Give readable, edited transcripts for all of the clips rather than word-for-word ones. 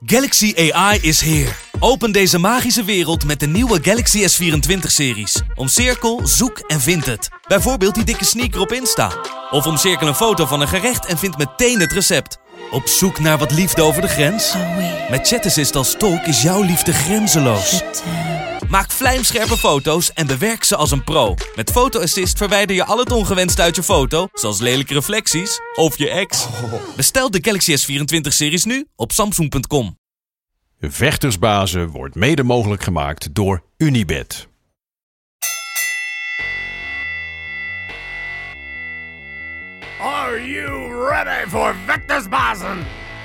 Galaxy AI is here. Open deze magische wereld met de nieuwe Galaxy S24-series. Omcirkel, zoek en vind het. Bijvoorbeeld die dikke sneaker op Insta. Of omcirkel een foto van een gerecht en vind meteen het recept. Op zoek naar wat liefde over de grens? Met ChatAssist als tolk is jouw liefde grenzeloos. Maak vlijmscherpe foto's en bewerk ze als een pro. Met Photo Assist verwijder je al het ongewenst uit je foto, zoals lelijke reflecties of je ex. Bestel de Galaxy S24-series nu op Samsung.com. Vechtersbazen wordt mede mogelijk gemaakt door Unibet. Are you ready for Vechtersbazen?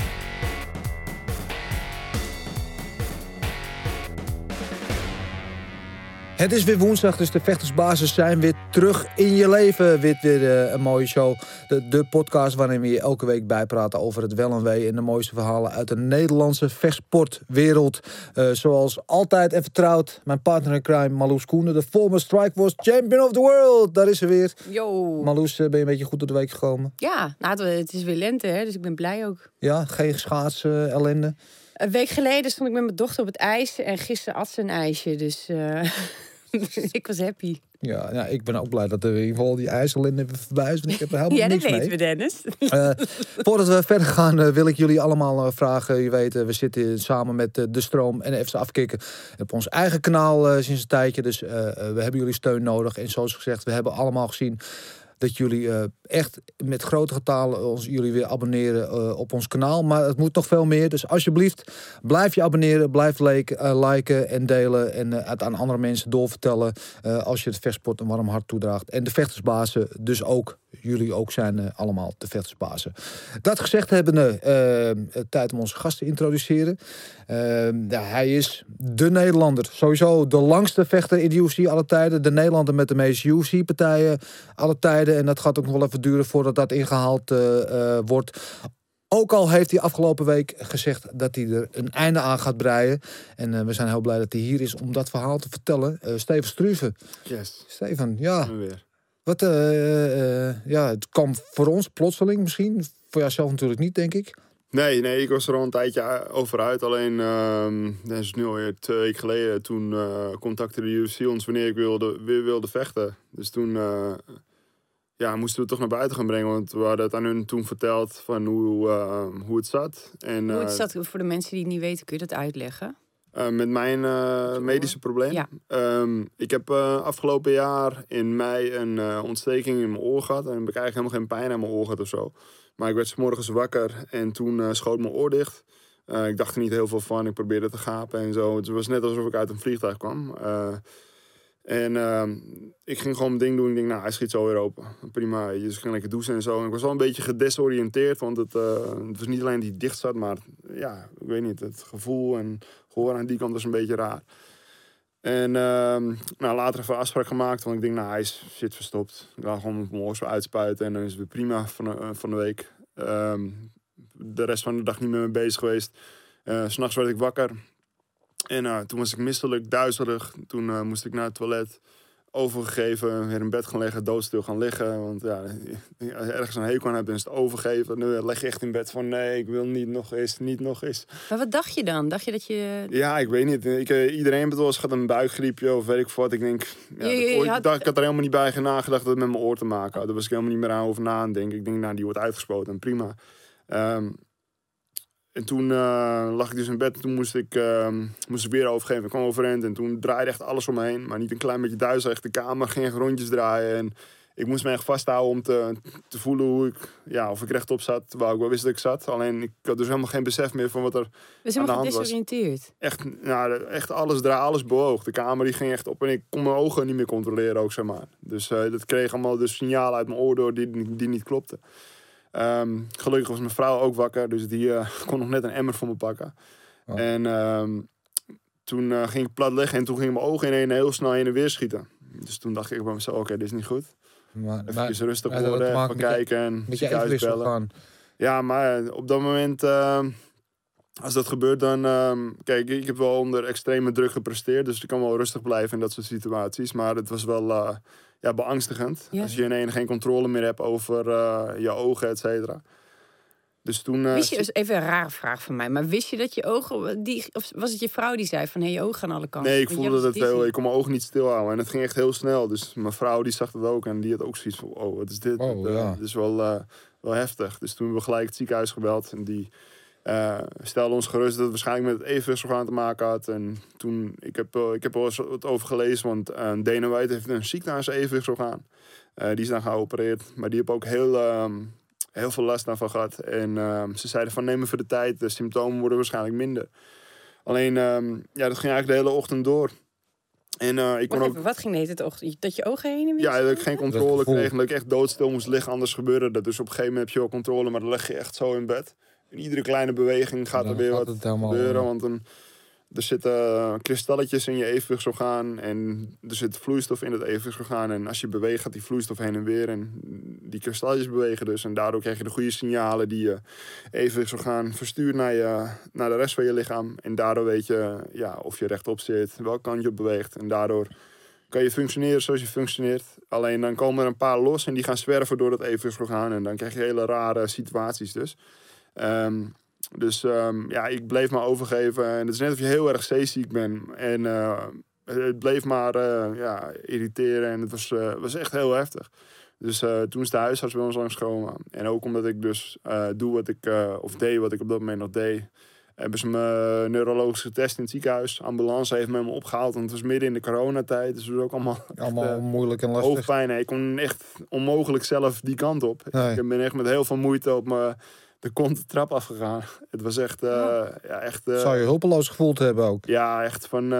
Het is weer woensdag, dus de Vechtersbazen zijn weer terug in je leven. Weer een mooie show. De podcast waarin we je elke week bijpraten over het wel en wee en de mooiste verhalen uit de Nederlandse vechtsportwereld. Zoals altijd en vertrouwd, mijn partner in crime, Marloes Koenen, de former Strikeforce Champion of the World. Daar is ze weer. Yo. Marloes, ben je een beetje goed door de week gekomen? Ja, nou, het is weer lente, hè, dus ik ben blij ook. Ja, geen schaatsen, ellende? Een week geleden stond ik met mijn dochter op het ijs en gisteren at ze een ijsje, dus ik was happy. Ja, ik ben ook blij dat er in ieder geval die ijsellende even voorbij is. Want ik heb er helemaal Ja, dat niks mee. weten we, Dennis. Voordat we verder gaan wil ik jullie allemaal vragen. Je weet, we zitten samen met De Stroom en FC Afkikken op ons eigen kanaal sinds een tijdje. Dus we hebben jullie steun nodig. En zoals gezegd, we hebben allemaal gezien dat jullie echt met grote getalen jullie weer abonneren op ons kanaal. Maar het moet nog veel meer. Dus alsjeblieft, blijf je abonneren. Blijf liken en delen. En het aan andere mensen doorvertellen. Als je het vechtsport een warm hart toedraagt. En de vechtersbazen dus ook. Jullie ook zijn allemaal de vechtersbazen. Dat gezegd hebbende, tijd om onze gast te introduceren. Hij is de Nederlander. Sowieso de langste vechter in de UFC alle tijden. De Nederlander met de meeste UFC-partijen alle tijden. En dat gaat ook nog wel even duren voordat dat ingehaald wordt. Ook al heeft hij afgelopen week gezegd dat hij er een einde aan gaat breien. En we zijn heel blij dat hij hier is om dat verhaal te vertellen. Steven Struve. Yes. Steven, ja. Weer. Wat, het kwam voor ons plotseling misschien. Voor jouzelf natuurlijk niet, denk ik. Nee, ik was er al een tijdje over uit. Alleen, dat is nu alweer 2 weken geleden. Toen contacte de UFC ons wanneer ik weer wilde vechten. Dus toen moesten we het toch naar buiten gaan brengen. Want we hadden het aan hun toen verteld van hoe het zat. En, Hoe het zat, voor de mensen die het niet weten, kun je dat uitleggen? Met mijn medische probleem. Ja. Ik heb afgelopen jaar in mei een ontsteking in mijn oor gehad. En heb ik eigenlijk helemaal geen pijn aan mijn oor gehad of zo. Maar ik werd 's morgens wakker en toen schoot mijn oor dicht. Ik dacht er niet heel veel van. Ik probeerde te gapen en zo. Het was net alsof ik uit een vliegtuig kwam. Ik ging gewoon mijn ding doen. Ik denk, hij schiet zo weer open. Prima. Dus ik ging lekker douchen en zo. En ik was wel een beetje gedesoriënteerd. Want het was niet alleen die dicht zat, maar ja, ik weet niet. Het gevoel en gehoor aan die kant was een beetje raar. En later even een afspraak gemaakt. Want ik denk, hij is shit verstopt. Ik ga gewoon mijn oor zo uitspuiten. En dan is het weer prima van de week. De rest van de dag niet meer mee bezig geweest. 's Nachts werd ik wakker. En toen was ik misselijk, duizelig. Toen moest ik naar het toilet. Overgegeven, weer in bed gaan liggen, doodstil gaan liggen. Want ja, ergens een hekel aan hebt, dan is het overgeven. Nu leg je echt in bed van nee, ik wil niet nog eens. Maar wat dacht je dan? Dacht je dat je... Ja, ik weet niet. Iedereen heeft wel eens gehad een buikgriepje of weet ik wat. Ik denk, ik had er helemaal niet bij nagedacht dat het met mijn oor te maken had. Daar was ik helemaal niet meer aan over na aan denken. Ik denk, die wordt uitgespoten en prima. En toen lag ik dus in bed en toen moest ik weer overgeven. Ik kwam overeind en toen draaide echt alles om me heen. Maar niet een klein beetje duizelig. Echt de kamer ging echt rondjes draaien. En ik moest me echt vasthouden om te voelen of ik rechtop zat. Terwijl ik wel wist dat ik zat. Alleen ik had dus helemaal geen besef meer van wat er aan de hand was. Gedesoriënteerd. Echt alles bewoog. De kamer die ging echt op en ik kon mijn ogen niet meer controleren ook, zeg maar. Dus dat kreeg allemaal dus signalen uit mijn oor door die niet klopten. Gelukkig was mijn vrouw ook wakker, dus die kon nog net een emmer voor me pakken. Oh. En toen ging ik plat liggen en toen gingen mijn ogen heel snel heen en weer schieten. Dus toen dacht ik bij mezelf, oké, dit is niet goed. Even rustig worden, even kijken en ziekenhuis bellen. Ja, maar op dat moment, als dat gebeurt, dan... kijk, ik heb wel onder extreme druk gepresteerd, dus ik kan wel rustig blijven in dat soort situaties. Maar het was wel beangstigend. Ja. Als je ineens geen controle meer hebt over je ogen, et cetera. Dus toen... Wist je, even een rare vraag van mij, maar wist je dat je ogen... of was het je vrouw die zei van, je ogen gaan alle kanten? Nee, ik voelde dat wel. Ik kon mijn ogen niet stilhouden. En het ging echt heel snel. Dus mijn vrouw die zag dat ook. En die had ook zoiets van, oh, wat is dit? Het is wel heftig. Dus toen hebben we gelijk het ziekenhuis gebeld. En die stelde ons gerust dat het waarschijnlijk met het evenwichtsorgaan te maken had. En toen, ik heb er eens wat over gelezen. Want Dana White heeft een ziekte aan zijn evenwichtsorgaan. Die is dan geopereerd. Maar die heeft ook heel veel last daarvan gehad. En ze zeiden van, neem even de tijd. De symptomen worden waarschijnlijk minder. Alleen, dat ging eigenlijk de hele ochtend door. En ik kon ook... Wat ging de ochtend? Dat je ogen heen en weer? Ja, dat ik geen controle kreeg. En dat ik echt doodstil moest liggen, anders gebeurde dat. Dus op een gegeven moment heb je wel controle, maar dan lig je echt zo in bed. In iedere kleine beweging gaat er weer wat gebeuren. Want er zitten kristalletjes in je evenwichtsorgaan. En er zit vloeistof in het evenwichtsorgaan. En als je beweegt, gaat die vloeistof heen en weer. En die kristalletjes bewegen dus. En daardoor krijg je de goede signalen die je evenwichtsorgaan verstuurt naar de rest van je lichaam. En daardoor weet je of je rechtop zit, welke kant je op beweegt. En daardoor kan je functioneren zoals je functioneert. Alleen dan komen er een paar los en die gaan zwerven door het evenwichtsorgaan. En dan krijg je hele rare situaties dus. Ik bleef maar overgeven. En het is net of je heel erg zeeziek bent. En het bleef maar irriteren. En het was echt heel heftig. Dus toen is de huisarts bij ons langsgekomen. En ook omdat ik dus deed wat ik op dat moment nog deed. Hebben ze me neurologisch getest in het ziekenhuis. Ambulance heeft me opgehaald. Want het was midden in de coronatijd. Dus het was ook allemaal moeilijk en lastig. Hoofdpijn. Ik kon echt onmogelijk zelf die kant op. Nee. Ik ben echt met heel veel moeite op de kont trap afgegaan. Het was echt... Zou je hulpeloos gevoeld hebben ook? Ja, echt van...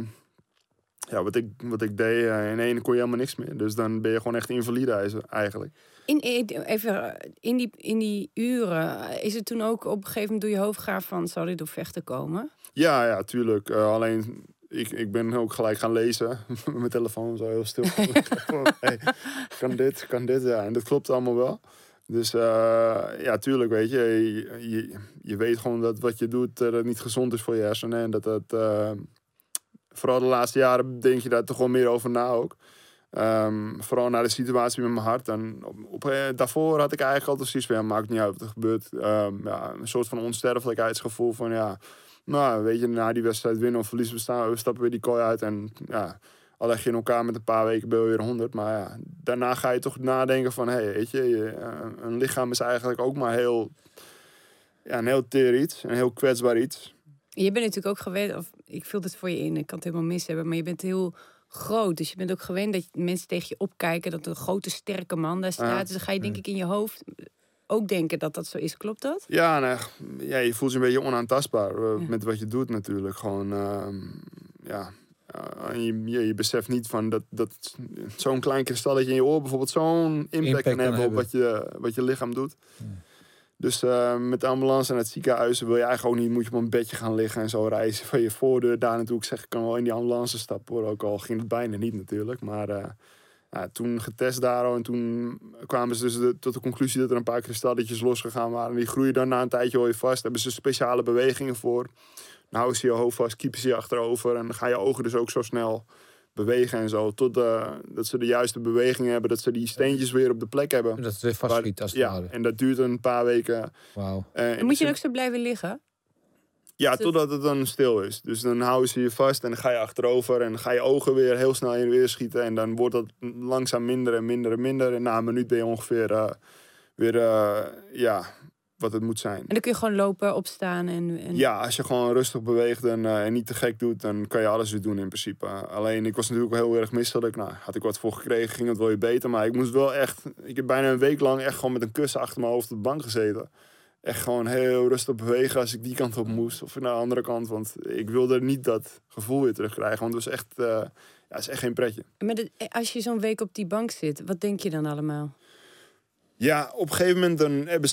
wat ik deed, in één kon je helemaal niks meer. Dus dan ben je gewoon echt invalide eigenlijk. In die uren, is het toen ook op een gegeven moment door je hoofd gaan van... zou dit door vechten komen? Ja, tuurlijk. Alleen... Ik ben ook gelijk gaan lezen. Mijn telefoon zo heel stil. Hey, kan dit? Ja, en dat klopt allemaal wel. Dus tuurlijk, weet je weet gewoon dat wat je doet dat niet gezond is voor je hersenen. En dat vooral de laatste jaren denk je daar toch wel meer over na ook. Vooral naar de situatie met mijn hart. En daarvoor had ik eigenlijk altijd zoiets van, maakt niet uit wat er gebeurt. Een soort van onsterfelijkheidsgevoel van, weet je, na die wedstrijd winnen of verliezen, we stappen weer die kooi uit. En al leg je in elkaar met een paar weken, ben je weer 100. Maar daarna ga je toch nadenken van, weet je, een lichaam is eigenlijk ook maar een heel teer iets. Een heel kwetsbaar iets. Je bent natuurlijk ook gewend, of ik vul het voor je in, ik kan het helemaal mis hebben, maar je bent heel groot. Dus je bent ook gewend dat mensen tegen je opkijken, dat een grote, sterke man daar staat. Dus dan ga je denk ik in je hoofd ook denken dat dat zo is. Klopt dat? Ja, je voelt je een beetje onaantastbaar met wat je doet natuurlijk. Gewoon, je beseft niet van dat zo'n klein kristalletje in je oor bijvoorbeeld zo'n impact kan hebben op wat je lichaam doet. Ja. Dus met de ambulance en het ziekenhuis wil je eigenlijk ook niet, moet je op een bedje gaan liggen en zo reizen van je voordeur daar naartoe. Ik zeg, ik kan wel in die ambulance stappen hoor, ook al ging het bijna niet natuurlijk. Maar toen getest daar en toen kwamen ze dus tot de conclusie dat er een paar kristalletjes losgegaan waren. En die groeien dan na een tijdje wel weer vast. Daar hebben ze speciale bewegingen voor. Dan houden ze je hoofd vast, kiepen ze je achterover en dan gaan je ogen dus ook zo snel bewegen en zo. Tot dat ze de juiste bewegingen hebben, dat ze die steentjes weer op de plek hebben. Dat het weer vastschiet als het ware. En dat duurt een paar weken. Wauw. Moet je ook zo blijven liggen? Ja, totdat het dan stil is. Dus dan houden ze je vast en dan ga je achterover en dan ga je ogen weer heel snel in en weer schieten. En dan wordt dat langzaam minder en minder en minder. En na een minuut ben je ongeveer wat het moet zijn. En dan kun je gewoon lopen, opstaan en... Ja, als je gewoon rustig beweegt en niet te gek doet, dan kan je alles weer doen in principe. Alleen, ik was natuurlijk wel heel erg misselijk. Had ik wat voor gekregen, ging het wel weer beter. Maar ik moest wel echt... Ik heb bijna een week lang echt gewoon met een kussen achter mijn hoofd op de bank gezeten. Echt gewoon heel rustig bewegen als ik die kant op moest. Of naar de andere kant. Want ik wilde niet dat gevoel weer terugkrijgen. Want het was echt... het is echt geen pretje. Als je zo'n week op die bank zit, wat denk je dan allemaal? Ja, op een gegeven moment dan hebben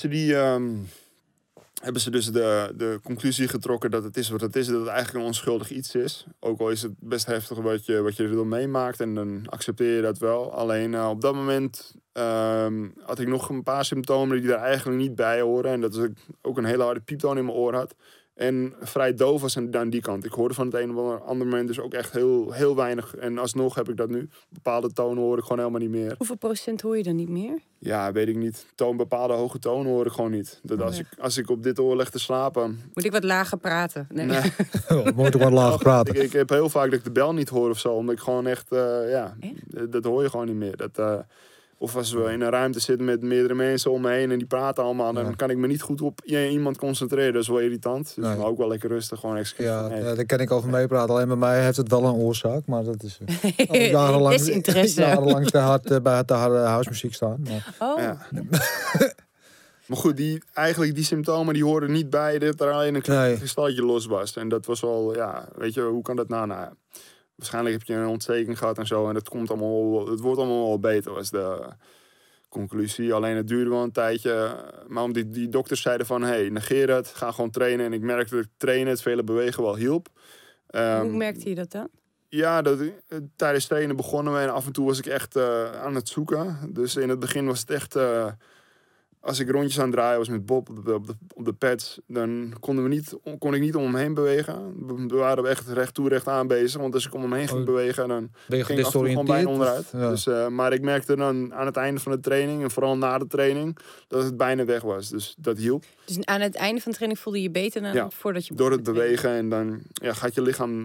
ze dus de conclusie getrokken dat het is wat het is. Dat het eigenlijk een onschuldig iets is. Ook al is het best heftig wat je er dan meemaakt. En dan accepteer je dat wel. Alleen op dat moment had ik nog een paar symptomen die daar eigenlijk niet bij horen. En dat is ook een hele harde pieptoon in mijn oor had. En vrij doof was aan die kant. Ik hoorde van het een of andere moment dus ook echt heel, heel weinig. En alsnog heb ik dat nu. Bepaalde tonen hoor ik gewoon helemaal niet meer. Hoeveel procent hoor je dan niet meer? Ja, weet ik niet. Bepaalde hoge tonen hoor ik gewoon niet. Dat als ik op dit oor leg te slapen... Moet ik wat lager praten? Nee. Moet ik wat lager praten. Ik heb heel vaak dat ik de bel niet hoor of zo. Omdat ik gewoon echt... dat hoor je gewoon niet meer. Of als we in een ruimte zitten met meerdere mensen om me heen en die praten allemaal, dan kan ik me niet goed op iemand concentreren. Dat is wel irritant. Dus maar ook wel lekker rustig, gewoon excuus. Ja, daar kan ik over meepraten. Alleen bij mij heeft het wel een oorzaak, maar dat is jarenlang bij de harde housemuziek staan. Maar. Oh. Ja. Maar goed, die symptomen die horen niet bij dat er alleen een kristalletje los was. En dat was wel, weet je, hoe kan dat nou? Nou, waarschijnlijk heb je een ontsteking gehad en zo. En het wordt allemaal wel beter, was de conclusie. Alleen het duurde wel een tijdje. Maar omdat die dokters zeiden van, negeer het. Ga gewoon trainen. En ik merkte dat trainen, het vele bewegen wel hielp. Hoe merkte je dat dan? Ja, tijdens trainen begonnen we. En af en toe was ik echt aan het zoeken. Dus in het begin was het echt... als ik rondjes aan het draaien was met Bob op de pads, dan kon ik niet om hem heen bewegen. We waren echt recht toe, recht aan bezig. Want als ik om hem heen ging bewegen, dan ging ik af en toe gewoon bijna onderuit. Ja. Dus, maar ik merkte dan aan het einde van de training, en vooral na de training, dat het bijna weg was. Dus dat hielp. Dus aan het einde van de training voelde je beter dan voordat je... Door het bewegen en dan gaat je lichaam...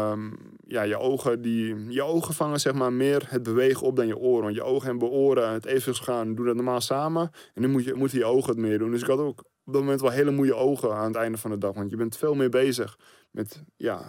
je ogen vangen zeg maar meer het bewegen op dan je oren. Want je ogen en oren, het evenwichtsgaan, doen dat normaal samen. En nu moeten je ogen het meer doen. Dus ik had ook op dat moment wel hele moeie ogen aan het einde van de dag. Want je bent veel meer bezig met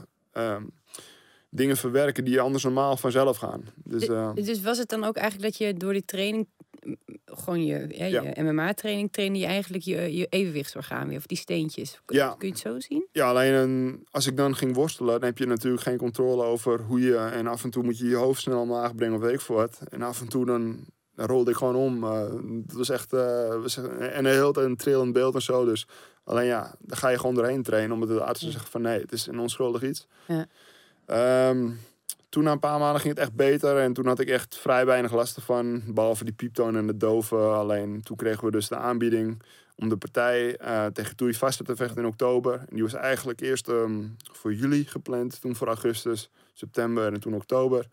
dingen verwerken die anders normaal vanzelf gaan. Dus was het dan ook eigenlijk dat je door die training, gewoon je MMA-training, trainde je eigenlijk je evenwichtsorgaan weer, of die steentjes? Kun je het zo zien? Ja, alleen als ik dan ging worstelen, dan heb je natuurlijk geen controle over hoe je... En af en toe moet je je hoofd snel omlaag brengen of weet ik veel wat. En af en toe dan rolde ik gewoon om. Het was echt... en een heel een trillend beeld en zo. Dus alleen dan ga je gewoon doorheen trainen. Omdat de artsen zeggen van nee, het is een onschuldig iets. Ja. Toen na een paar maanden ging het echt beter. En toen had ik echt vrij weinig last ervan. Behalve die pieptoon en de doven. Alleen toen kregen we dus de aanbieding om de partij tegen Toei Vasta te vechten in oktober. En die was eigenlijk eerst voor juli gepland. Toen voor augustus, september en toen oktober.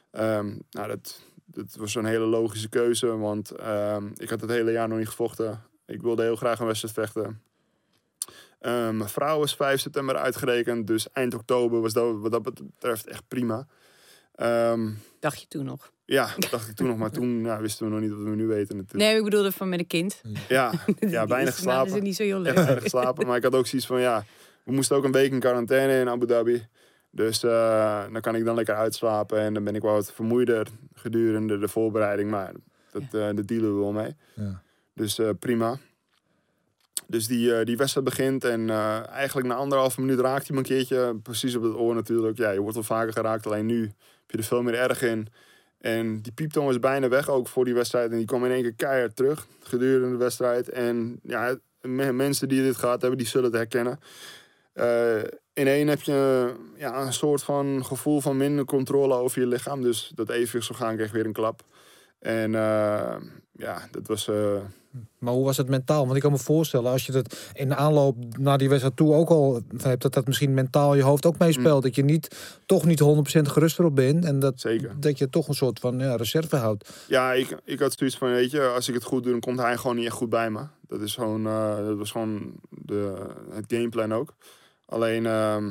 Dat was een hele logische keuze. Want ik had het hele jaar nog niet gevochten. Ik wilde heel graag een wedstrijd vechten. Mijn vrouw was 5 september uitgerekend. Dus eind oktober was dat wat dat betreft echt prima. Dacht je toen nog? Ja, dacht ik toen nog. Maar toen wisten we nog niet wat we nu weten natuurlijk. Nee, ik bedoelde van met een kind. Ja, weinig geslapen. Dat is niet zo heel leuk. Weinig geslapen. Maar ik had ook zoiets van, we moesten ook een week in quarantaine in Abu Dhabi. Dus dan kan ik dan lekker uitslapen. En dan ben ik wel wat vermoeider gedurende de voorbereiding. Maar dat dealen we wel mee. Ja. Dus prima. Dus die wedstrijd begint. En eigenlijk na 1,5 minuut raakt hij me een keertje. Precies op het oor natuurlijk. Ja, je wordt wel vaker geraakt. Alleen nu heb je er veel meer erg in. En die pieptoon was bijna weg ook voor die wedstrijd. En die kwam in één keer keihard terug gedurende de wedstrijd. En mensen die dit gehad hebben, die zullen het herkennen. In één heb je een soort van gevoel van minder controle over je lichaam. Dus dat evenwichtsorgaan kreeg weer een klap. En dat was... Maar hoe was het mentaal? Want ik kan me voorstellen, als je dat in de aanloop naar die wedstrijd toe ook al hebt, dat misschien mentaal je hoofd ook meespeelt. Dat je toch niet 100% gerust erop bent. En dat je toch een soort van reserve houdt. Ja, ik had zoiets van, weet je, als ik het goed doe, dan komt hij gewoon niet echt goed bij me. Dat was gewoon het gameplan ook. Alleen,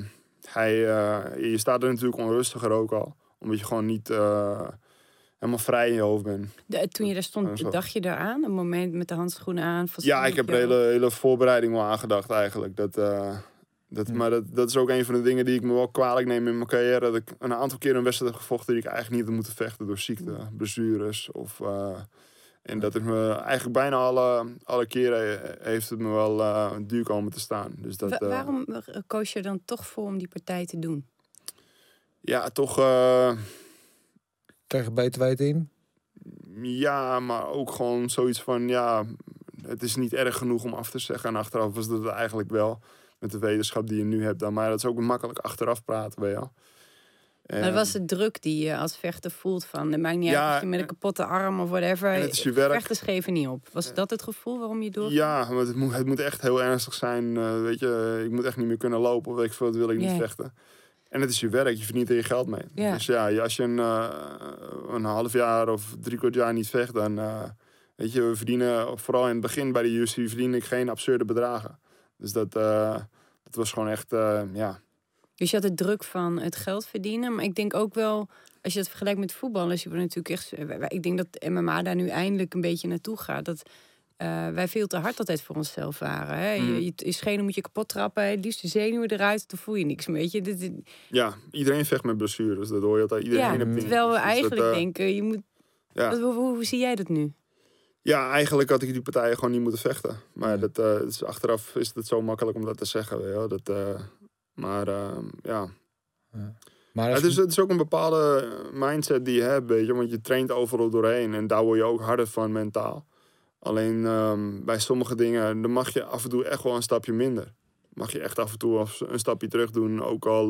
je staat er natuurlijk onrustiger ook al. Omdat je gewoon niet helemaal vrij in je hoofd bent. Toen je daar stond, dacht je daaraan? Een moment met de handschoenen aan? Ik heb de hele voorbereiding wel aangedacht eigenlijk. Maar dat is ook een van de dingen die ik me wel kwalijk neem in mijn carrière. Dat ik een aantal keer een wedstrijd heb gevochten die ik eigenlijk niet had moeten vechten door ziekte, blessures of... En dat het me eigenlijk bijna alle keren heeft het me wel duur komen te staan. Dus waarom koos je dan toch voor om die partij te doen? Ja, toch... Tegen beter weten in? Ja, maar ook gewoon zoiets van... het is niet erg genoeg om af te zeggen. En achteraf was dat eigenlijk wel. Met de wetenschap die je nu hebt dan. Maar dat is ook makkelijk achteraf praten bij jou. Maar dat was de druk die je als vechter voelt van... Het maakt niet uit of je met een kapotte arm of whatever... het is je werk. Vechters geven niet op. Was dat het gevoel waarom je doorgaat? Ja, want het moet echt heel ernstig zijn. Weet je, ik moet echt niet meer kunnen lopen. Of weet ik veel, dat wil ik niet vechten. En het is je werk, je verdient er je geld mee. Ja. Dus ja, als je een half jaar of 3/4 jaar niet vecht... dan weet je, we verdienen, vooral in het begin bij de UFC... verdien ik geen absurde bedragen. Dus dat was gewoon echt, ja... Dus je had de druk van het geld verdienen. Maar ik denk ook wel, als je het vergelijkt met voetballers... Je wordt natuurlijk echt, ik denk dat MMA daar nu eindelijk een beetje naartoe gaat. Dat wij veel te hard altijd voor onszelf waren. Hè? Je schenen moet je kapot trappen. Het liefst de zenuwen eruit, dan voel je niks. Weet je? Ja, iedereen vecht met blessures. Dat hoor je altijd. Iedereen terwijl we eigenlijk dat, denken... Je moet, hoe zie jij dat nu? Ja, eigenlijk had ik die partijen gewoon niet moeten vechten. Maar dus achteraf is het zo makkelijk om dat te zeggen. Weet je wel. Ja. Maar het is ook een bepaalde mindset die je hebt, weet je. Want je traint overal doorheen. En daar word je ook harder van mentaal. Alleen bij sommige dingen, dan mag je af en toe echt wel een stapje minder. Mag je echt af en toe een stapje terug doen. Ook al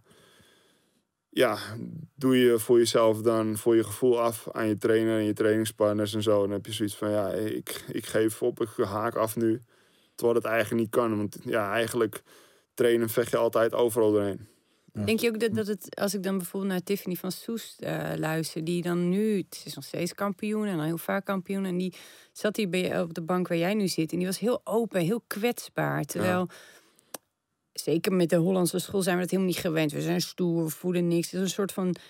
doe je voor jezelf dan voor je gevoel af aan je trainer en je trainingspartners en zo. Dan heb je zoiets van, ja, ik geef op, ik haak af nu. Terwijl het eigenlijk niet kan. Want ja, eigenlijk trainen vecht je altijd overal doorheen. Ja. Denk je ook dat het, als ik dan bijvoorbeeld naar Tiffany van Soest luister, die dan nu, het is nog steeds kampioen en al heel vaak kampioen, en die zat hier op de bank waar jij nu zit en die was heel open, heel kwetsbaar. Terwijl, zeker met de Hollandse school zijn we dat helemaal niet gewend. We zijn stoer, we voelen niks. Het is een soort van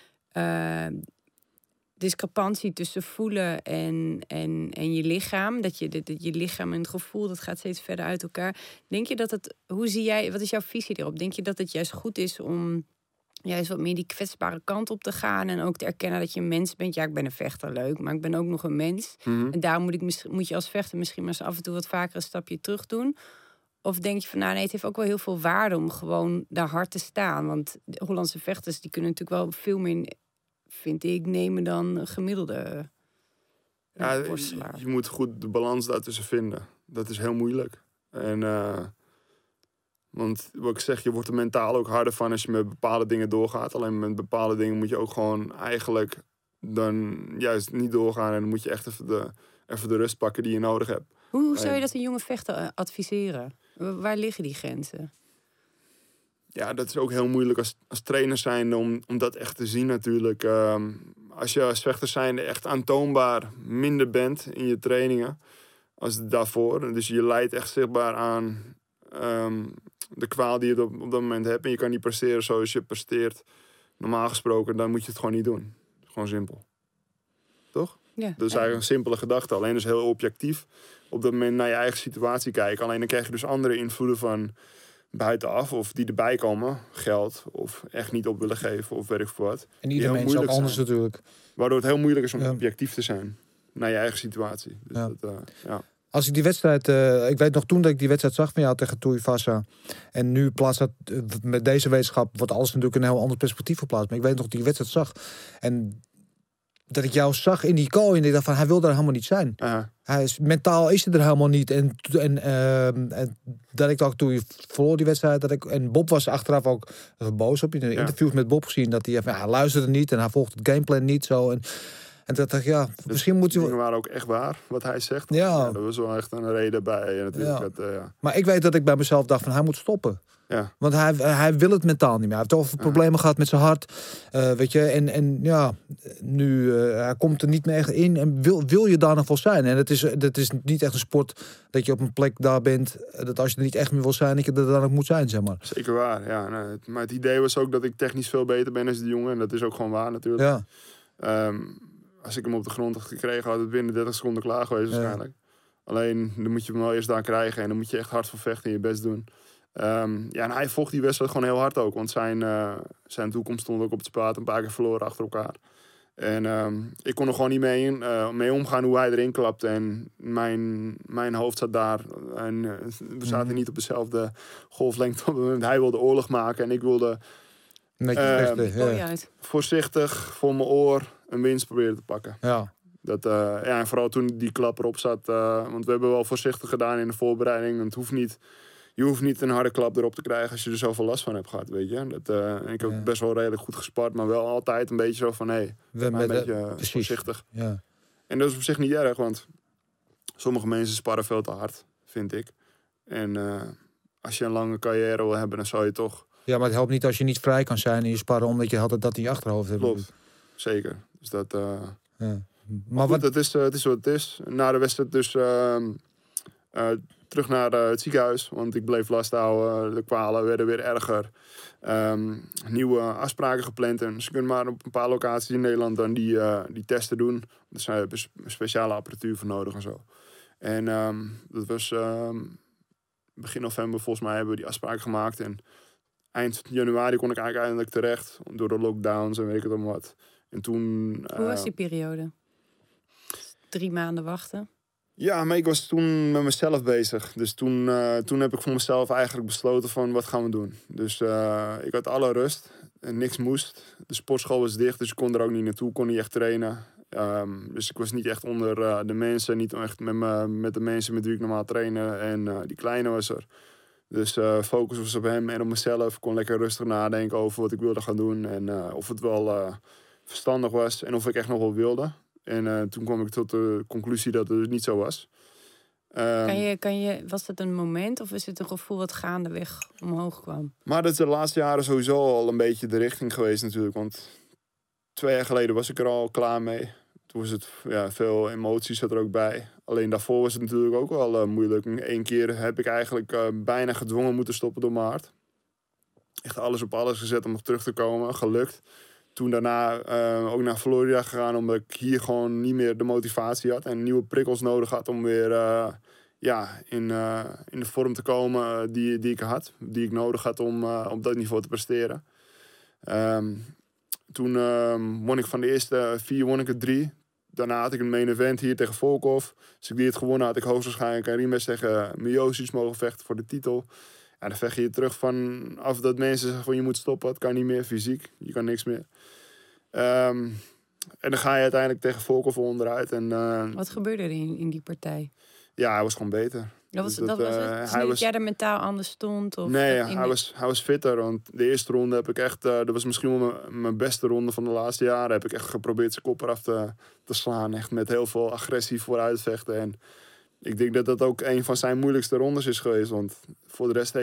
discrepantie tussen voelen en je lichaam. Dat je lichaam en het gevoel, dat gaat steeds verder uit elkaar. Denk je dat het, wat is jouw visie erop? Denk je dat het juist goed is om juist wat meer die kwetsbare kant op te gaan en ook te erkennen dat je een mens bent? Ja, ik ben een vechter, leuk, maar ik ben ook nog een mens. Mm-hmm. En daar moet je als vechter misschien maar eens af en toe wat vaker een stapje terug doen. Of denk je van, nee, het heeft ook wel heel veel waarde om gewoon daar hard te staan. Want de Hollandse vechters, die kunnen natuurlijk wel veel meer, vind ik, nemen dan gemiddelde worstelaar. Je moet goed de balans daartussen vinden. Dat is heel moeilijk. En want wat ik zeg, je wordt er mentaal ook harder van als je met bepaalde dingen doorgaat. Alleen met bepaalde dingen moet je ook gewoon eigenlijk dan juist niet doorgaan. En dan moet je echt even de rust pakken die je nodig hebt. Hoe zou je dat een jonge vechter adviseren? Waar liggen die grenzen? Ja, dat is ook heel moeilijk als trainer zijnde om dat echt te zien natuurlijk. Als je als vechter zijnde echt aantoonbaar minder bent in je trainingen als daarvoor. Dus je lijdt echt zichtbaar aan de kwaal die je op dat moment hebt. En je kan niet presteren zoals je presteert. Normaal gesproken, dan moet je het gewoon niet doen. Gewoon simpel. Toch? Ja. Dat is eigenlijk een simpele gedachte. Alleen dus heel objectief op dat moment naar je eigen situatie kijken. Alleen dan krijg je dus andere invloeden van buitenaf of die erbij komen, geld of echt niet op willen geven of weet ik veel wat. En ieder mens ook anders natuurlijk. Waardoor het heel moeilijk is om objectief te zijn naar je eigen situatie. Dus Als ik die wedstrijd, ik weet nog toen dat ik die wedstrijd zag van jou tegen Tuivasa. En nu plaatst dat met deze wetenschap wordt alles natuurlijk een heel ander perspectief geplaatst. Maar ik weet nog dat ik die wedstrijd zag en dat ik jou zag in die call en ik dacht van, hij wil daar helemaal niet zijn. Hij is mentaal is hij er helemaal niet. En dat ik ook toen je verloor die wedstrijd, en Bob was achteraf ook boos op je. In interviews met Bob gezien dat hij luisterde niet en hij volgt het gameplan niet zo. En dat dacht ik, misschien moet je. Die dingen waren ook echt waar wat hij zegt. Ja, dat was wel echt een reden bij. Natuurlijk Maar ik weet dat ik bij mezelf dacht van, hij moet stoppen. Ja. Want hij wil het mentaal niet meer. Hij heeft toch problemen gehad met zijn hart. Weet je, en nu hij komt er niet meer echt in. En wil je daar nog wel zijn? En dat is niet echt een sport dat je op een plek daar bent. Dat als je er niet echt meer wil zijn, dat je er dan ook moet zijn, zeg maar. Zeker waar, ja. Maar het idee was ook dat ik technisch veel beter ben dan die jongen. En dat is ook gewoon waar natuurlijk. Ja. Als ik hem op de grond had gekregen, had het binnen 30 seconden klaar geweest waarschijnlijk. Alleen, dan moet je hem wel eerst daar krijgen. En dan moet je echt hard voor vechten en je best doen. En hij vocht die wedstrijd gewoon heel hard ook. Want zijn toekomst stond ook op het spel. Een paar keer verloren achter elkaar. En ik kon er gewoon niet mee omgaan hoe hij erin klapte. En mijn hoofd zat daar. En we zaten niet op dezelfde golflengte op het moment. Hij wilde oorlog maken en ik wilde voorzichtig voor mijn oor een winst proberen te pakken. Ja. En vooral toen die klap erop zat. Want we hebben wel voorzichtig gedaan in de voorbereiding. Het hoeft niet. je hoeft niet een harde klap erop te krijgen als je er zoveel last van hebt gehad, weet je. Ik heb best wel redelijk goed gespart, maar wel altijd een beetje zo van, een beetje voorzichtig. Ja. En dat is op zich niet erg, want sommige mensen sparren veel te hard, vind ik. En als je een lange carrière wil hebben, dan zou je toch... Ja, maar het helpt niet als je niet vrij kan zijn in je sparren, omdat je altijd dat in je achterhoofd hebt. Klopt, zeker. Dus dat... Ja. Maar goed, het is wat het is. Na de wedstrijd dus terug naar het ziekenhuis. Want ik bleef last houden. De kwalen werden weer erger. Nieuwe afspraken gepland. En ze kunnen maar op een paar locaties in Nederland dan die testen doen. Dus daar hebben ze speciale apparatuur voor nodig en zo. En dat was begin november volgens mij hebben we die afspraken gemaakt. En eind januari kon ik eigenlijk eindelijk terecht. Door de lockdowns en weet ik het allemaal wat. En toen... Hoe was die periode? 3 maanden wachten? Ja, maar ik was toen met mezelf bezig. Dus toen heb ik voor mezelf eigenlijk besloten van wat gaan we doen. Dus ik had alle rust en niks moest. De sportschool was dicht, dus ik kon er ook niet naartoe. Kon niet echt trainen. Dus ik was niet echt onder de mensen. Niet echt met de mensen met wie ik normaal trainen. En die kleine was er. Dus focus was op hem en op mezelf. Ik kon lekker rustig nadenken over wat ik wilde gaan doen. En of het wel verstandig was en of ik echt nog wel wilde. En toen kwam ik tot de conclusie dat het niet zo was. Was het een moment of is het een gevoel wat gaandeweg omhoog kwam? Maar dat is de laatste jaren sowieso al een beetje de richting geweest natuurlijk. Want 2 jaar geleden was ik er al klaar mee. Toen was het veel emoties zat er ook bij. Alleen daarvoor was het natuurlijk ook wel moeilijk. 1 keer heb ik eigenlijk bijna gedwongen moeten stoppen door mijn hart. Echt alles op alles gezet om nog terug te komen. Gelukt. Toen daarna ook naar Florida gegaan, omdat ik hier gewoon niet meer de motivatie had. En nieuwe prikkels nodig had om weer in de vorm te komen die ik had. Die ik nodig had om op dat niveau te presteren. Toen won ik van de eerste 4 won ik er 3. Daarna had ik een main event hier tegen Volkov. Als ik die had gewonnen had ik hoogstwaarschijnlijk een rematch tegen Miocic mogen vechten voor de titel. Ja, dan vecht je terug vanaf dat mensen zeggen van je moet stoppen. Het kan niet meer, fysiek. Je kan niks meer. En dan ga je uiteindelijk tegen Volkov onderuit. En, wat gebeurde er in die partij? Ja, hij was gewoon beter. Dat was het? Dat jij er mentaal anders stond? Of nee, hij was fitter. Want de eerste ronde heb ik echt... dat was misschien wel mijn beste ronde van de laatste jaren. Heb ik echt geprobeerd zijn kop eraf te slaan. Echt met heel veel agressie vooruit vechten. En ik denk dat dat ook een van zijn moeilijkste rondes is geweest. Want voor de rest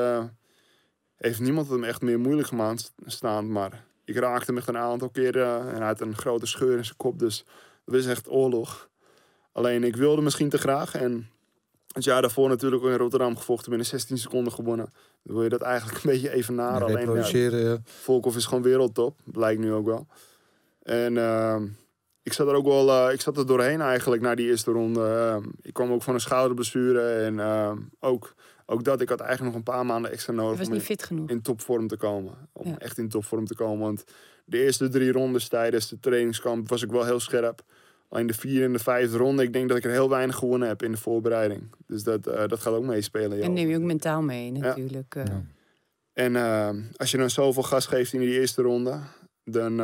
heeft niemand hem echt meer moeilijk gemaakt staan. Maar ik raakte hem echt een aantal keren. En hij had een grote scheur in zijn kop. Dus dat is echt oorlog. Alleen ik wilde misschien te graag. En het jaar daarvoor natuurlijk in Rotterdam gevochten. Binnen 16 seconden gewonnen. Dan wil je dat eigenlijk een beetje evenaren. Alleen Volkov is gewoon wereldtop. Blijkt nu ook wel. En ik zat er ook wel... ik zat er doorheen eigenlijk naar die eerste ronde. Ik kwam ook van een schouderblessure. En ook dat. Ik had eigenlijk nog een paar maanden extra nodig. Je was niet fit genoeg. In topvorm te komen. Om echt in topvorm te komen. Want de eerste 3 rondes tijdens de trainingskamp was ik wel heel scherp. Alleen de 4e en de 5e ronde, ik denk dat ik er heel weinig gewonnen heb in de voorbereiding. Dus dat gaat ook meespelen. En neem je ook mentaal mee natuurlijk. Ja. En als je dan zoveel gas geeft in die eerste ronde, dan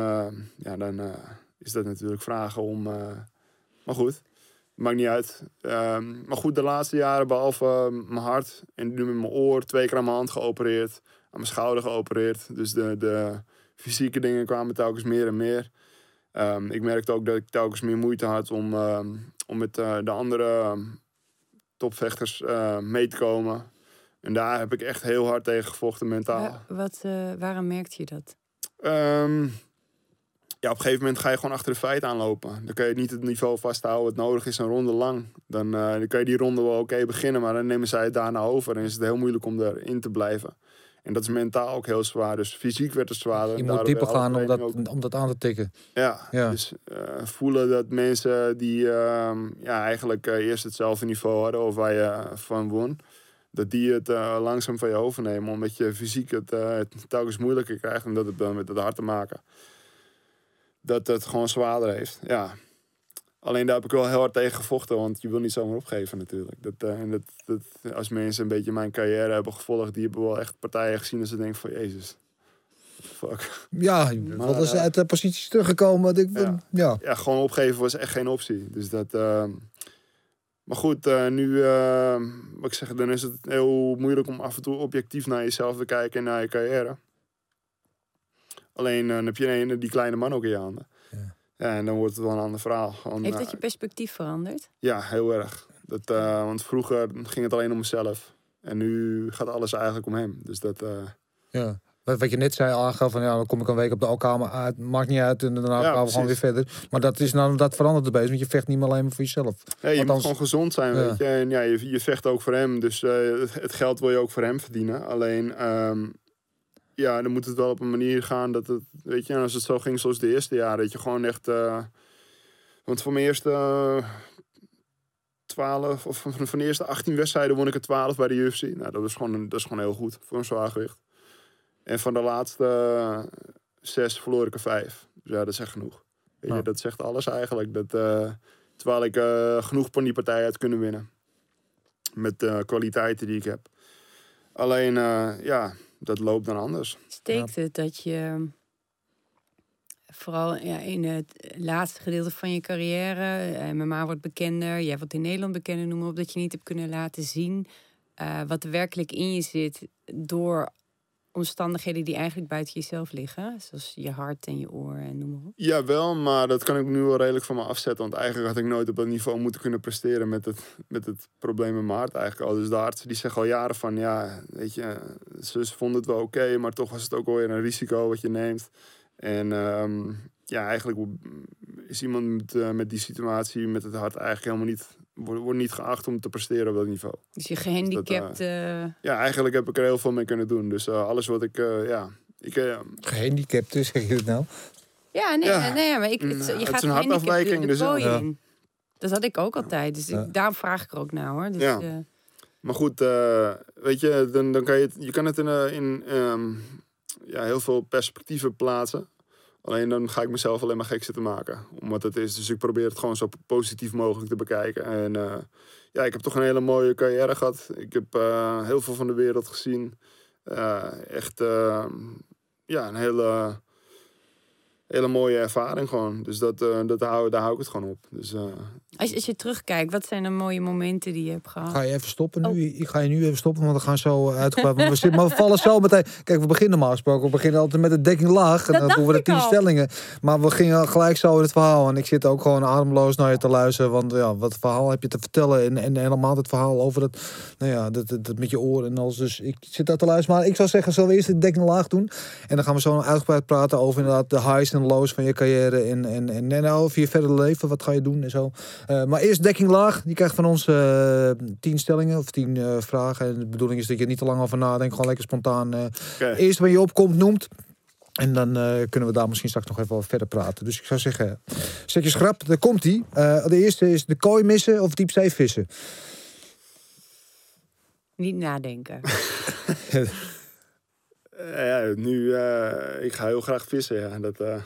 is dat natuurlijk vragen om... maar goed, maakt niet uit. Maar goed, de laatste jaren, behalve mijn hart en nu met mijn oor, 2 keer aan mijn hand geopereerd, aan mijn schouder geopereerd. Dus de fysieke dingen kwamen telkens meer en meer. Ik merkte ook dat ik telkens meer moeite had om met de andere topvechters mee te komen. En daar heb ik echt heel hard tegen gevochten mentaal. Waarom merkte je dat? Op een gegeven moment ga je gewoon achter de feiten aanlopen. Dan kan je niet het niveau vasthouden wat nodig is een ronde lang. Dan kan je die ronde wel oké beginnen, maar dan nemen zij het daarna over. En is het heel moeilijk om erin te blijven. En dat is mentaal ook heel zwaar. Dus fysiek werd het zwaarder. Je moet dieper gaan om dat aan te tikken. Ja. Dus voelen dat mensen die eigenlijk eerst hetzelfde niveau hadden of waar je van won, dat die het langzaam van je overnemen. Omdat je fysiek het telkens moeilijker krijgt en dat het met het hart te maken. Dat het gewoon zwaarder heeft. Ja. Alleen daar heb ik wel heel hard tegen gevochten, want je wil niet zomaar opgeven natuurlijk. Als mensen een beetje mijn carrière hebben gevolgd, die hebben wel echt partijen gezien dat ze denken van Jezus, fuck. Ja, wat is uit de posities teruggekomen? Ja, gewoon opgeven was echt geen optie. Dus dat... Maar goed, nu, wat ik zeg, dan is het heel moeilijk om af en toe objectief naar jezelf te kijken en naar je carrière. Alleen dan heb je die kleine man ook in je handen. Ja, en dan wordt het wel een ander verhaal. Gewoon, Heeft dat je perspectief veranderd? Ja, heel erg. Want vroeger ging het alleen om mezelf. En nu gaat alles eigenlijk om hem. Dus dat... Ja. Wat je net zei, aangaf van dan kom ik een week op de Alkamer uit. Maakt niet uit en daarna gaan we gewoon weer verder. Maar dat verandert erbij. Want je vecht niet meer alleen maar voor jezelf. Ja, je moet gewoon gezond zijn, weet je. En ja, je vecht ook voor hem. Dus het geld wil je ook voor hem verdienen. Alleen, dan moet het wel op een manier gaan dat het... Weet je, als het zo ging zoals de eerste jaren. Dat je gewoon echt... want voor mijn eerste 12... Of van de eerste 18 wedstrijden won ik er 12 bij de UFC. Nou, dat is gewoon heel goed voor een zwaargewicht. En van de laatste 6 verloor ik er 5. Dus ja, dat is echt genoeg. Weet je, dat zegt alles eigenlijk. Terwijl ik genoeg van die partij had kunnen winnen. Met de kwaliteiten die ik heb. Alleen, dat loopt dan anders. Steekt het dat je... Vooral in het laatste gedeelte van je carrière... MMA wordt bekender, jij wordt in Nederland bekender, noem maar op... dat je niet hebt kunnen laten zien... wat er werkelijk in je zit... door omstandigheden die eigenlijk buiten jezelf liggen. Zoals je hart en je oor en noem maar op. Ja, wel, maar dat kan ik nu wel redelijk van me afzetten. Want eigenlijk had ik nooit op dat niveau moeten kunnen presteren... met het probleem in mijn hart eigenlijk al. Dus de artsen die zeggen al jaren van... ja, weet je, ze vonden het wel oké, maar toch was het ook alweer een risico wat je neemt. En eigenlijk is iemand met die situatie met het hart eigenlijk helemaal niet... wordt niet geacht om te presteren op dat niveau. Dus je gehandicapt... Ja, eigenlijk heb ik er heel veel mee kunnen doen. Dus alles wat ik... Gehandicapt, zeg je het nou? Ja, nee, maar je gaat een hartafwijking, dus dus in. Dat had ik ook altijd. Dus daarom vraag ik er ook naar, hoor. Dus, ja. Maar goed, weet je, dan kan je kan het in heel veel perspectieven plaatsen. Alleen dan ga ik mezelf alleen maar gek zitten maken. Omdat het is. Dus ik probeer het gewoon zo positief mogelijk te bekijken. En ik heb toch een hele mooie carrière gehad. Ik heb heel veel van de wereld gezien. Echt een hele mooie ervaring gewoon. Dus daar hou ik het gewoon op. Dus, als je terugkijkt, wat zijn de mooie momenten die je hebt gehad? Ga je even stoppen nu? Ik ga je nu even stoppen, want we gaan zo uitgebreid. Maar we vallen zo meteen. Kijk, we beginnen normaal gesproken. We beginnen altijd met de dekking laag. En dan doen we de 10 stellingen. Maar we gingen gelijk zo in het verhaal. En ik zit ook gewoon ademloos naar je te luisteren. Want wat verhaal heb je te vertellen? En helemaal het verhaal over dat met je oren en alles. Dus ik zit daar te luisteren. Maar ik zou zeggen, zullen we eerst de dekking laag doen? En dan gaan we zo uitgebreid praten over inderdaad de highs en lows van je carrière. En over je verdere leven. Wat ga je doen en zo. Maar eerst dekking laag. Je krijgt van ons 10 stellingen of 10 vragen. En de bedoeling is dat je niet te lang over nadenkt. Gewoon lekker spontaan. Eerst wanneer je opkomt noemt. En dan kunnen we daar misschien straks nog even over verder praten. Dus ik zou zeggen, zet je schrap. Daar komt ie. De eerste is de kooi missen of diepzee vissen. Niet nadenken. ik ga heel graag vissen.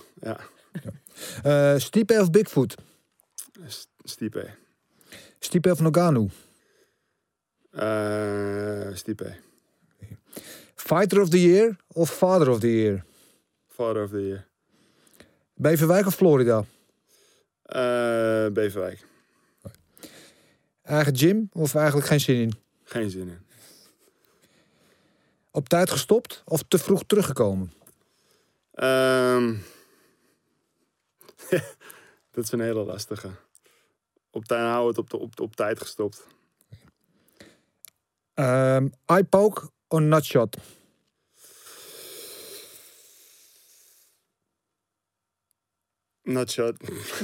Stipe of Bigfoot? Stipe. Stipe of Ngannou? Stipe. Fighter of the Year of Father of the Year? Father of the Year. Beverwijk of Florida? Beverwijk. Eigen gym of eigenlijk geen zin in? Geen zin in. Op tijd gestopt of te vroeg teruggekomen? Dat is een hele lastige. Op tijd gestopt. Eye poke of nutshot? Nutshot.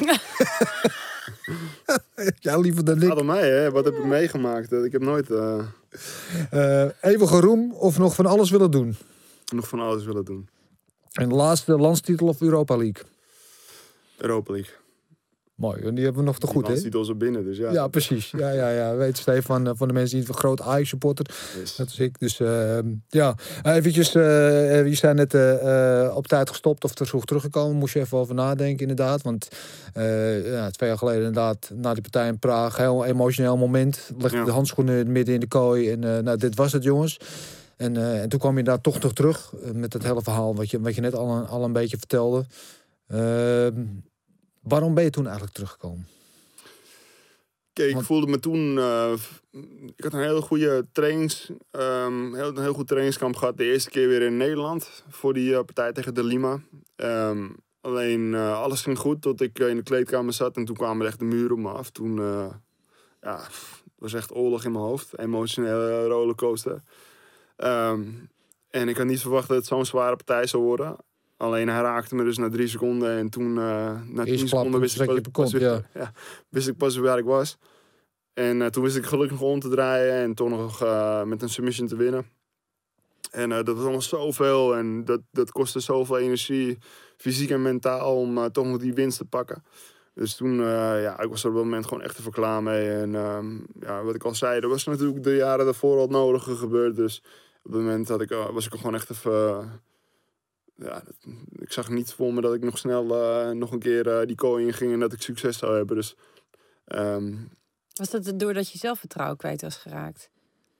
Ja, liever dan ik. Gaat om mij, hè? Wat heb ik meegemaakt? Ik heb nooit... Eeuwige roem of nog van alles willen doen? Nog van alles willen doen. En de laatste landstitel of Europa League? Europa League. Mooi, en die hebben we nog te goed, hè? Die ziet ons binnen, dus ja. Ja, precies. Ja. Weet Stefan, van de mensen die een groot Ajax-supporter. Yes. Dat is ik. Dus eventjes, je zijn net op tijd gestopt of te vroeg teruggekomen. Moest je even over nadenken, inderdaad. Want 2 jaar geleden, inderdaad, na die partij in Praag, heel emotioneel moment. Legde de handschoenen midden in de kooi. En dit was het, jongens. En toen kwam je daar toch nog terug met het hele verhaal wat je net al een beetje vertelde. Waarom ben je toen eigenlijk teruggekomen? Kijk, ik voelde me toen... ik had een hele goede een heel goed trainingskamp gehad. De eerste keer weer in Nederland. Voor die partij tegen De Lima. Alleen alles ging goed tot ik in de kleedkamer zat. En toen kwamen er echt de muren op me af. Toen... het was echt oorlog in mijn hoofd. Emotionele rollercoaster. En ik had niet verwacht dat het zo'n zware partij zou worden. Alleen hij raakte me dus na 3 seconden. En toen, na 10 seconden, wist ik pas waar ik was. En toen wist ik gelukkig nog om te draaien. En toch nog met een submission te winnen. En dat was allemaal zoveel. En dat kostte zoveel energie, fysiek en mentaal, om toch nog die winst te pakken. Dus toen, ik was er op dat moment gewoon echt even klaar mee. En wat ik al zei, er was natuurlijk de jaren daarvoor al het nodige gebeurd. Dus op dat moment was ik gewoon echt even... ik zag niet voor me dat ik nog snel nog een keer die kooi in ging en dat ik succes zou hebben. Dus, was dat doordat je zelfvertrouwen kwijt was geraakt?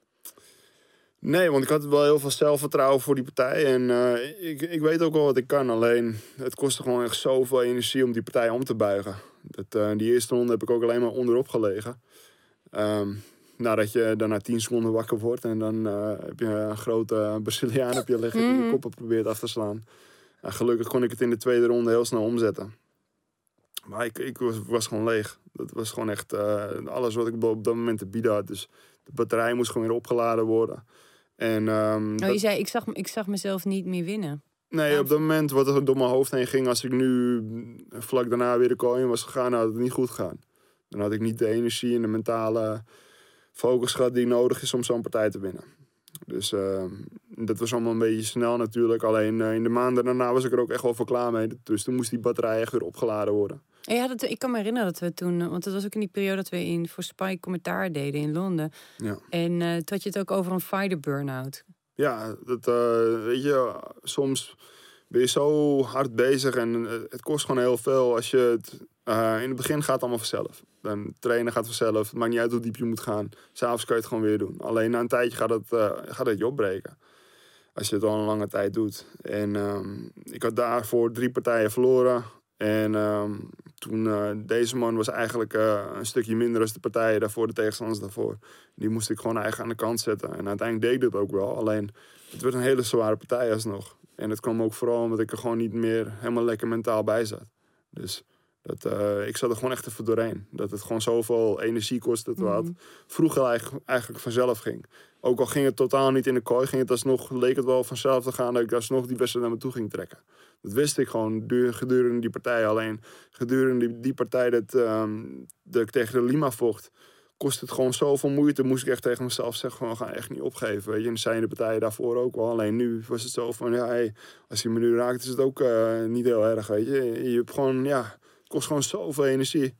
Nee, want ik had wel heel veel zelfvertrouwen voor die partij. En ik weet ook wel wat ik kan. Alleen, het kostte gewoon echt zoveel energie om die partij om te buigen. Die eerste ronde heb ik ook alleen maar onderop gelegen. Nadat je daarna 10 seconden wakker wordt. En dan heb je een grote Braziliaan op je liggen die je koppen probeert af te slaan. Gelukkig kon ik het in de tweede ronde heel snel omzetten. Maar ik was gewoon leeg. Dat was gewoon echt alles wat ik op dat moment te bieden had. Dus de batterij moest gewoon weer opgeladen worden. En, je zei, ik zag mezelf niet meer winnen. Nee, op dat moment wat er door mijn hoofd heen ging... als ik nu vlak daarna weer de kooi in was gegaan... had het niet goed gegaan. Dan had ik niet de energie en de mentale focus gehad... die nodig is om zo'n partij te winnen. Dus dat was allemaal een beetje snel natuurlijk. Alleen in de maanden daarna was ik er ook echt wel voor klaar mee. Dus toen moest die batterij echt weer opgeladen worden. Ja, ik kan me herinneren dat we toen... want dat was ook in die periode dat we voor Spike commentaar deden in Londen. Ja. En toen had je het ook over een fighter burn-out. Ja, weet je, soms ben je zo hard bezig en het kost gewoon heel veel als je het... in het begin gaat het allemaal vanzelf. Dan trainen gaat vanzelf. Het maakt niet uit hoe diep je moet gaan. 'S Avonds kan je het gewoon weer doen. Alleen na een tijdje gaat het je opbreken. Als je het al een lange tijd doet. En ik had daarvoor 3 partijen verloren. En toen deze man was eigenlijk een stukje minder als de partijen daarvoor, de tegenstanders daarvoor. Die moest ik gewoon eigenlijk aan de kant zetten. En uiteindelijk deed ik dat ook wel. Alleen, het werd een hele zware partij alsnog. En het kwam ook vooral omdat ik er gewoon niet meer helemaal lekker mentaal bij zat. Dus ik zat er gewoon echt even doorheen. Dat het gewoon zoveel energie kostte. Terwijl het vroeger eigenlijk vanzelf ging. Ook al ging het totaal niet in de kooi, leek het wel vanzelf te gaan dat ik alsnog die wedstrijd naar me toe ging trekken. Dat wist ik gewoon gedurende die partij. Alleen gedurende die partij dat ik tegen de Lima vocht, kost het gewoon zoveel moeite. Moest ik echt tegen mezelf zeggen, gewoon, we gaan echt niet opgeven. Weet je? En zijn de partijen daarvoor ook wel. Alleen nu was het zo van, als je me nu raakt, is het ook niet heel erg. Weet je? Je hebt gewoon, het kost gewoon zoveel energie.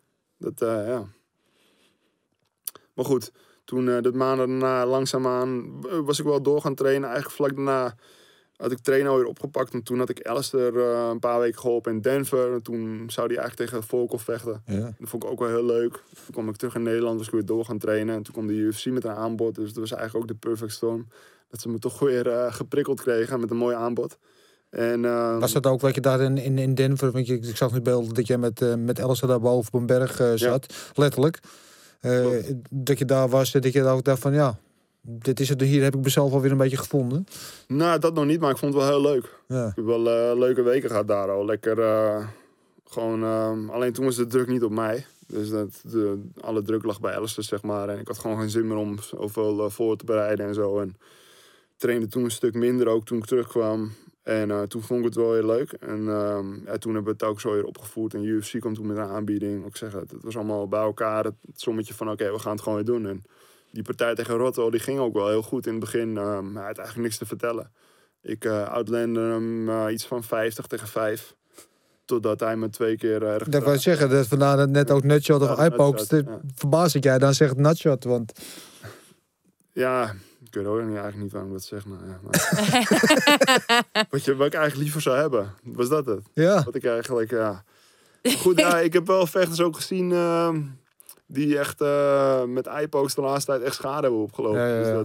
Maar goed, toen dat maanden daarna langzaamaan was ik wel door gaan trainen. Eigenlijk vlak daarna had ik trainen alweer opgepakt. En toen had ik Alistair een paar weken geholpen in Denver. En toen zou hij eigenlijk tegen Volkov vechten. Ja. Dat vond ik ook wel heel leuk. Toen kwam ik terug in Nederland, was ik weer door gaan trainen. En toen kwam de UFC met een aanbod. Dus dat was eigenlijk ook de perfect storm. Dat ze me toch weer geprikkeld kregen met een mooi aanbod. En, was dat ook wat je daar in Denver... Want ik zag nu beeld dat jij met Alistair daar boven op een berg zat. Ja. Letterlijk. Dat je daar was en dat je ook dacht van dit is het, hier heb ik mezelf alweer een beetje gevonden. Nou, dat nog niet, maar ik vond het wel heel leuk. Ja. Ik heb wel leuke weken gehad daar al. Lekker alleen toen was de druk niet op mij. Dus alle druk lag bij Alistair, zeg maar. En ik had gewoon geen zin meer om zoveel voor te bereiden en zo. En trainde toen een stuk minder ook toen ik terugkwam. En toen vond ik het wel heel leuk. En toen hebben we het ook zo weer opgevoerd. En UFC kwam toen met een aanbieding. Ik zeg het was allemaal bij elkaar. Het sommetje van oké, we gaan het gewoon weer doen. En die partij tegen Rotto, die ging ook wel heel goed in het begin. Hij had eigenlijk niks te vertellen. Ik outlandde hem iets van 50-5. Totdat hij me 2 keer erg... Dat wil ik zeggen, dat vandaar net ook nutshot of eyepokes. Verbaas ik jij dan zegt nutshot, want... Ja, ik weet ook eigenlijk niet waarom ik dat zeg. Nou, maar... wat ik eigenlijk liever zou hebben, was dat het? Ja. Wat ik eigenlijk, Goed, ik heb wel vechters ook gezien die echt met eyepokes de laatste tijd echt schade hebben opgelopen. Ja. Dus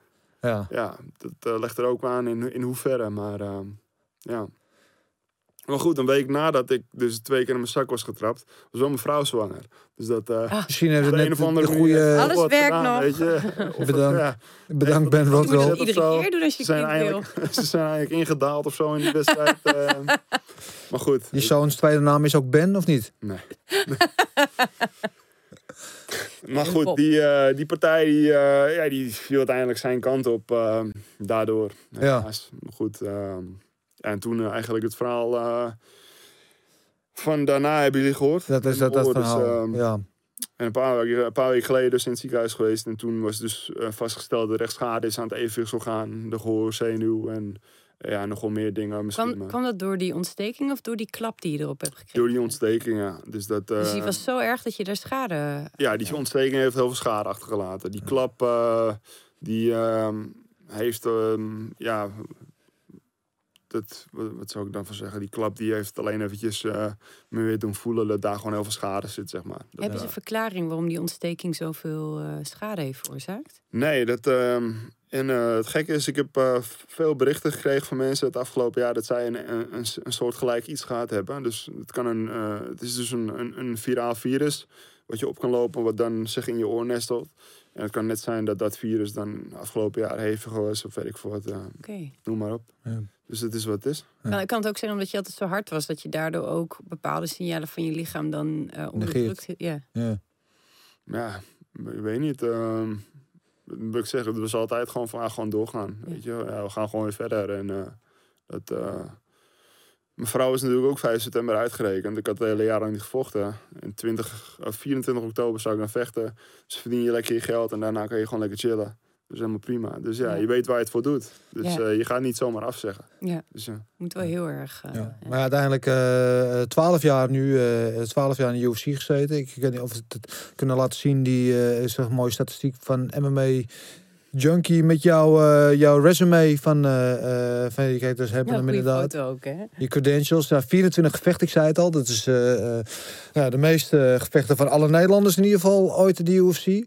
dat legt er ook aan in hoeverre. Maar Maar goed, een week nadat ik dus 2 keer in mijn zak was getrapt, was wel mijn vrouw zwanger. Dus dat... Misschien hebben op we de net een of andere de manier goede... Alles wat werkt gedaan, nog. weet je. Of Bedankt Ben Je moet Rothwell. het iedere keer doen als je kind wil. Ze zijn eigenlijk ingedaald of zo in die wedstrijd. Maar goed. Je zoons tweede naam is ook Ben, of niet? Nee. Maar goed, die partij die viel uiteindelijk zijn kant op daardoor. Helaas. Maar goed. En toen eigenlijk het verhaal van daarna hebben jullie gehoord. Dat is dat verhaal. Ja. En een paar weken geleden dus in het ziekenhuis geweest. En toen was dus vastgesteld dat er echt schade is aan het evenwichtsorgaan, de gehoorzenuw en nog wel meer dingen. Misschien, Kwam dat door die ontsteking of door die klap die je erop hebt gekregen? door die ontsteking, ja. Dus die was zo erg dat je daar schade... Ja, die ontsteking heeft heel veel schade achtergelaten. Die klap, die heeft... wat zou ik dan van zeggen? Die klap die heeft alleen eventjes me weer doen voelen dat daar gewoon heel veel schade zit, zeg maar. Hebben ze een verklaring waarom die ontsteking zoveel schade heeft veroorzaakt? Nee, het gekke is, ik heb veel berichten gekregen van mensen het afgelopen jaar dat zij een soort gelijk iets gehad hebben. Dus het is dus een viraal virus wat je op kan lopen, wat dan zich in je oor nestelt. En het kan net zijn dat dat virus dan afgelopen jaar hevig was, of weet ik veel wat. Noem maar op. Ja. Dus het is wat het is. Ja. Kan het ook zijn omdat je altijd zo hard was, dat je daardoor ook bepaalde signalen van je lichaam dan onderdrukt? Ja, ik weet niet. Moet ik zeggen, het was altijd gewoon van gewoon doorgaan. Ja. Weet je? Ja, we gaan gewoon weer verder. En mijn vrouw is natuurlijk ook 5 september uitgerekend. Ik had het hele jaar lang niet gevochten. En 24 oktober zou ik dan vechten. Dus verdien je lekker je geld en daarna kan je gewoon lekker chillen. Dus helemaal prima. Dus je weet waar je het voor doet. Dus je gaat niet zomaar afzeggen. Ja. Dus, moet wel heel erg... Maar uiteindelijk 12 jaar nu, 12 jaar in de UFC gezeten. Ik weet niet of we het kunnen laten zien. Die is een mooie statistiek van MMA Junkie met jouw resume van kijk, dus hebben hem inderdaad. Ook, hè? Je credentials, 24 gevechten, ik zei het al. Dat is de meeste gevechten van alle Nederlanders in ieder geval ooit in de UFC.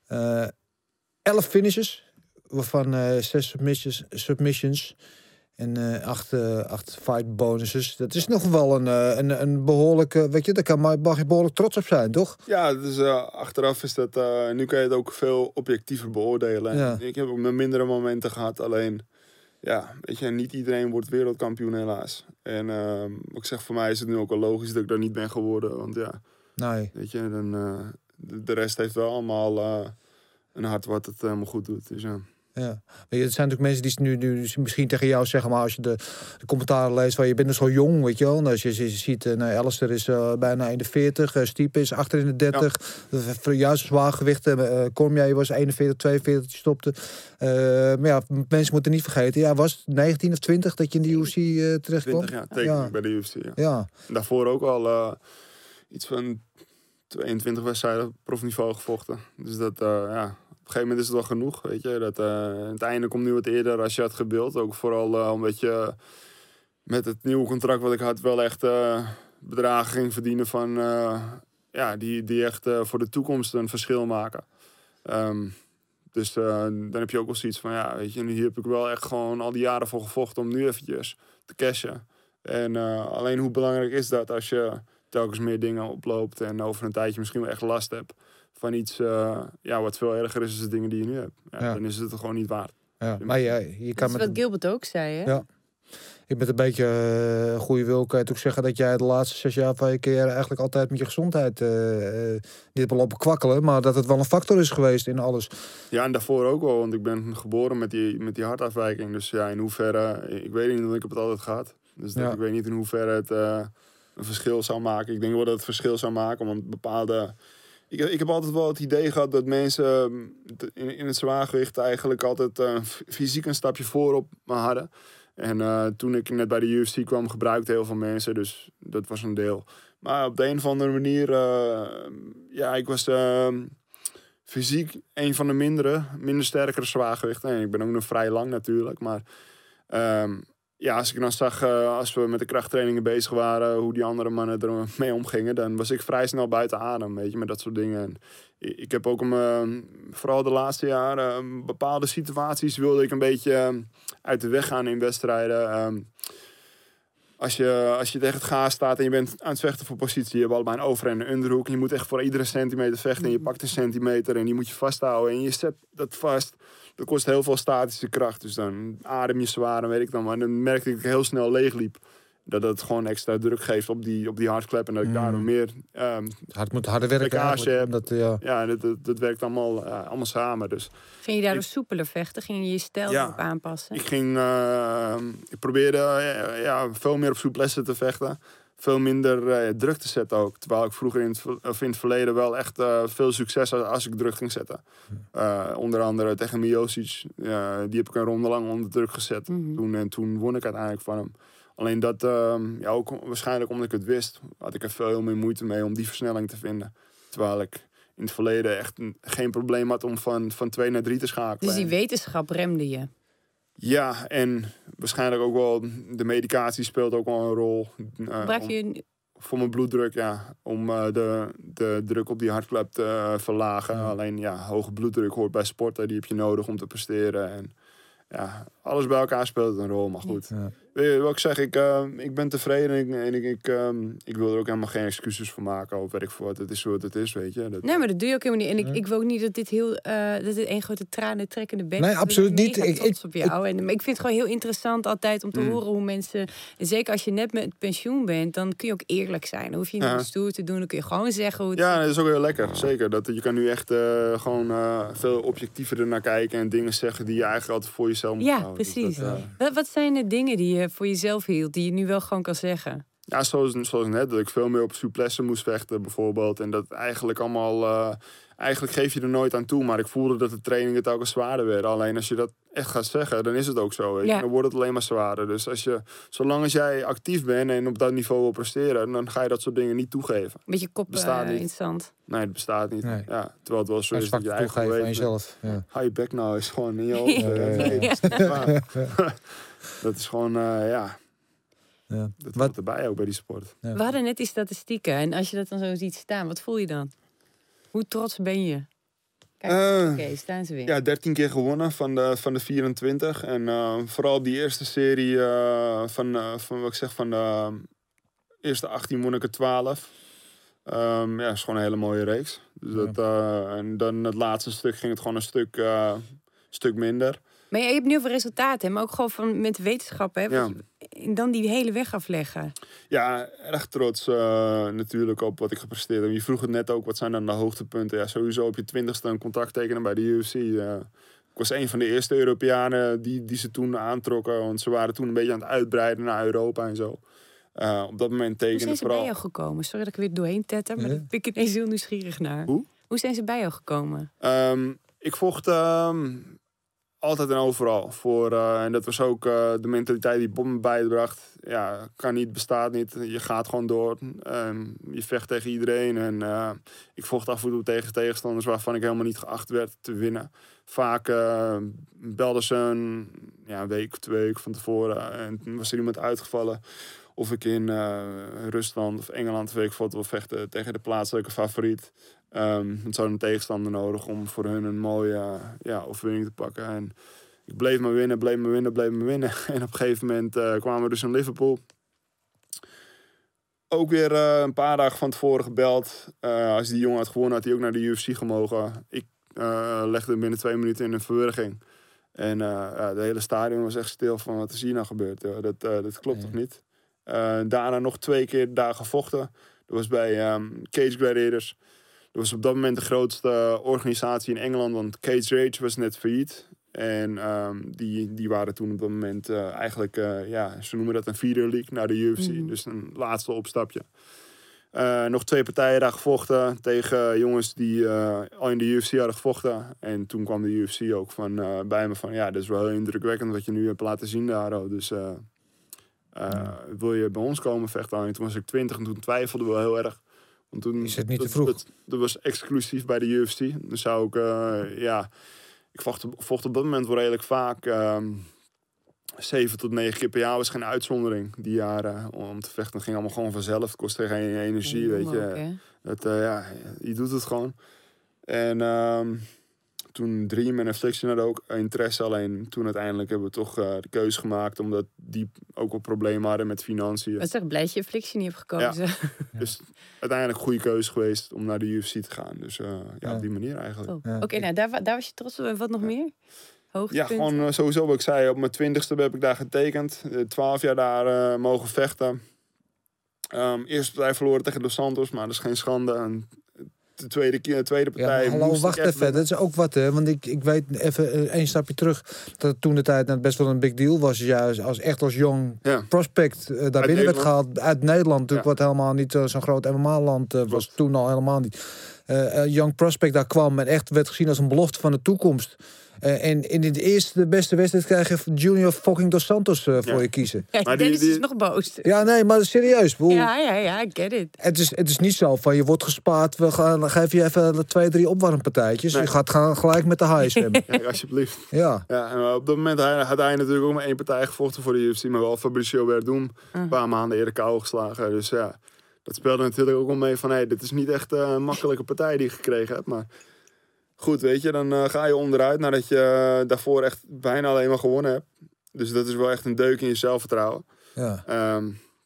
11 finishes, waarvan 6 submissions en 8 fight bonuses. Dat is nog wel een behoorlijke, weet je, daar mag je behoorlijk trots op zijn, toch? Ja, dus achteraf is dat, nu kan je het ook veel objectiever beoordelen. Ja. Ik heb ook mijn mindere momenten gehad, alleen, weet je, niet iedereen wordt wereldkampioen helaas. En ik zeg, voor mij is het nu ook wel logisch dat ik daar niet ben geworden, want weet je, dan, de rest heeft wel allemaal een hart wat het helemaal goed doet, dus ja. Ja, weet je, het zijn natuurlijk mensen die nu misschien tegen jou zeggen, maar als je de commentaren leest van je bent nog zo jong, weet je wel. En als je ziet, Alistair is bijna in de 40, Stipe is achter in de 30, juist zwaargewichten. Cormier was 41, 42, die stopte. Maar mensen moeten niet vergeten, was 19 of 20 dat je in de UFC terecht kwam? 20 jaar, bij de UFC, ja. En daarvoor ook al iets van 22 wedstrijden op profniveau gevochten. Dus dat, op een gegeven moment is het wel genoeg, weet je. Dat, het einde komt nu wat eerder als je had gebeeld. Ook vooral omdat je met het nieuwe contract wat ik had wel echt bedragen ging verdienen van... die echt voor de toekomst een verschil maken. Dus dan heb je ook wel zoiets van, weet je, hier heb ik wel echt gewoon al die jaren voor gevochten om nu eventjes te cashen. En alleen hoe belangrijk is dat als je telkens meer dingen oploopt en over een tijdje misschien wel echt last hebt van iets wat veel erger is dan de dingen die je nu hebt. Dan is het er gewoon niet waard. Ja, maar je kan dat is wat Gilbert ook zei, hè? Ja. Je met een beetje goede wil kan je ook zeggen dat jij de laatste 6 jaar van je carrière eigenlijk altijd met je gezondheid niet hebt lopen kwakkelen, maar dat het wel een factor is geweest in alles. Ja, en daarvoor ook wel, want ik ben geboren met die hartafwijking. Dus in hoeverre, ik weet niet, want ik heb het altijd gehad. Dus ik weet niet in hoeverre het een verschil zou maken. Ik denk wel dat het verschil zou maken, want bepaalde... Ik heb altijd wel het idee gehad dat mensen in het zwaargewicht eigenlijk altijd fysiek een stapje voorop me hadden. En toen ik net bij de UFC kwam, gebruikte heel veel mensen. Dus dat was een deel. Maar op de een of andere manier... ik was fysiek een van de minder sterkere zwaargewichten. En ik ben ook nog vrij lang natuurlijk. Maar als ik dan zag, als we met de krachttrainingen bezig waren, hoe die andere mannen ermee omgingen, dan was ik vrij snel buiten adem, weet je, met dat soort dingen. En ik heb ook vooral de laatste jaren, bepaalde situaties wilde ik een beetje uit de weg gaan in wedstrijden. Als je tegen het gaas staat en je bent aan het vechten voor positie. Je hebt allebei een over- en een underhoek. En je moet echt voor iedere centimeter vechten. En je pakt een centimeter en die moet je vasthouden. En je zet dat vast. Dat kost heel veel statische kracht. Dus dan adem je zwaar en weet ik dan. Maar dan merkte ik dat ik heel snel leegliep. Dat het gewoon extra druk geeft op die hardklep. En dat ik daardoor meer Het moet harder werken lekkage eigenlijk. heb. Ja, dat werkt allemaal samen. Dus Ging je daardoor soepeler vechten? Ging je je stijl Ja. erop aanpassen? ik probeerde veel meer op souplesse te vechten. Veel minder druk te zetten ook. Terwijl ik vroeger in het verleden wel echt veel succes had als ik druk ging zetten. Onder andere tegen Miocic. Die heb ik een ronde lang onder druk gezet. Toen won ik uiteindelijk van hem. Alleen dat, ook waarschijnlijk omdat ik het wist, had ik er veel meer moeite mee om die versnelling te vinden. Terwijl ik in het verleden echt geen probleem had om van 2 naar 3 te schakelen. Dus die wetenschap remde je? Ja, en waarschijnlijk ook wel de medicatie speelt ook wel een rol. Gebruik je... Voor mijn bloeddruk, ja. Om de druk op die hartklep te verlagen. Alleen, hoge bloeddruk hoort bij sporten. Die heb je nodig om te presteren. En ja, alles bij elkaar speelt een rol, maar goed. Ja. Weet je wat ik zeg? Ik ben tevreden en ik wil er ook helemaal geen excuses voor maken. Of weet ik voor wat. Het is wat het is, weet je. Nee, maar dat doe je ook helemaal niet. En ik wil ook niet dat dit dat dit één grote tranentrekkende bek is. Nee, absoluut niet. Ik trots op jou. Maar ik vind het gewoon heel interessant altijd om te horen hoe mensen... En zeker als je net met pensioen bent, dan kun je ook eerlijk zijn. Dan hoef je niet stoer te doen. Dan kun je gewoon zeggen hoe het Ja, dat is ook heel lekker. Zeker. Je kan nu echt gewoon veel objectiever ernaar kijken. En dingen zeggen die je eigenlijk altijd voor jezelf moet houden. Precies. Dus Wat zijn de dingen die je voor jezelf hield, die je nu wel gewoon kan zeggen? Ja, zoals net, dat ik veel meer op souplesse moest vechten bijvoorbeeld. En dat eigenlijk allemaal... eigenlijk geef je er nooit aan toe, maar ik voelde dat de trainingen telkens zwaarder werden. Alleen als je dat echt gaat zeggen, dan is het ook zo. Weet je? Dan wordt het alleen maar zwaarder. Dus zolang als jij actief bent en op dat niveau wil presteren, dan ga je dat soort dingen niet toegeven. Met je kop Bestaat niet. in het zand. Nee, het bestaat niet. Nee. Ja, terwijl het wel zo is dat je eigen toegeven aan weet. jezelf. Ja. Hou je bek nou is gewoon in je hoofd. Dat is gewoon, Ja. dat hoort erbij ook bij die sport. Ja. We hadden net die statistieken. En als je dat dan zo ziet staan, wat voel je dan? Hoe trots ben je? Kijk, oké, staan ze weer. Ja, 13 keer gewonnen van de 24. En vooral die eerste serie van wat ik zeg, van de eerste 18 won ik er 12. Is gewoon een hele mooie reeks. Dus en dan het laatste stuk ging het gewoon een stuk minder. Maar je hebt nu veel resultaten, maar ook gewoon met wetenschap. Hè? Ja. En dan die hele weg afleggen. Ja, erg trots natuurlijk op wat ik gepresteerd heb. Je vroeg het net ook, wat zijn dan de hoogtepunten? Ja, sowieso op je 20ste een contract tekenen bij de UFC. Ik was een van de eerste Europeanen die ze toen aantrokken. Want ze waren toen een beetje aan het uitbreiden naar Europa en zo. Op dat moment tekende Hoe zijn ze vooral... bij jou gekomen? Sorry dat ik weer doorheen tetter, maar daar ben ik ineens heel nieuwsgierig naar. Hoe zijn ze bij jou gekomen? Ik vocht altijd en overal voor. En dat was ook de mentaliteit die Bob me bijbracht. Ja, kan niet, bestaat niet. Je gaat gewoon door. Je vecht tegen iedereen. En ik vocht af en toe tegen tegenstanders waarvan ik helemaal niet geacht werd te winnen. Vaak belden ze een week of 2 weken van tevoren. En toen was er iemand uitgevallen. Of ik in Rusland of Engeland wil vechten tegen de plaatselijke favoriet. Het zou een tegenstander nodig om voor hun een mooie overwinning te pakken. En ik bleef maar winnen. En op een gegeven moment kwamen we dus in Liverpool. Ook weer een paar dagen van tevoren gebeld. Als die jongen had gewonnen, had hij ook naar de UFC gemogen. Ik legde hem binnen 2 minuten in een verwurging. En de hele stadion was echt stil van wat is hier nou gebeurd. Dat klopt toch niet? Daarna nog 2 keer daar gevochten. Dat was bij Cage Gladiators. Dat was op dat moment de grootste organisatie in Engeland, want Cage Rage was net failliet. En die waren toen op dat moment ze noemen dat een feeder league naar de UFC. Dus een laatste opstapje. Nog 2 partijen daar gevochten tegen jongens die al in de UFC hadden gevochten. En toen kwam de UFC ook bij me van, ja, dat is wel heel indrukwekkend wat je nu hebt laten zien daar. Dus wil je bij ons komen vechten? En toen was ik 20 en toen twijfelde we wel heel erg. Want toen, is het niet te vroeg? Dat was exclusief bij de UFC. Dan zou ik, ik vocht op dat moment wel redelijk vaak. 7 tot 9 keer per jaar was geen uitzondering. Die jaren om te vechten. Dat ging allemaal gewoon vanzelf. Het kostte geen energie, weet je. Ook, je doet het gewoon. En toen Dream en Affliction hadden ook interesse. Alleen toen uiteindelijk hebben we toch de keuze gemaakt. Omdat die ook wel problemen hadden met financiën. Wat zeg, blij dat je Affliction niet hebt gekozen. Ja. Dus uiteindelijk een goede keuze geweest om naar de UFC te gaan. Dus Ja. op die manier eigenlijk. Oh. Ja. Oké, nou daar was je trots op. En wat nog meer? Ja, Hoogtepunten? gewoon sowieso wat ik zei. Op mijn 20ste heb ik daar getekend. 12 jaar daar mogen vechten. Eerste partij verloren tegen Dos Santos, maar dat is geen schande. En de tweede partij. Ja, hallo, moest wacht ik echt even. Dat is ook wat, hè? Want ik weet even één stapje terug. Dat toen de tijd best wel een big deal was. Juist als jong Ja. prospect daar binnen werd Nederland. gehaald. Uit Nederland natuurlijk, Ja. wat helemaal niet zo'n groot MMA-land was. Klopt. Toen al helemaal niet. Young prospect daar kwam en echt werd gezien als een belofte van de toekomst. En in de eerste beste wedstrijd krijg je Junior fucking Dos Santos voor je kiezen. Ja, Maar Dennis die- is nog boos. Ja, nee, maar serieus. Bedoel, Ja, I get it. Het is niet zo van je wordt gespaard, we geven je even 2-3 opwarmpartijtjes. Nee. Je gaat gelijk met de high zwemmen. Ja, alsjeblieft. Ja. Ja, en op dat moment had hij natuurlijk ook maar 1 partij gevochten voor de UFC. Maar wel Fabricio Werdum. Een paar maanden eerder KO geslagen. Dus ja, dat speelde natuurlijk ook wel mee van... Hey, dit is niet echt een makkelijke partij die je gekregen hebt. Maar goed, weet je, dan ga je onderuit nadat je daarvoor echt bijna alleen maar gewonnen hebt. Dus dat is wel echt een deuk in je zelfvertrouwen. Ja.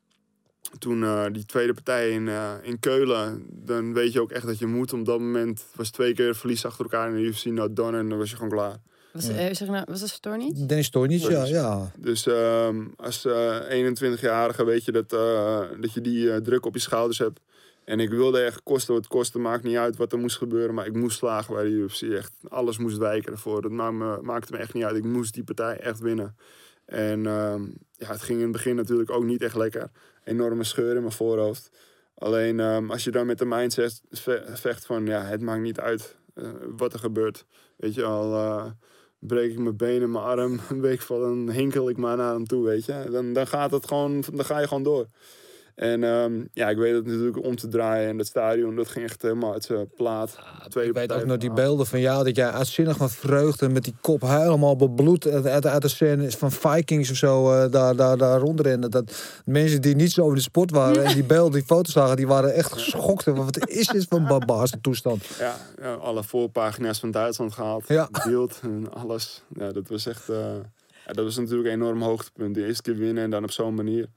Toen die tweede partij in Keulen, dan weet je ook echt dat je moet. Op dat moment was 2 keer verlies achter elkaar in de UFC not done en dan was je gewoon klaar. Was dat Storm niet? Dennis Stornic, ja. Dus als 21-jarige weet je dat je die druk op je schouders hebt. En ik wilde echt kosten wat kosten, maakt niet uit wat er moest gebeuren. Maar ik moest slagen bij de UFC, echt. Alles moest wijken ervoor. Dat maakte me echt niet uit. Ik moest die partij echt winnen. En het ging in het begin natuurlijk ook niet echt lekker. Enorme scheur in mijn voorhoofd. Alleen als je dan met de mindset vecht van... Ja, het maakt niet uit wat er gebeurt. Weet je al... breek ik mijn benen, mijn arm, een week van, dan hinkel ik maar naar hem toe, weet je. Dan gaat het gewoon, dan ga je gewoon door. En ik weet het natuurlijk om te draaien en dat stadion, dat ging echt helemaal uit zijn plaat. Ik weet ook nog die beelden van jou, dat jij uitzinnig van vreugde met die kop helemaal bebloed uit de scène van Vikings of zo daar rondrennen. Dat mensen die niet zo in de sport waren en die beelden, die foto's zagen, die waren echt geschokt. Wat is dit voor een barbaarse toestand? Ja, alle voorpagina's van Duitsland gehaald. Ja. Beeld en alles. Ja, dat was echt... dat was natuurlijk een enorm hoogtepunt. De eerste keer winnen en dan op zo'n manier.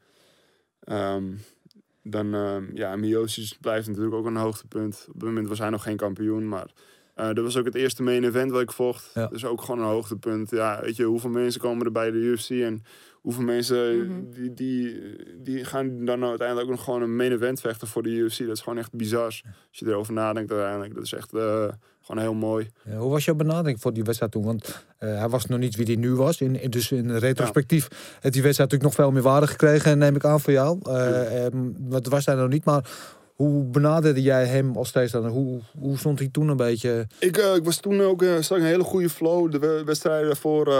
Miocic blijft natuurlijk ook een hoogtepunt. Op het moment was hij nog geen kampioen, maar dat was ook het eerste main event wat ik vocht. Ja. Dus ook gewoon een hoogtepunt. Ja, weet je, hoeveel mensen komen er bij de UFC en hoeveel mensen die gaan dan uiteindelijk ook nog gewoon een main event vechten voor de UFC. Dat is gewoon echt bizar. Als je erover nadenkt uiteindelijk. Dat is echt gewoon heel mooi. Ja, hoe was jouw benadering voor die wedstrijd toen? Want hij was nog niet wie hij nu was. Dus in retrospectief heeft die wedstrijd natuurlijk nog veel meer waarde gekregen, neem ik aan voor jou. Wat was hij nog niet, maar hoe benaderde jij hem als tegenstander? Hoe stond hij toen een beetje? Ik was toen ook zag een hele goede flow. De wedstrijden daarvoor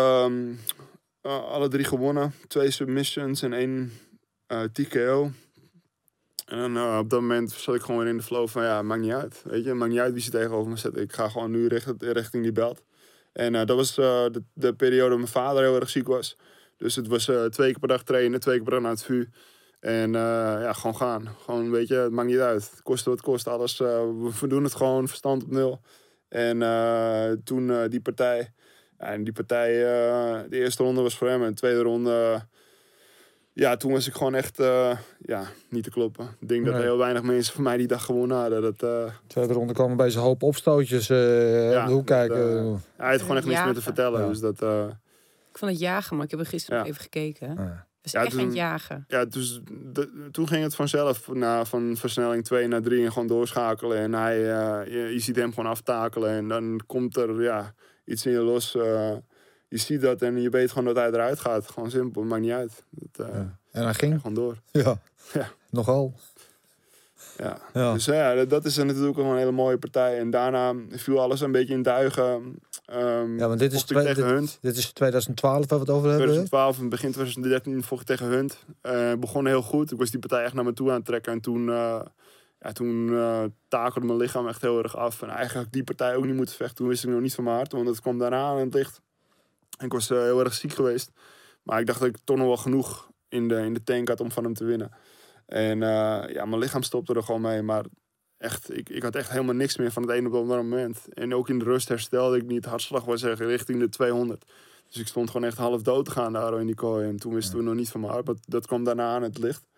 alle 3 gewonnen. 2 submissions en 1 TKO. En dan op dat moment zat ik gewoon weer in de flow van ja, maakt niet uit. Weet je, maakt niet uit wie ze tegenover me zet. Ik ga gewoon nu richting die belt. En dat was de periode dat mijn vader heel erg ziek was. Dus het was 2 keer per dag trainen, 2 keer per dag naar het vuur. En gewoon gaan. Gewoon, weet je, het maakt niet uit. Het kost wat het kost, alles. We doen het gewoon, verstand op 0. En toen die partij... Ja, en die partij, de eerste ronde was voor hem. En de tweede ronde... toen was ik gewoon echt niet te kloppen. Ik denk dat Nee. heel weinig mensen van mij die dag gewonnen hadden. Tweede ronde kwamen bij zijn hoop opstootjes om de hoek kijken. Hij had gewoon echt niks meer te vertellen. Ja. Dus dat... Ik vond het jagen, maar ik heb er gisteren nog even gekeken. Het is echt aan het jagen. Ja, dus toen ging het vanzelf van versnelling 2 naar 3 en gewoon doorschakelen. En hij, je ziet hem gewoon aftakelen. En dan komt er iets in je los. Je ziet dat en je weet gewoon dat hij eruit gaat. Gewoon simpel, maakt niet uit. En hij ging. Gewoon door. Ja, Ja. nogal. Ja. Ja. Dus dat is natuurlijk gewoon een hele mooie partij. En daarna viel alles een beetje in duigen. Ja, want dit is, vocht ik tegen Hunt. dit is 2012 waar we het over hebben. 2012 en begin 2013 vocht ik tegen Hunt. Begon heel goed. Ik was die partij echt naar me toe aan het trekken. En toen takelde mijn lichaam echt heel erg af. En eigenlijk die partij ook niet moeten vechten. Toen wist ik nog niet van mijn hart. Want het kwam daarna aan het licht. En ik was heel erg ziek geweest. Maar ik dacht dat ik toch nog wel genoeg in de tank had om van hem te winnen. En mijn lichaam stopte er gewoon mee. Maar echt, ik had echt helemaal niks meer van het ene op het andere moment. En ook in de rust herstelde ik niet. Hartslag was echt richting de 200. Dus ik stond gewoon echt half dood te gaan daar in die kooi. En toen wisten we nog niet van mijn hart. Maar dat kwam daarna aan het licht.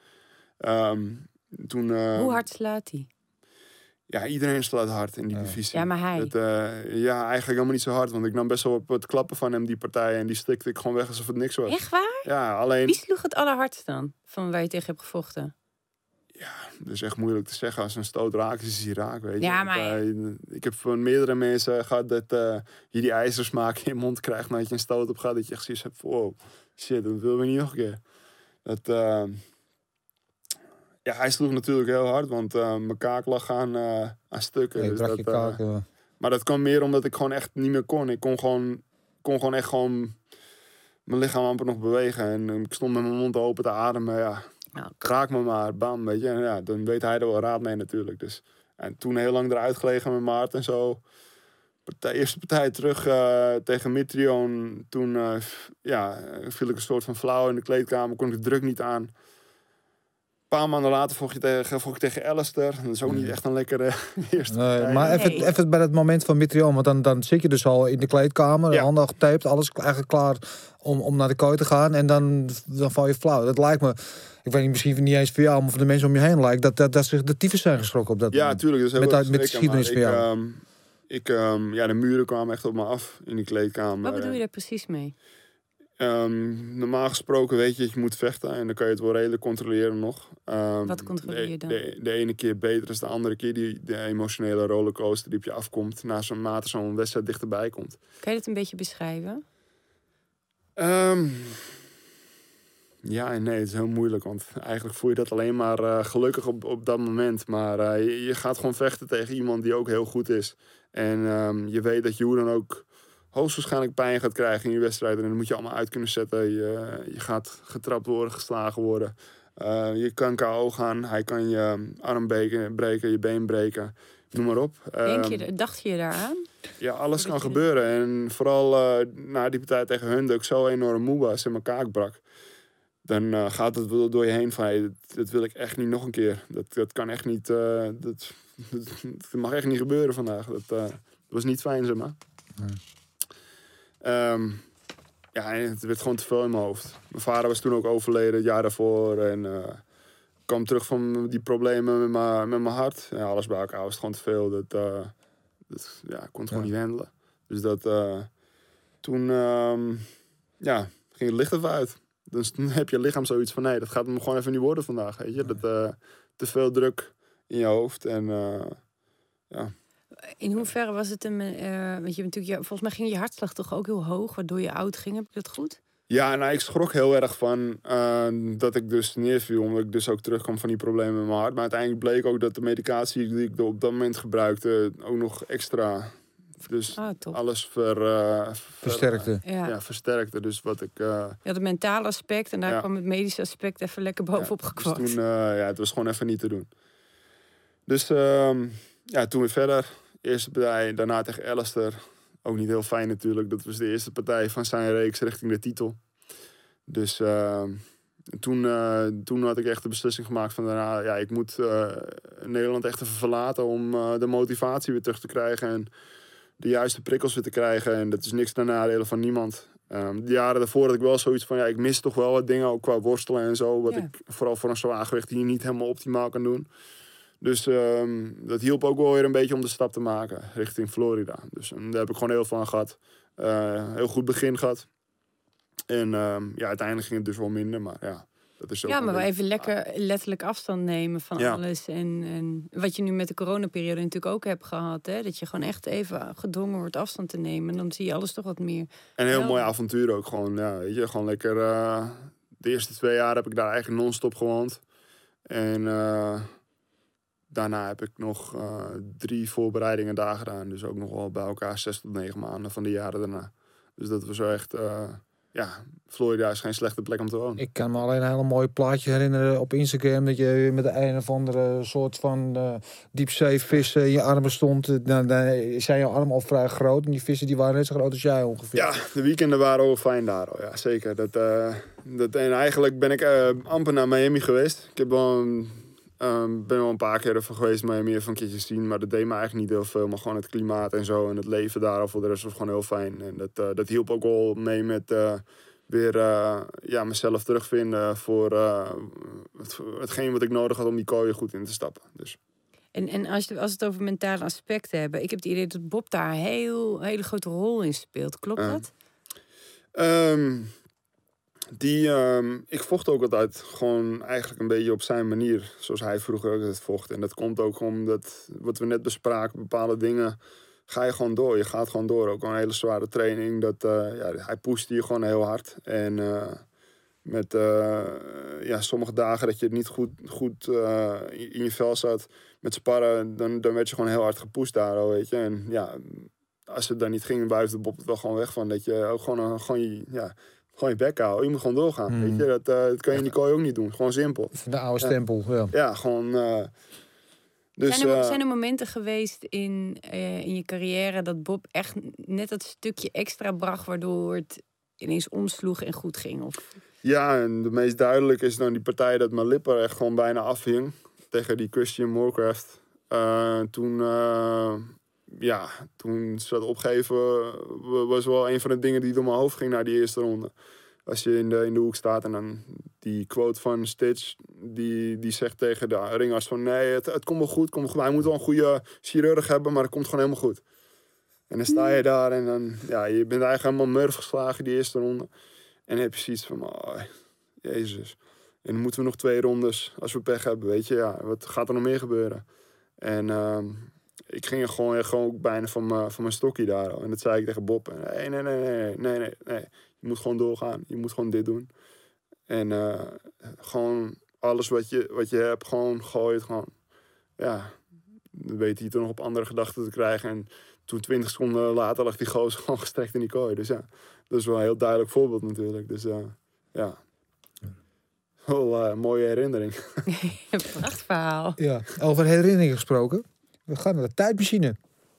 Hoe hard slaat hij? Ja, iedereen slaat hard in die divisie. Ja, maar hij? Eigenlijk helemaal niet zo hard. Want ik nam best wel op het klappen van hem, die partij. En die stikte ik gewoon weg alsof het niks was. Echt waar? Ja, alleen... Wie sloeg het allerhardst dan? Van waar je tegen hebt gevochten? Ja, dat is echt moeilijk te zeggen. Als een stoot raakt, is hij raak, weet je. Ja, maar... Ik heb van meerdere mensen gehad dat je die ijzersmaak in je mond krijgt... nadat je een stoot op gaat, dat je echt zoiets hebt van... wow, shit, dat willen we niet nog een keer. Ja, hij sloeg natuurlijk heel hard, want mijn kaak lag aan stukken. Je brak je kaak, Maar dat kwam meer omdat ik gewoon echt niet meer kon. Ik kon gewoon echt gewoon mijn lichaam amper nog bewegen. En ik stond met mijn mond open te ademen, ja... Raak me maar, bam, weet je. En ja, dan weet hij er wel raad mee natuurlijk. Dus, en toen heel lang eruit gelegen met mijn hart en zo. Eerste partij terug tegen Mitrione. Toen viel ik een soort van flauw in de kleedkamer. Kon ik de druk niet aan. Een paar maanden later vocht ik tegen Alistair. Dat is ook niet echt een lekkere eerste partij. Maar even bij dat moment van Mitrione. Want dan zit je dus al in de kleedkamer. De handen al getaped. Alles eigenlijk klaar om naar de kooi te gaan. En dan val je flauw. Dat lijkt me... Ik weet niet, misschien niet eens voor jou, maar voor de mensen om je heen lijkt dat ze de tyfus zijn geschrokken op dat moment. Ja, tuurlijk. Dus met de geschiedenis van jou. De muren kwamen echt op me af in die kleedkamer. Wat bedoel je daar precies mee? Normaal gesproken weet je dat je moet vechten en dan kan je het wel redelijk controleren nog. Wat controleer je dan? De ene keer beter dan de andere keer. De emotionele rollercoaster die op je afkomt. Naarmate zo'n wedstrijd dichterbij komt. Kan je dat een beetje beschrijven? Ja en nee, het is heel moeilijk. Want eigenlijk voel je dat alleen maar gelukkig op dat moment. Maar je gaat gewoon vechten tegen iemand die ook heel goed is. En je weet dat je hoe dan ook hoogstwaarschijnlijk pijn gaat krijgen in je wedstrijd. En dat moet je allemaal uit kunnen zetten. Je gaat getrapt worden, geslagen worden. Je kan KO gaan. Hij kan je arm breken, je been breken. Noem maar op. Dacht je daaraan? Ja, alles kan gebeuren. En vooral na die partij tegen hun, dat ik zo enorm moe was en mijn kaak brak. Dan gaat het wel door je heen van, hey, dat wil ik echt niet nog een keer. Dat kan echt niet, dat mag echt niet gebeuren vandaag. Dat was niet fijn, zeg maar. Het werd gewoon te veel in mijn hoofd. Mijn vader was toen ook overleden, het jaar daarvoor. En kwam terug van die problemen met mijn hart. Ja, alles bij elkaar was gewoon te veel. Ik kon het gewoon niet handelen. Dus toen ging het licht even uit. Dus dan heb je lichaam zoiets van, nee, dat gaat hem gewoon even niet worden vandaag, weet je. Te veel druk in je hoofd en In hoeverre was het want je natuurlijk, volgens mij ging je hartslag toch ook heel hoog, waardoor je oud ging. Heb ik dat goed? Ja, nou, ik schrok heel erg van dat ik dus neerviel, omdat ik dus ook terugkwam van die problemen met mijn hart. Maar uiteindelijk bleek ook dat de medicatie die ik op dat moment gebruikte ook nog extra... Dus alles versterkte. Versterkte. Dus wat ik... Je had het mentale aspect en daar kwam het medische aspect even lekker bovenop gekwakt. Dus toen, het was gewoon even niet te doen. Dus toen weer verder. Eerste partij, daarna tegen Alistair. Ook niet heel fijn natuurlijk. Dat was de eerste partij van zijn reeks richting de titel. Dus toen had ik echt de beslissing gemaakt van daarna... ik moet Nederland echt even verlaten om de motivatie weer terug te krijgen... En de juiste prikkels weer te krijgen. En dat is niks ten nadele van niemand. De jaren daarvoor had ik wel zoiets van... ik mis toch wel wat dingen, ook qua worstelen en zo. Wat ik vooral voor een zwaargewicht hier niet helemaal optimaal kan doen. Dus dat hielp ook wel weer een beetje om de stap te maken richting Florida. Dus daar heb ik gewoon heel veel aan gehad. Heel goed begin gehad. En uiteindelijk ging het dus wel minder, maar ja... Maar wel even lekker letterlijk afstand nemen van alles. En wat je nu met de coronaperiode natuurlijk ook hebt gehad. Hè? Dat je gewoon echt even gedwongen wordt afstand te nemen. En dan zie je alles toch wat meer. En een heel mooi avontuur ook gewoon. Ja, weet je, gewoon lekker... de eerste 2 jaar heb ik daar eigenlijk non-stop gewoond. En daarna heb ik nog 3 voorbereidingen daar gedaan. Dus ook nog wel bij elkaar 6 tot 9 maanden van de jaren daarna. Dus dat was wel echt... Florida is geen slechte plek om te wonen. Ik kan me alleen een hele mooi plaatje herinneren op Instagram... dat je met de een of andere soort van diepzeevissen in je armen stond. Dan zijn je armen al vrij groot. En die vissen die waren net zo groot als jij ongeveer. Ja, de weekenden waren wel fijn daar al. Ja, zeker. En eigenlijk ben ik amper naar Miami geweest. Ik heb wel ben wel een paar keer even geweest, maar meer van keertjes zien. Maar dat deed me eigenlijk niet heel veel. Maar gewoon het klimaat en zo. En het leven daar. Voor de rest was gewoon heel fijn. En dat hielp ook wel mee met weer mezelf terugvinden. Voor hetgeen wat ik nodig had om die kooi goed in te stappen. Dus. En als we het over mentale aspecten hebben. Ik heb het idee dat Bob daar een hele grote rol in speelt. Klopt dat? Ik vocht ook altijd gewoon eigenlijk een beetje op zijn manier. Zoals hij vroeger ook het vocht. En dat komt ook omdat, wat we net bespraken, bepaalde dingen ga je gewoon door. Je gaat gewoon door. Ook een hele zware training. Hij pushte je gewoon heel hard. En met sommige dagen dat je het niet goed in je vel zat met sparren, dan werd je gewoon heel hard gepusht daar al, weet je. En ja, als het dan niet ging, wuifde Bob het wel gewoon weg van dat je ook gewoon je bek houden. Je moet gewoon doorgaan, weet je. Dat kan je in die kooi ook niet doen. Gewoon simpel. De oude stempel, ja. Ja, gewoon... Dus, zijn er momenten geweest in je carrière dat Bob echt net dat stukje extra bracht waardoor het ineens omsloeg en goed ging? Of? Ja, en de meest duidelijk is dan die partij dat mijn lip er echt gewoon bijna afhing. Tegen die Christian Moorcraft. Toen ze dat opgeven was wel een van de dingen die door mijn hoofd ging naar die eerste ronde. Als je in de hoek staat en dan die quote van Stitch, die zegt tegen de ringarts van nee, het komt wel goed, hij moet wel een goede chirurg hebben, maar het komt gewoon helemaal goed. En dan sta je daar en dan, je bent eigenlijk helemaal murf geslagen die eerste ronde. En dan heb je zoiets van, jezus. En dan moeten we nog 2 rondes als we pech hebben, weet je. Ja, wat gaat er nog meer gebeuren? En ik ging er gewoon ook bijna van mijn stokje daar. En dat zei ik tegen Bob. Nee. Je moet gewoon doorgaan. Je moet gewoon dit doen. En gewoon alles wat je hebt, gewoon gooi het gewoon. Ja, dan weet hij toch nog op andere gedachten te krijgen. En toen 20 seconden later lag die gozer gewoon gestrekt in die kooi. Dus ja, dat is wel een heel duidelijk voorbeeld natuurlijk. Dus ja... mooie herinnering. Prachtverhaal. Ja, over herinneringen gesproken. We gaan naar de tijdmachine.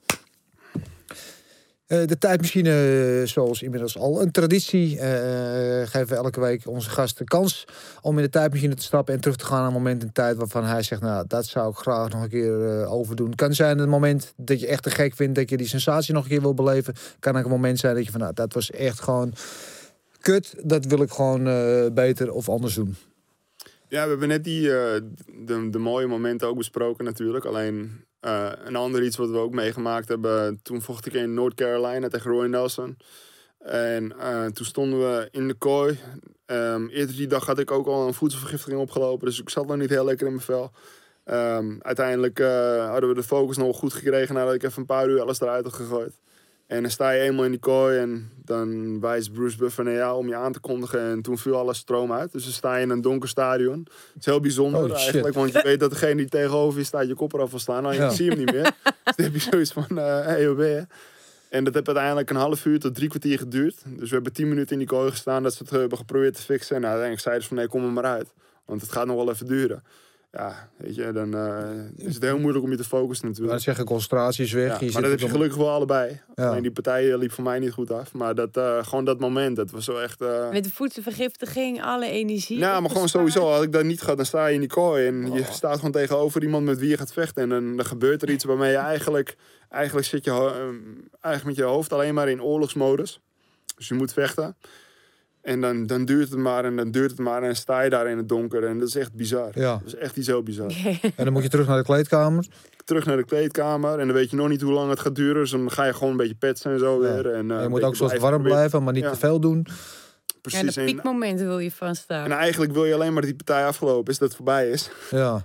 De tijdmachine, zoals inmiddels al een traditie, geven we elke week onze gast de kans om in de tijdmachine te stappen en terug te gaan naar een moment in tijd waarvan hij zegt, nou, dat zou ik graag nog een keer overdoen. Het kan zijn het moment dat je echt te gek vindt, dat je die sensatie nog een keer wil beleven. Kan ook een moment zijn dat je van, nou, dat was echt gewoon kut, dat wil ik gewoon beter of anders doen. Ja, we hebben net de mooie momenten ook besproken natuurlijk. Alleen een ander iets wat we ook meegemaakt hebben. Toen vocht ik in North Carolina tegen Roy Nelson. En toen stonden we in de kooi. Eerder die dag had ik ook al een voedselvergiftiging opgelopen. Dus ik zat nog niet heel lekker in mijn vel. Uiteindelijk hadden we de focus nog goed gekregen nadat ik even een paar uur alles eruit had gegooid. En dan sta je eenmaal in die kooi en dan wijst Bruce Buffer naar jou om je aan te kondigen. En toen viel alles stroom uit. Dus dan sta je in een donker stadion. Het is heel bijzonder eigenlijk, want je weet dat degene die tegenover je staat je kop eraf wil slaan. Nou, je zie hem niet meer. Dus dan heb je zoiets van, hey, hoe ben je? En dat heeft uiteindelijk een half uur tot 3 kwartier geduurd. Dus we hebben 10 minuten in die kooi gestaan dat ze het hebben geprobeerd te fixen. En uiteindelijk zeiden ze van, nee, kom er maar uit. Want het gaat nog wel even duren. Ja, weet je, dan is het heel moeilijk om je te focussen natuurlijk. Maar zeggen concentratie is weg. Ja, maar dat heb je gelukkig wel allebei. Ja. Alleen die partij liep voor mij niet goed af. Maar gewoon dat moment, dat was zo echt... Met de voedselvergiftiging, alle energie. Ja, maar gewoon sowieso, had ik dat niet gehad, dan sta je in die kooi. En je staat gewoon tegenover iemand met wie je gaat vechten. En dan gebeurt er iets waarmee je eigenlijk zit je eigenlijk met je hoofd alleen maar in oorlogsmodus. Dus je moet vechten. En dan duurt het maar en dan sta je daar in het donker. En dat is echt bizar. Ja. Dat is echt iets heel bizar. En dan moet je terug naar de kleedkamer. Terug naar de kleedkamer. En dan weet je nog niet hoe lang het gaat duren. Dus dan ga je gewoon een beetje petsen en zo weer. En, je moet ook zo warm blijven, maar niet te veel doen. Precies. Ja, de piekmomenten wil je vaststaan. En eigenlijk wil je alleen maar dat die partij afgelopen is. Dat het voorbij is. Ja.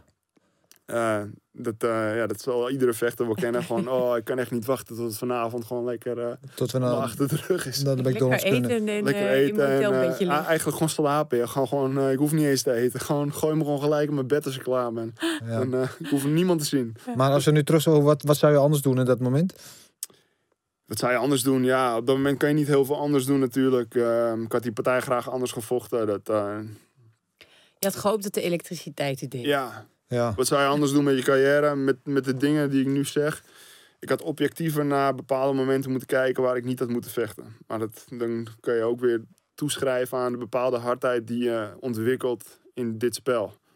Dat zal iedere vechter wel kennen. Gewoon, ik kan echt niet wachten tot het vanavond gewoon lekker achter de rug is. Dat lekker eten lekker eten en eigenlijk gewoon slapen. Ja. Gewoon, ik hoef niet eens te eten. Gooi me gewoon gelijk in mijn bed als ik klaar ben. Ja. En, ik hoef niemand te zien. Maar als we nu terug zo, wat zou je anders doen in dat moment? Wat zou je anders doen? Ja, op dat moment kan je niet heel veel anders doen natuurlijk. Ik had die partij graag anders gevochten. Je had gehoopt dat de elektriciteit het deed. Ja. Wat zou je anders doen met je carrière? Met de dingen die ik nu zeg. Ik had objectiever naar bepaalde momenten moeten kijken waar ik niet had moeten vechten. Maar dan kun je ook weer toeschrijven aan de bepaalde hardheid die je ontwikkelt in dit spel.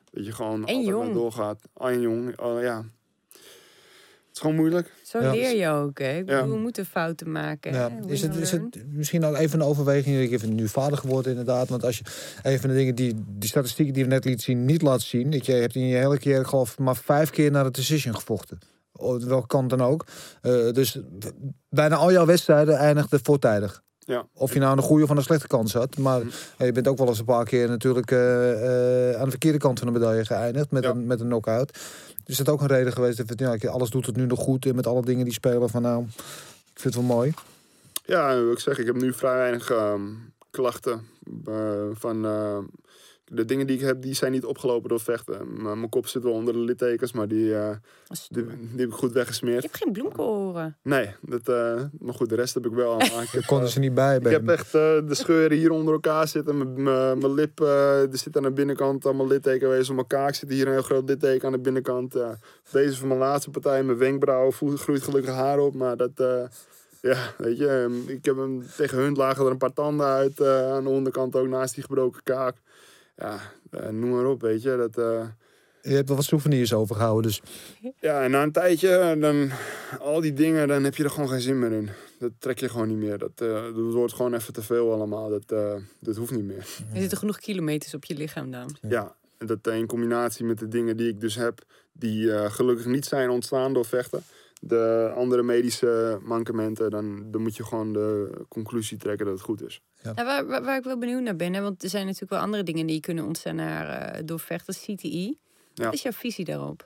Dat je gewoon En altijd jong. maar doorgaat. En jong, ja. Het is gewoon moeilijk. Zo Ja. leer je ook, hè? Ik bedoel, Ja. we moeten fouten maken. Ja. Hè? Is Win or het learn. misschien ook even een overweging? Ik ben nu vader geworden inderdaad. Want als je een van de dingen die statistieken die we net liet zien, niet laat zien. Dat je hebt in je hele keer, ik geloof, maar 5 keer naar de decision gevochten. Welke kant dan ook. Dus bijna al jouw wedstrijden eindigden voortijdig. Ja. Of je nou aan de goede of aan de slechte kant zat. Maar je bent ook wel eens een paar keer natuurlijk aan de verkeerde kant van de medaille geëindigd. Met een knock-out. Is dat ook een reden geweest? Dat alles doet het nu nog goed. En met alle dingen die spelen van nou, ik vind het wel mooi. Ja, wil ik zeg, ik heb nu vrij weinig klachten. Van de dingen die ik heb, die zijn niet opgelopen door vechten. Mijn kop zit wel onder de littekens, maar die heb ik goed Je weggesmeerd. hebt geen bloemkoolhoren. Nee, maar goed, de rest heb ik wel. Maar Daar konden ze niet bij. ik heb echt de scheuren hier onder elkaar zitten. Mijn lip, er zit aan de binnenkant allemaal litteken geweest op mijn kaak. Zit hier een heel groot litteken aan de binnenkant. Deze van mijn laatste partij, mijn wenkbrauw, groeit gelukkig haar op. Maar dat, ja, weet je, ik heb hem tegen hun lagen er een paar tanden uit. Aan de onderkant ook naast die gebroken kaak. Ja, noem maar op, weet je. Dat, Je hebt wel wat souvenirs overgehouden. Dus ja, en na een tijdje, dan al die dingen, dan heb je er gewoon geen zin meer in. Dat trek je gewoon niet meer. Dat wordt gewoon even te veel allemaal. Dat hoeft niet meer. Er zitten genoeg kilometers op je lichaam dan. Ja, en dat in combinatie met de dingen die ik dus heb, die gelukkig niet zijn ontstaan door vechten. De andere medische mankementen, dan moet je gewoon de conclusie trekken dat het goed is. Nou, waar ik wel benieuwd naar ben, hè, want er zijn natuurlijk wel andere dingen die kunnen ontstaan door vechten, CTI. Ja. Wat is jouw visie daarop?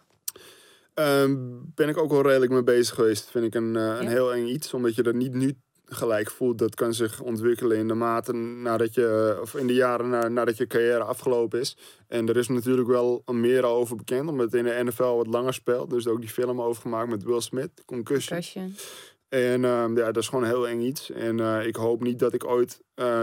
Ben ik ook wel redelijk mee bezig geweest. Vind ik een heel eng iets, omdat je dat niet nu gelijk voelt. Dat kan zich ontwikkelen in de mate in de jaren nadat je carrière afgelopen is. En er is natuurlijk wel meer over bekend, omdat het in de NFL wat langer speelt. Dus ook die film over gemaakt met Will Smith, Concussion. En dat is gewoon een heel eng iets. En ik hoop niet dat ik ooit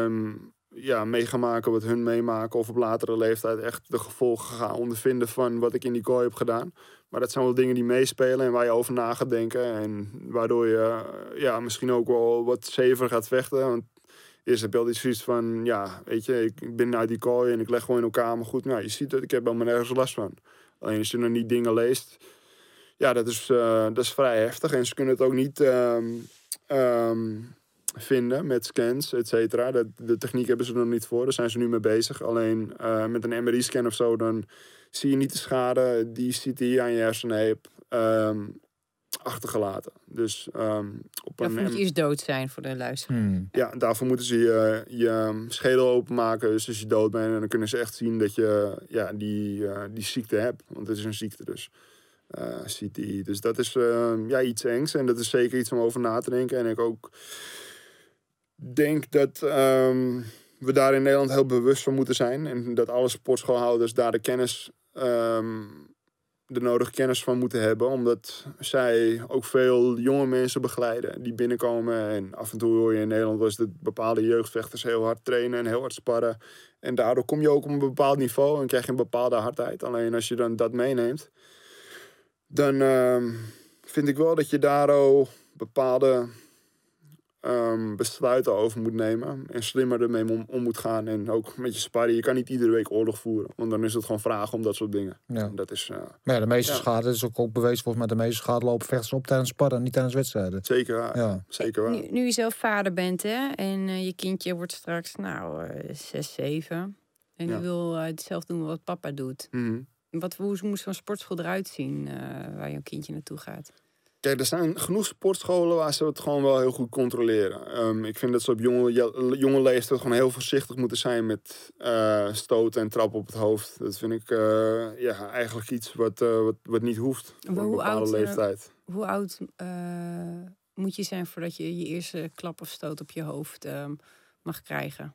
mee ga maken wat hun meemaken. Of op latere leeftijd echt de gevolgen ga ondervinden van wat ik in die kooi heb gedaan. Maar dat zijn wel dingen die meespelen en waar je over na gaat denken. En waardoor je misschien ook wel wat zever gaat vechten. Want eerst heb je altijd zoiets van, ja, weet je, ik ben uit die kooi en ik leg gewoon in elkaar. Maar goed, nou, je ziet het, ik heb helemaal nergens last van. Alleen als je dan niet dingen leest, ja, dat is vrij heftig. En ze kunnen het ook niet vinden met scans, et cetera. De techniek hebben ze er nog niet voor, daar zijn ze nu mee bezig. Alleen met een MRI-scan of zo, dan zie je niet de schade die CTI aan je hersenen heeft achtergelaten. Dus Daarvoor moet je eerst dood zijn voor de luisteraar. ja, daarvoor moeten ze je schedel openmaken. Dus als je dood bent, en dan kunnen ze echt zien dat je die ziekte hebt. Want het is een ziekte dus. CTI. Dus dat is iets engs. En dat is zeker iets om over na te denken. En ik ook denk dat we daar in Nederland heel bewust van moeten zijn. En dat alle sportschoolhouders daar de nodige kennis van moeten hebben. Omdat zij ook veel jonge mensen begeleiden die binnenkomen. En af en toe hoor je in Nederland was dat bepaalde jeugdvechters heel hard trainen en heel hard sparren. En daardoor kom je ook op een bepaald niveau en krijg je een bepaalde hardheid. Alleen als je dan dat meeneemt, dan vind ik wel dat je daar al bepaalde besluiten over moet nemen. En slimmer ermee om moet gaan. En ook met je sparren. Je kan niet iedere week oorlog voeren. Want dan is het gewoon vragen om dat soort dingen. Ja. En dat is, Maar ja, de meeste schade is ook bewezen. Volgens mij de meeste schade lopen vechters op tijdens sparren, niet tijdens wedstrijden. zeker waar. Ja. Zeker waar. Nu je zelf vader bent, hè, en je kindje wordt straks 6, 7. En die wil hetzelfde doen wat papa doet. Mhm. Hoe moet zo'n sportschool eruit zien waar jouw kindje naartoe gaat? Kijk, er zijn genoeg sportscholen waar ze het gewoon wel heel goed controleren. Ik vind dat ze op jonge leeftijd gewoon heel voorzichtig moeten zijn met stoten en trappen op het hoofd. Dat vind ik eigenlijk iets wat niet hoeft op een bepaalde leeftijd. Hoe oud moet je zijn voordat je je eerste klap of stoot op je hoofd mag krijgen?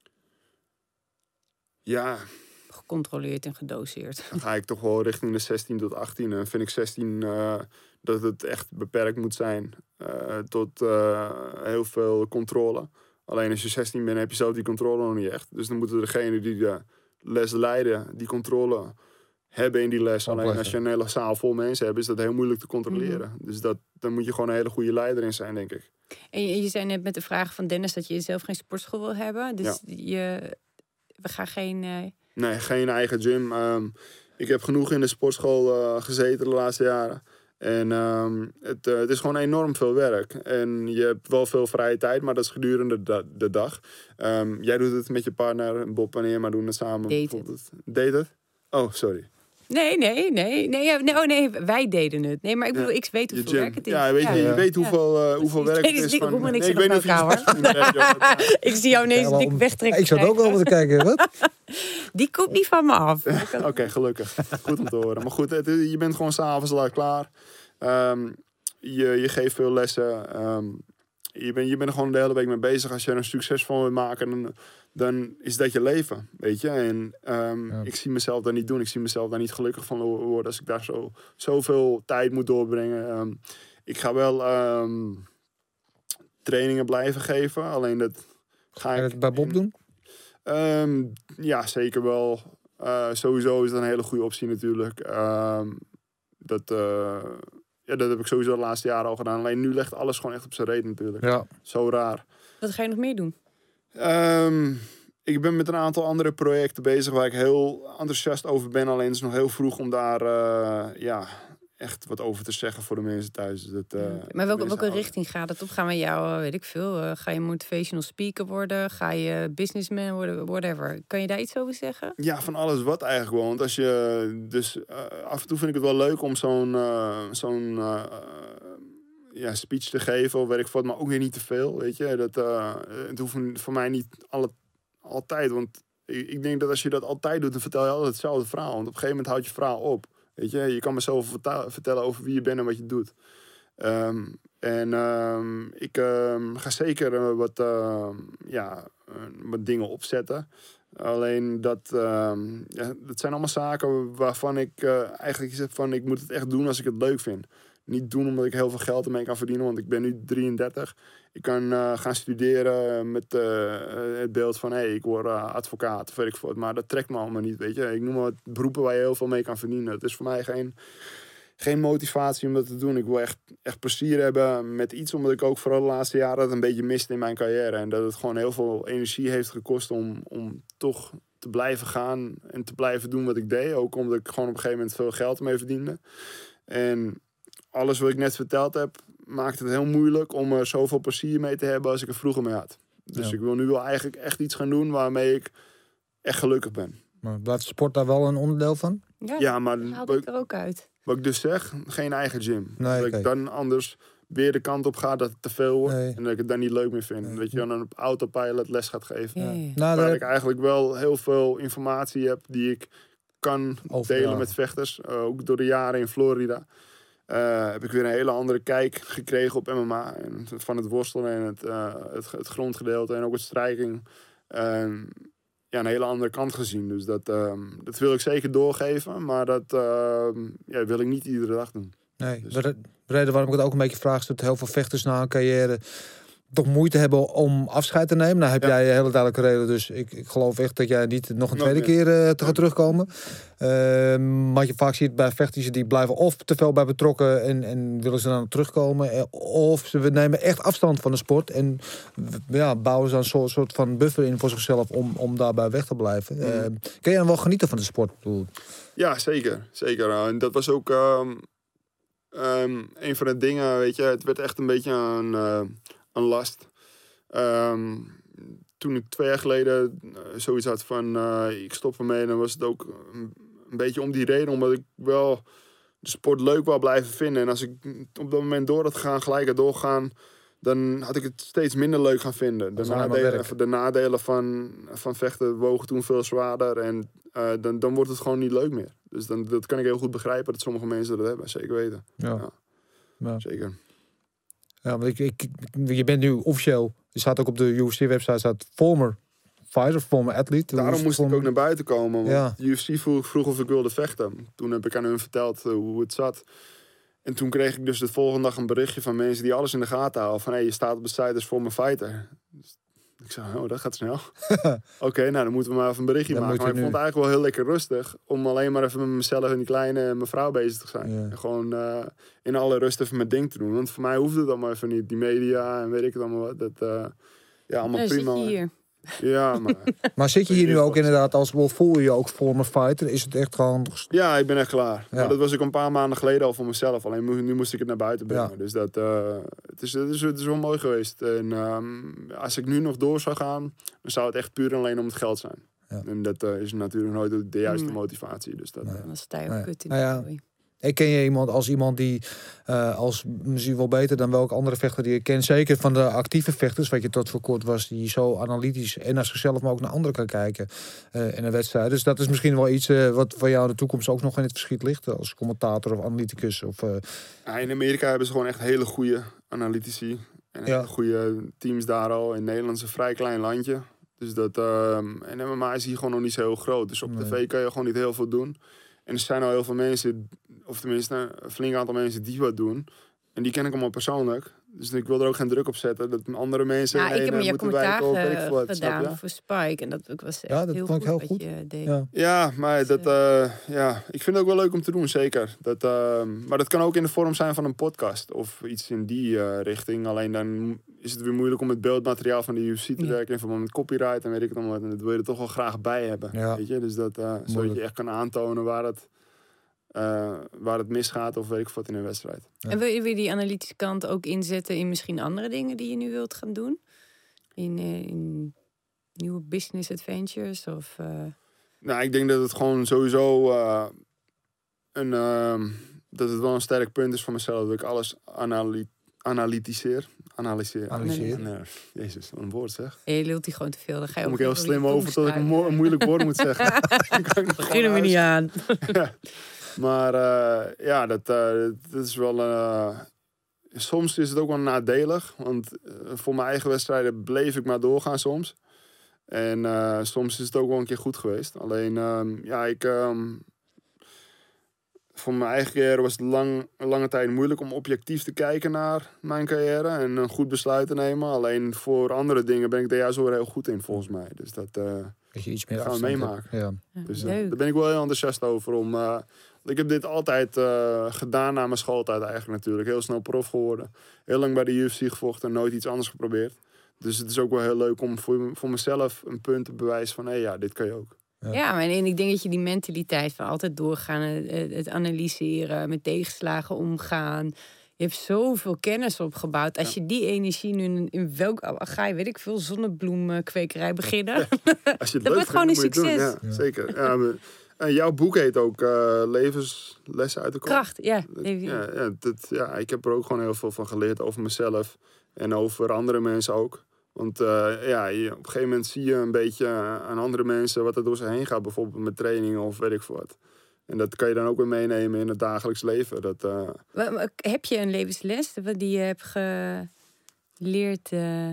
Ja, Gecontroleerd en gedoseerd. dan ga ik toch wel richting de 16 tot 18. En vind ik 16 dat het echt beperkt moet zijn tot heel veel controle. Alleen als je 16 bent, heb je zelf die controle nog niet echt. Dus dan moeten degenen die de les leiden, die controle hebben in die les. Alleen als je een hele zaal vol mensen hebt, is dat heel moeilijk te controleren. Dus dan moet je gewoon een hele goede leider in zijn, denk ik. En je zei net met de vraag van Dennis dat je zelf geen sportschool wil hebben. Dus we gaan geen... Nee, geen eigen gym. Ik heb genoeg in de sportschool gezeten de laatste jaren. En het is gewoon enorm veel werk. En je hebt wel veel vrije tijd, maar dat is gedurende de dag. Jij doet het met je partner, Bob en Irma doen het samen. Date het? Oh, sorry. Nee, wij deden het. Nee, maar ik bedoel, ik weet hoeveel werk het is. Ja, je weet hoeveel werk het is. Ik weet niet of je ik zie jou ineens dik wegtrekken. Ik zat ook wel te kijken, wat? Die komt niet van me af. Oké, gelukkig. Goed om te horen. Maar goed, je bent gewoon 's avonds laat klaar. Je geeft veel lessen. Je bent er gewoon de hele week mee bezig. Als je er een succes van wil maken, dan is dat je leven, weet je. En ik zie mezelf daar niet doen. Ik zie mezelf daar niet gelukkig van worden als ik daar zoveel tijd moet doorbrengen. Ik ga wel trainingen blijven geven. Alleen dat ga je ik... dat bij Bob doen? Ja, zeker wel. Sowieso is dat een hele goede optie natuurlijk. Dat heb ik sowieso de laatste jaren al gedaan. Alleen nu legt alles gewoon echt op zijn reet natuurlijk. Ja. Zo raar. Wat ga je nog meer doen? Ik ben met een aantal andere projecten bezig waar ik heel enthousiast over ben. Alleen het is nog heel vroeg om daar echt wat over te zeggen voor de mensen thuis. Maar welke richting gaat het op? Gaan we jou, weet ik veel, ga je motivational speaker worden? Ga je businessman worden? Whatever. Kan je daar iets over zeggen? Ja, van alles wat eigenlijk wel. Want als je af en toe vind ik het wel leuk om zo'n speech te geven of weet ik wat, maar ook weer niet te veel, weet je. Het hoeft voor mij niet altijd, want ik denk dat als je dat altijd doet, dan vertel je altijd hetzelfde verhaal. Want op een gegeven moment houdt je verhaal op. Weet je kan me zoveel vertellen over wie je bent en wat je doet. Ik ga zeker wat dingen opzetten. Alleen dat zijn allemaal zaken waarvan ik eigenlijk zeg van ik moet het echt doen als ik het leuk vind. Niet doen omdat ik heel veel geld ermee kan verdienen, want ik ben nu 33. Ik kan gaan studeren met het beeld van ik word advocaat of weet ik wat. Maar dat trekt me allemaal niet, weet je. Ik noem maar wat beroepen waar je heel veel mee kan verdienen. Het is voor mij geen motivatie om dat te doen. Ik wil echt plezier hebben met iets, omdat ik ook vooral de laatste jaren het een beetje miste in mijn carrière. En dat het gewoon heel veel energie heeft gekost om toch te blijven gaan en te blijven doen wat ik deed. Ook omdat ik gewoon op een gegeven moment veel geld ermee verdiende. En alles wat ik net verteld heb, maakt het heel moeilijk om er zoveel plezier mee te hebben als ik er vroeger mee had. Dus ik wil nu wel eigenlijk echt iets gaan doen waarmee ik echt gelukkig ben. Maar blijft sport daar wel een onderdeel van? Ja, maar haalt het er ook uit. Wat ik dus zeg, geen eigen gym. Nee, dat ik dan anders weer de kant op ga dat het te veel wordt. Nee. En dat ik het dan niet leuk meer vind. Dat je dan op autopilot les gaat geven. Ja. Waar ik eigenlijk wel heel veel informatie heb die ik kan delen met vechters. Ook door de jaren in Florida. Heb ik weer een hele andere kijk gekregen op MMA. En van het worstelen en het grondgedeelte en ook het strijking. Een hele andere kant gezien. Dus dat wil ik zeker doorgeven. Maar dat wil ik niet iedere dag doen. Nee, dus. De reden waarom ik het ook een beetje vraag is dat heel veel vechters na een carrière toch moeite hebben om afscheid te nemen. Nou heb jij een hele duidelijke reden. Dus ik geloof echt dat jij niet nog een tweede keer te gaat terugkomen. Wat je vaak ziet bij vechters, die blijven of te veel bij betrokken en willen ze dan terugkomen. Of ze nemen echt afstand van de sport en bouwen ze dan een soort van buffer in voor zichzelf om daarbij weg te blijven. Kun je dan wel genieten van de sport? Ja, zeker. En dat was ook een van de dingen, weet je. Het werd echt een beetje een last. Toen ik 2 jaar geleden zoiets had van ik stop ermee, dan was het ook een beetje om die reden, omdat ik wel de sport leuk wou blijven vinden. En als ik op dat moment door had gegaan, gelijk had doorgaan, dan had ik het steeds minder leuk gaan vinden. De nadelen van vechten wogen toen veel zwaarder en dan wordt het gewoon niet leuk meer. Dus dat kan ik heel goed begrijpen dat sommige mensen dat hebben, zeker weten. Ja. Zeker. Ja, want je bent nu officieel, je staat ook op de UFC-website, staat former fighter, former athlete. Daarom moest ik ook naar buiten komen. Want UFC vroeg of ik wilde vechten. Toen heb ik aan hun verteld hoe het zat. En toen kreeg ik dus de volgende dag een berichtje van mensen die alles in de gaten houden. Van je staat op de site als former fighter. Dus ik zei, dat gaat snel. Oké, dan moeten we maar even een berichtje maken. Maar ik vond het eigenlijk wel heel lekker rustig om alleen maar even met mezelf en die kleine mevrouw bezig te zijn. Ja. En gewoon in alle rust even mijn ding te doen. Want voor mij hoefde het allemaal even niet. Die media en weet ik het allemaal wat. Allemaal prima. Zit je hier. Ja, maar... Maar zit je hier nu ook inderdaad als... voel je je ook former fighter? Is het echt gewoon... Ja, ik ben echt klaar. Ja. Maar dat was ik een paar maanden geleden al voor mezelf. Alleen nu moest ik het naar buiten brengen. Ja. Dus het is wel mooi geweest. En als ik nu nog door zou gaan, dan zou het echt puur en alleen om het geld zijn. Ja. En dat is natuurlijk nooit de juiste motivatie. Dus dat, Dan sta je ook Nee. kut in Nou ja. de kooi. Ik ken je iemand die als misschien wel beter dan welke andere vechter die je kent, zeker van de actieve vechters, wat je tot voor kort was, die zo analytisch en naar zichzelf, maar ook naar anderen kan kijken in een wedstrijd. Dus dat is misschien wel iets wat voor jou in de toekomst ook nog in het verschiet ligt, als commentator of analyticus. Of, Ja, in Amerika hebben ze gewoon echt hele goede analytici. En Ja. hele goede teams daar al. In Nederland is een vrij klein landje. Dus dat, en MMA is hier gewoon nog niet zo heel groot. Dus op tv kan je gewoon niet heel veel doen. En er zijn al heel veel mensen, of tenminste een flink aantal mensen die wat doen. En die ken ik allemaal persoonlijk. Dus ik wil er ook geen druk op zetten. Dat andere mensen Ja, ik heb je moeten commentaar wijken of weet ik veel wat, snap gedaan je? voor Spike. En dat was echt Ja, dat heel vond ik heel wat goed. je deed. ja. Ja, maar dat, ik vind het ook wel leuk om te doen, zeker. Dat, maar dat kan ook in de vorm zijn van een podcast of iets in die richting. Alleen dan is het weer moeilijk om het beeldmateriaal van de UFC te werken in verband met copyright en weet ik het allemaal. En dat wil je er toch wel graag bij hebben, Ja. weet je? Dus dat, zodat je echt kan aantonen waar het misgaat of weet ik wat in een wedstrijd. En wil je weer die analytische kant ook inzetten in misschien andere dingen die je nu wilt gaan doen? In nieuwe business adventures? Of, Nou, ik denk dat het gewoon sowieso dat het wel een sterk punt is voor mezelf. Dat ik alles analyseer. Jezus, wat een woord zeg. je lult die gewoon te veel. Dan ga je Kom ook ik heel door slim je over tot ik tong een moeilijk woord moet zeggen. Beginnen we niet aan. Maar ja, dat is wel... soms is het ook wel nadelig. Want voor mijn eigen wedstrijden bleef ik maar doorgaan soms. En soms is het ook wel een keer goed geweest. Alleen, voor mijn eigen carrière was het lange tijd moeilijk om objectief te kijken naar mijn carrière. En een goed besluit te nemen. Alleen voor andere dingen ben ik daar juist wel heel goed in, volgens mij. Dus dat Dat je iets meer gaan we afstand meemaken. hebt. Ja. Dus Leuk. daar ben ik wel heel enthousiast over. Ik heb dit altijd gedaan na mijn schooltijd eigenlijk natuurlijk. Heel snel prof geworden. Heel lang bij de UFC gevochten en nooit iets anders geprobeerd. Dus het is ook wel heel leuk om voor mezelf een punt te bewijzen van... ja, dit kan je ook. Ja, maar en ik denk dat je die mentaliteit van altijd doorgaan, het analyseren, met tegenslagen omgaan. Je hebt zoveel kennis opgebouwd. Als je die energie nu in welk... Ga je, weet ik veel, zonnebloemkwekerij beginnen? Als je het Dat leuk wordt vindt, gewoon een moet je het doen. succes. Ja, zeker. Ja, en jouw boek heet ook Levenslessen uit de kop. Kracht, ja. Ja, ik heb er ook gewoon heel veel van geleerd over mezelf. En over andere mensen ook. Want op een gegeven moment zie je een beetje aan andere mensen wat er door ze heen gaat. Bijvoorbeeld met trainingen of weet ik veel wat. En dat kan je dan ook weer meenemen in het dagelijks leven. Heb je een levensles die je hebt geleerd?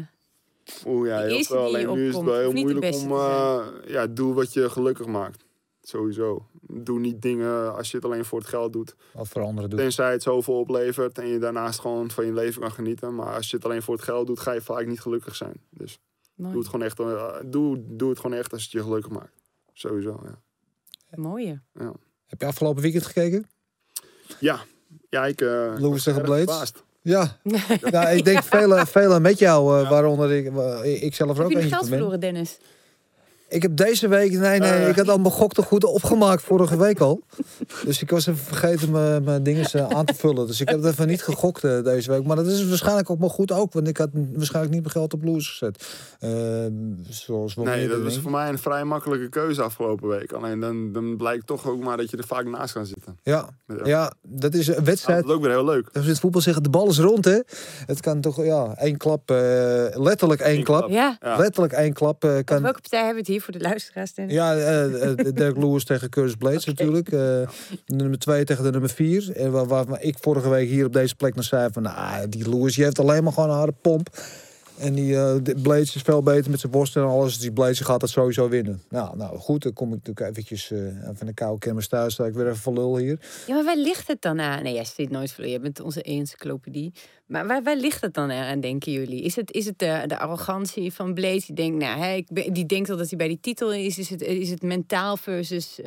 Ja, de heel eerste veel. die je Alleen nu is het opkomt, wel heel hoeft niet de moeilijk beste om... te doe wat je gelukkig maakt. Sowieso. Doe niet dingen als je het alleen voor het geld doet. Of voor anderen doen. Tenzij het zoveel oplevert en je daarnaast gewoon van je leven kan genieten. Maar als je het alleen voor het geld doet, ga je vaak niet gelukkig zijn. Dus Mooi. doe het gewoon echt, doe het gewoon echt als het je gelukkig maakt. Sowieso, ja. Mooie. Ja, Heb je afgelopen weekend gekeken? ja ik... Lewis tegen erg Blades? verbaasd. Ja. Nou, ik denk velen met jou, waaronder ik zelf er Heb ook je nog eentje geld van ben. verloren, Dennis? Ik heb deze week... Nee, ik had al mijn gokte goed opgemaakt vorige week al. Dus ik was even vergeten mijn dingen aan te vullen. Dus ik heb het even niet gegokt deze week. Maar dat is waarschijnlijk ook maar goed ook. Want ik had waarschijnlijk niet mijn geld op Lewis gezet. Zoals wel Nee, meer, dat was denk ik. voor mij een vrij makkelijke keuze afgelopen week. Alleen dan blijkt toch ook maar dat je er vaak naast kan zitten. Ja, dat is een Dat wedstrijd. is ook weer heel leuk. Dat is het voetbal zeggen, de bal is rond, hè? Het kan toch, één klap, letterlijk één klap. Ja. Ja. Letterlijk één klap Welke kan... partij hebben we het hier voor de luisteraars, Dennis? Ja, Derek Lewis tegen Curtis Blades natuurlijk. De nummer 2 tegen de nummer 4. En waar ik vorige week hier op deze plek nog zei van... die Lewis die heeft alleen maar gewoon een harde pomp. En die Blades is veel beter met zijn borsten en alles. Die Blades gaat dat sowieso winnen. Nou goed, dan kom ik natuurlijk eventjes van de koude kermis thuis. Sta ik weer even van lul hier. Ja, maar waar ligt het dan aan? Nee, jij zit nooit voor. Je bent onze encyclopedie. Maar waar ligt het dan aan, denken jullie? Is het de arrogantie van Blades? Die denkt, die denkt al dat hij bij die titel is. Is het mentaal versus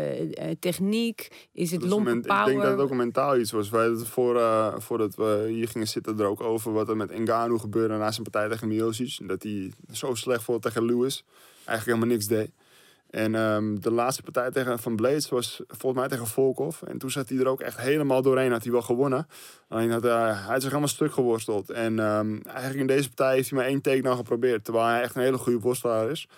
techniek? Is het lompe power? Ik denk dat het ook een mentaal iets was. Wij hadden het voordat we hier gingen zitten er ook over wat er met Ngannou gebeurde na zijn partij tegen Miocic. Dat hij zo slecht vond tegen Lewis. Eigenlijk helemaal niks deed. En de laatste partij van Blades was volgens mij tegen Volkov. En toen zat hij er ook echt helemaal doorheen. Had hij wel gewonnen. Alleen hij had zich helemaal stuk geworsteld. En eigenlijk in deze partij heeft hij maar 1 takedown geprobeerd. Terwijl hij echt een hele goede worstelaar is.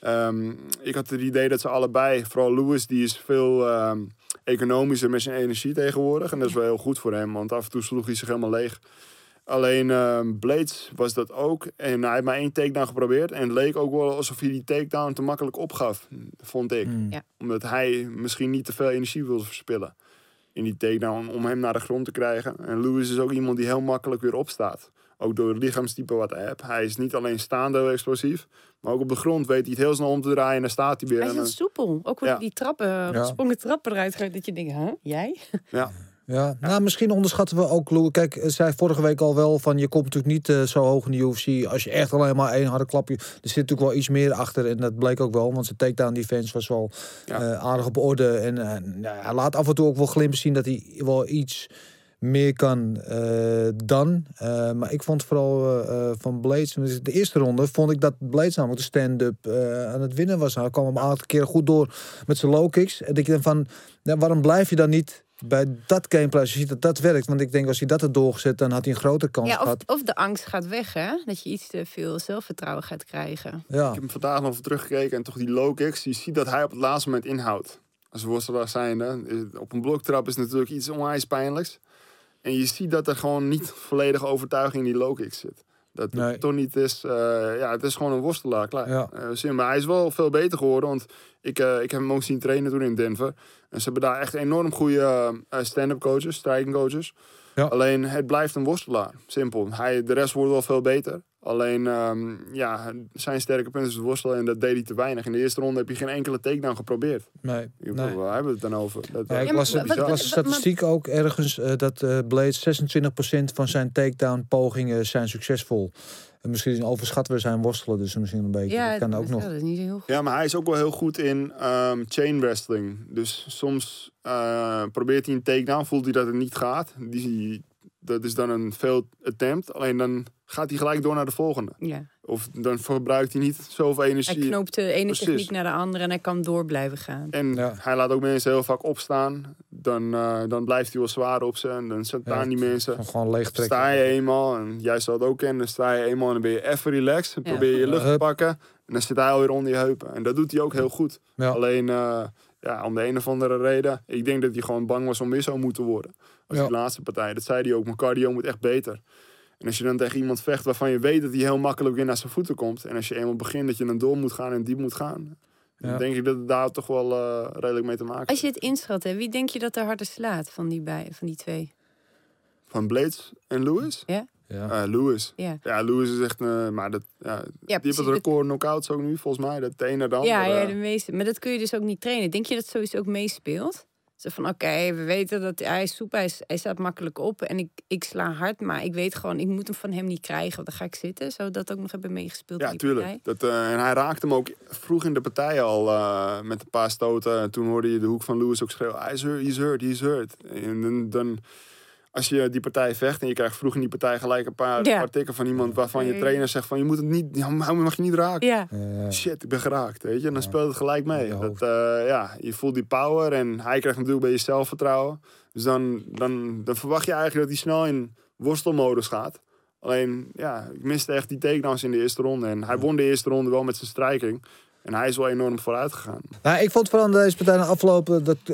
Ik had het idee dat ze allebei, vooral Lewis, die is veel economischer met zijn energie tegenwoordig. En dat is wel heel goed voor hem. Want af en toe sloeg hij zich helemaal leeg. Alleen Blades was dat ook. En hij heeft maar 1 takedown geprobeerd. En het leek ook wel alsof hij die takedown te makkelijk opgaf, vond ik. Ja. Omdat hij misschien niet te veel energie wilde verspillen in die takedown om hem naar de grond te krijgen. En Lewis is ook iemand die heel makkelijk weer opstaat. Ook door het lichaamstype wat hij heeft. Hij is niet alleen staande heel explosief, maar ook op de grond weet hij het heel snel om te draaien en dan staat hij weer. Hij is heel soepel. Ook wanneer die gesprongen trappen eruit gaat, dat je denkt, jij? Ja. Ja, nou, misschien onderschatten we ook Lewis. Kijk, zei vorige week al wel van je komt natuurlijk niet zo hoog in de UFC als je echt alleen maar 1 harde klapje. Er zit natuurlijk wel iets meer achter en dat bleek ook wel, want zijn takedown defense was wel aardig op orde en hij laat af en toe ook wel glimpen zien dat hij wel iets meer kan dan. Maar ik vond vooral van Blades, de eerste ronde vond ik dat Blades namelijk de stand-up aan het winnen was. Hij kwam hem een aantal keren goed door met zijn low kicks. En ik denk van, waarom blijf je dan niet bij dat gameplay, als je ziet dat dat werkt? Want ik denk als hij dat had doorgezet, dan had hij een grotere kans gehad. Of de angst gaat weg, hè? Dat je iets te veel zelfvertrouwen gaat krijgen. Ja. Ik heb hem vandaag nog even teruggekeken en toch die low kicks. Je ziet dat hij op het laatste moment inhoudt. Als worstelaar zijnde. Op een bloktrap is natuurlijk iets onwijs pijnlijks. En je ziet dat er gewoon niet volledige overtuiging in die low kicks zit. Dat het toch niet is. Het is gewoon een worstelaar, klaar. Ja. Maar hij is wel veel beter geworden. Want ik heb hem ook zien trainen toen in Denver. En ze hebben daar echt enorm goede stand-up coaches, striking coaches. Ja. Alleen het blijft een worstelaar. Simpel. De rest wordt wel veel beter. Alleen zijn sterke punt is het worstelen en dat deed hij te weinig. In de eerste ronde heb je geen enkele takedown geprobeerd. Nee. Waar hebben we het dan over? Ik las de statistiek ook ergens dat Blades 26% van zijn takedown pogingen zijn succesvol. En misschien overschatten we zijn worstelen, dus misschien een beetje. Ja, dat kan ook nog. Dat is niet heel goed. Ja, maar hij is ook wel heel goed in chain wrestling. Dus soms probeert hij een takedown, voelt hij dat het niet gaat. Dat is dan een failed attempt. Alleen dan gaat hij gelijk door naar de volgende. Ja. Of dan verbruikt hij niet zoveel energie. Hij knoopt de ene techniek naar de andere en hij kan door blijven gaan. En hij laat ook mensen heel vaak opstaan. Dan blijft hij wel zwaar op ze. En dan staan die mensen. Gewoon leeg trekken. Sta je eenmaal, en jij zal het ook kennen. Dan sta je eenmaal en dan ben je even relaxed. Dan probeer je je lucht te pakken. En dan zit hij alweer onder je heupen. En dat doet hij ook heel goed. Ja. Alleen, om de een of andere reden. Ik denk dat hij gewoon bang was om weer zo moeten worden. Als die laatste partij. Dat zei hij ook. Mijn cardio moet echt beter. En als je dan tegen iemand vecht waarvan je weet dat hij heel makkelijk weer naar zijn voeten komt. En als je eenmaal begint dat je dan door moet gaan en diep moet gaan. Dan denk ik dat het daar toch wel redelijk mee te maken heeft. Als je het inschat, wie denk je dat er harder slaat van die twee? Van Blades en Lewis? Ja. Lewis. Ja. Lewis is echt... die heeft het record knockouts ook nu, volgens mij. Dat de een naar de ander. Ja, de meeste. Maar dat kun je dus ook niet trainen. Denk je dat zoiets ook meespeelt? Zo van, oké, we weten dat hij is soepel, hij staat makkelijk op. En ik sla hard, maar ik weet gewoon, ik moet hem van hem niet krijgen. Want dan ga ik zitten. Zou dat ook nog hebben meegespeeld? Ja, tuurlijk. En hij raakte hem ook vroeg in de partij al met een paar stoten. En toen hoorde je de hoek van Lewis ook schreeuwen. He's hurt. En dan als je die partij vecht en je krijgt vroeg in die partij gelijk een paar tikken van iemand waarvan je trainer zegt van je moet het niet, mag je niet raken. Ja. Shit, ik ben geraakt, weet je. En dan speelt het gelijk mee. Je voelt die power en hij krijgt natuurlijk bij je zelfvertrouwen. Dus dan verwacht je eigenlijk dat hij snel in worstelmodus gaat. Alleen, ik miste echt die takedowns in de eerste ronde. En hij won de eerste ronde wel met zijn striking. En hij is wel enorm vooruit gegaan. Nou, ik vond vooral deze partij na aflopen dat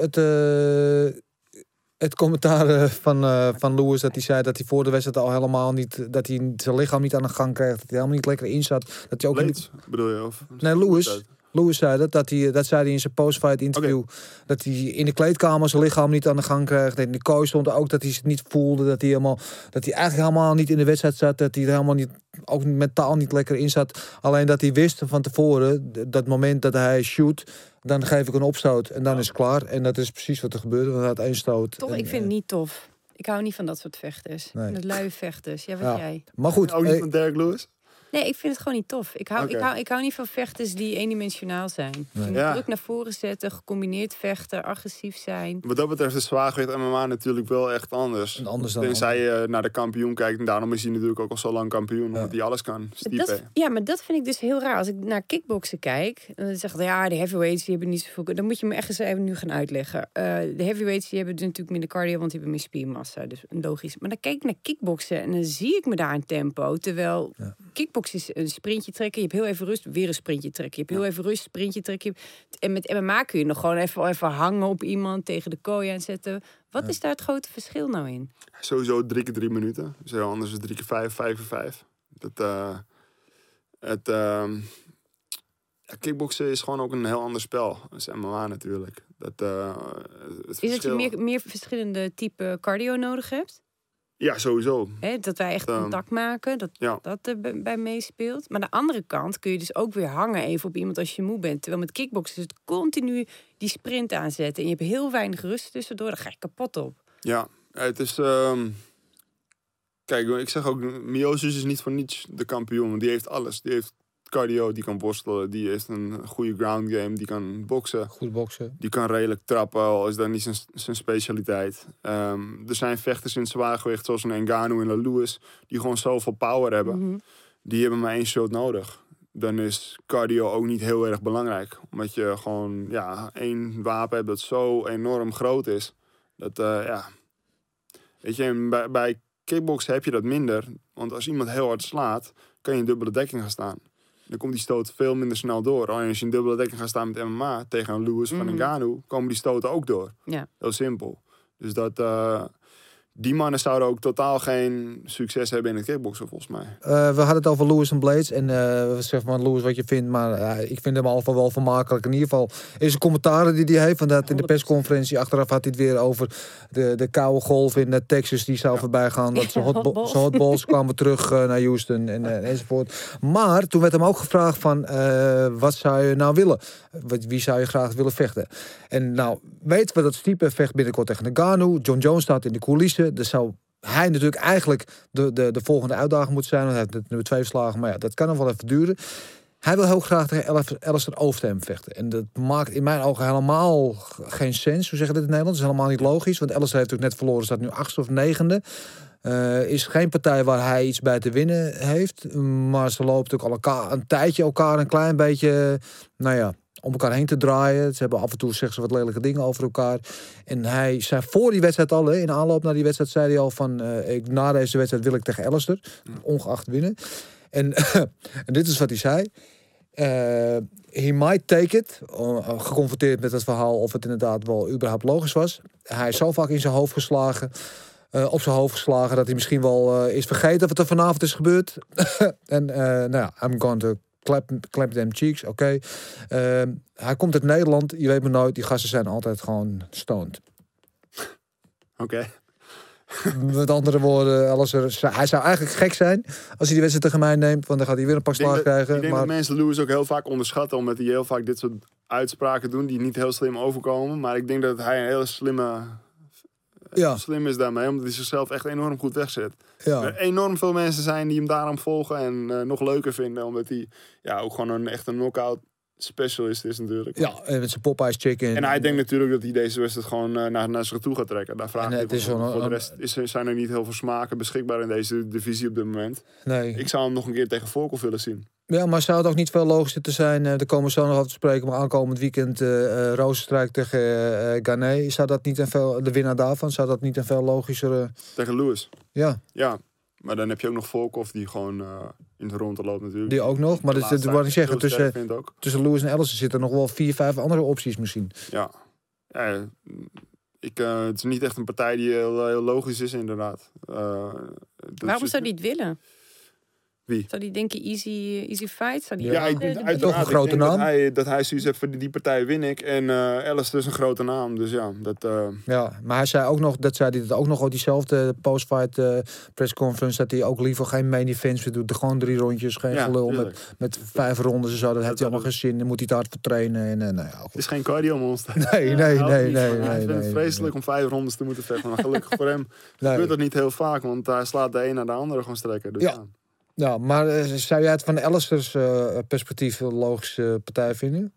het commentaar van Lewis, dat hij zei dat hij voor de wedstrijd al helemaal niet, dat hij zijn lichaam niet aan de gang kreeg, dat hij helemaal niet lekker in zat. Dat hij ook Blades, bedoel je? Of? Nee, Lewis zei dat zei hij in zijn post-fight interview. Okay. Dat hij in de kleedkamer zijn lichaam niet aan de gang kreeg. In de kooi stond ook dat hij het niet voelde. Dat hij eigenlijk helemaal niet in de wedstrijd zat. Dat hij er helemaal niet, ook mentaal niet lekker in zat. Alleen dat hij wist van tevoren, dat moment dat hij shoot, dan geef ik een opstoot en dan is het klaar. En dat is precies wat er gebeurde. Want hij had 1 stoot. Toch, ik vind het niet tof. Ik hou niet van dat soort vechters. Nee. Dat luie vechters. Ja, wat Ja. jij? Maar goed, Ook niet van Derek Lewis? Nee, ik vind het gewoon niet tof. Ik hou, Oké. ik hou niet van vechters die eendimensionaal zijn. Je moet Ja. druk naar voren zetten, gecombineerd vechten, agressief zijn. Wat dat betreft is zwaargewicht MMA natuurlijk wel echt anders. En anders dan Tenzij je naar de kampioen kijkt. En daarom is hij natuurlijk ook al zo lang kampioen. Omdat hij alles kan. Stipe. Maar dat vind ik dus heel raar. Als ik naar kickboksen kijk, dan zegt de heavyweights die hebben niet zoveel. Dan moet je me echt eens even nu gaan uitleggen. De heavyweights die hebben dus natuurlijk minder cardio, want die hebben meer spiermassa. Dus logisch. Maar dan kijk ik naar kickboksen en dan zie ik me daar in tempo. Terwijl kickboksen is een sprintje trekken. Je hebt heel even rust, weer een sprintje trekken. Je hebt heel even rust, sprintje trekken. En met MMA kun je nog gewoon even hangen op iemand, tegen de kooi aanzetten. Wat is daar het grote verschil nou in? Sowieso 3 keer 3 minuten. Dus heel anders is 3 keer 5, 5 keer 5. Kickboksen is gewoon ook een heel ander spel. Dat is MMA natuurlijk. Het Is dat je meer verschillende type cardio nodig hebt? Ja, sowieso. Dat wij echt contact maken, dat er bij meespeelt. Maar aan de andere kant kun je dus ook weer hangen even op iemand als je moe bent. Terwijl met kickboksen is het continu die sprint aanzetten. En je hebt heel weinig rust tussendoor, daar ga je kapot op. Ja, het is... Kijk, ik zeg ook, Miocic is niet voor niets de kampioen. Want die heeft alles. Die heeft cardio, die kan worstelen. Die heeft een goede ground game, die kan boksen. goed boksen. Die kan redelijk trappen, al is dat niet zijn specialiteit. Er zijn vechters in het zwaargewicht, zoals een Ngannou en La Lewis, die gewoon zoveel power hebben. Mm-hmm. Die hebben maar 1 shot nodig. Dan is cardio ook niet heel erg belangrijk. Omdat je gewoon 1 wapen hebt dat zo enorm groot is. Dat, Weet je, en bij kickboksen heb je dat minder. Want als iemand heel hard slaat, kan je in dubbele dekking gaan staan. Dan komt die stoot veel minder snel door. Alleen als je in dubbele dekking gaat staan met MMA tegen een Lewis van Ngannou, komen die stoten ook door. Ja. Heel simpel. Dus die mannen zouden ook totaal geen succes hebben in het kickboksen, volgens mij. We hadden het over Lewis en Blades. En zeg maar Lewis wat je vindt. Maar ik vind hem al wel vermakelijk. In ieder geval is een commentaar die hij heeft. Want dat in de persconferentie achteraf had hij het weer over de koude golf in Texas. Die zou voorbij gaan. Dat zijn hotballs kwamen terug naar Houston enzovoort. Maar toen werd hem ook gevraagd van wat zou je nou willen? Wie zou je graag willen vechten? En nou weten we dat Stipe vecht binnenkort tegen Ngannou. John Jones staat in de coulissen. Dus zou hij natuurlijk eigenlijk de volgende uitdaging moeten zijn. Want hij heeft nummer 2 verslagen. Maar ja, dat kan nog wel even duren. Hij wil heel graag tegen Alistair Overeem vechten. En dat maakt in mijn ogen helemaal geen sens. Hoe zeg je dit in Nederland? Dat is helemaal niet logisch. Want Alistair heeft natuurlijk net verloren. Staat nu 8e of 9e. Is geen partij waar hij iets bij te winnen heeft. Maar ze lopen natuurlijk al een tijdje elkaar een klein beetje... om elkaar heen te draaien. Ze hebben af en toe zeggen ze wat lelijke dingen over elkaar. En hij zei voor die wedstrijd al, in aanloop naar die wedstrijd, zei hij al van... na deze wedstrijd wil ik tegen Alistair, ongeacht winnen. En dit is wat hij zei. He might take it. Geconfronteerd met het verhaal of het inderdaad wel überhaupt logisch was. Hij is zo vaak in zijn hoofd geslagen... op zijn hoofd geslagen dat hij misschien wel is vergeten wat er vanavond is gebeurd. En I'm going to clap them cheeks, oké. Hij komt uit Nederland, je weet maar nooit, die gasten zijn altijd gewoon stoned. Oké. Met andere woorden, hij zou eigenlijk gek zijn als hij die wedstrijd tegen mij neemt, want dan gaat hij weer een pak slagen krijgen. Ik denk dat mensen Lewis ook heel vaak onderschatten, omdat hij heel vaak dit soort uitspraken doen die niet heel slim overkomen. Maar ik denk dat hij een hele slim is daarmee, omdat hij zichzelf echt enorm goed wegzet. Ja. Er enorm veel mensen zijn die hem daarom volgen en nog leuker vinden, omdat hij ook gewoon echt een knockout specialist is natuurlijk. Ja, en met zijn Popeyes chicken. En hij denkt natuurlijk dat hij deze wedstrijd gewoon naar zich toe gaat trekken. Daar vraag ik voor de rest zijn er niet heel veel smaken beschikbaar in deze divisie op dit moment. Nee. Ik zou hem nog een keer tegen Volkov willen zien. Ja, maar zou het ook niet veel logischer te zijn... daar komen we zo nog over te spreken... maar aankomend weekend Rozenstruik tegen Ghaney. Zou dat niet de winnaar daarvan... zou dat niet een veel logischer... Tegen Lewis? Ja. Ja, maar dan heb je ook nog Volkov die gewoon in de ronde loopt natuurlijk. Die ook nog, maar dat wil ik zeggen. Tussen Lewis en Alistair zitten nog wel 4, 5 andere opties misschien. Ja. Het is niet echt een partij die heel logisch is inderdaad. Waarom zou die het willen? Wie? Zou die denken easy fight? Zou die Ja, ik denk uiteraard. Toch een grote Ik denk naam. Dat hij zoiets heeft voor die partij win ik. En Alistair is een grote naam. Dus ja, dat... Ja, maar hij zei ook nog, dat zei hij dat ook nog op diezelfde post-fight pressconference, dat hij ook liever geen main events weer doet. Gewoon 3 rondjes, geen Ja, gelul tuurlijk. met 5 rondes en zo. Dat heeft hij allemaal geen zin. Dan moet hij het hard voor trainen. En, nou ja, Het goed. is geen cardio monster. Nee. Hij vindt het vreselijk om 5 rondes te moeten vechten. Maar gelukkig voor hem gebeurt dat niet heel vaak. Want hij slaat de een naar de andere gewoon strekken. Dus Ja. Ja, maar zou jij het van Alistair's perspectief een logische partij vinden?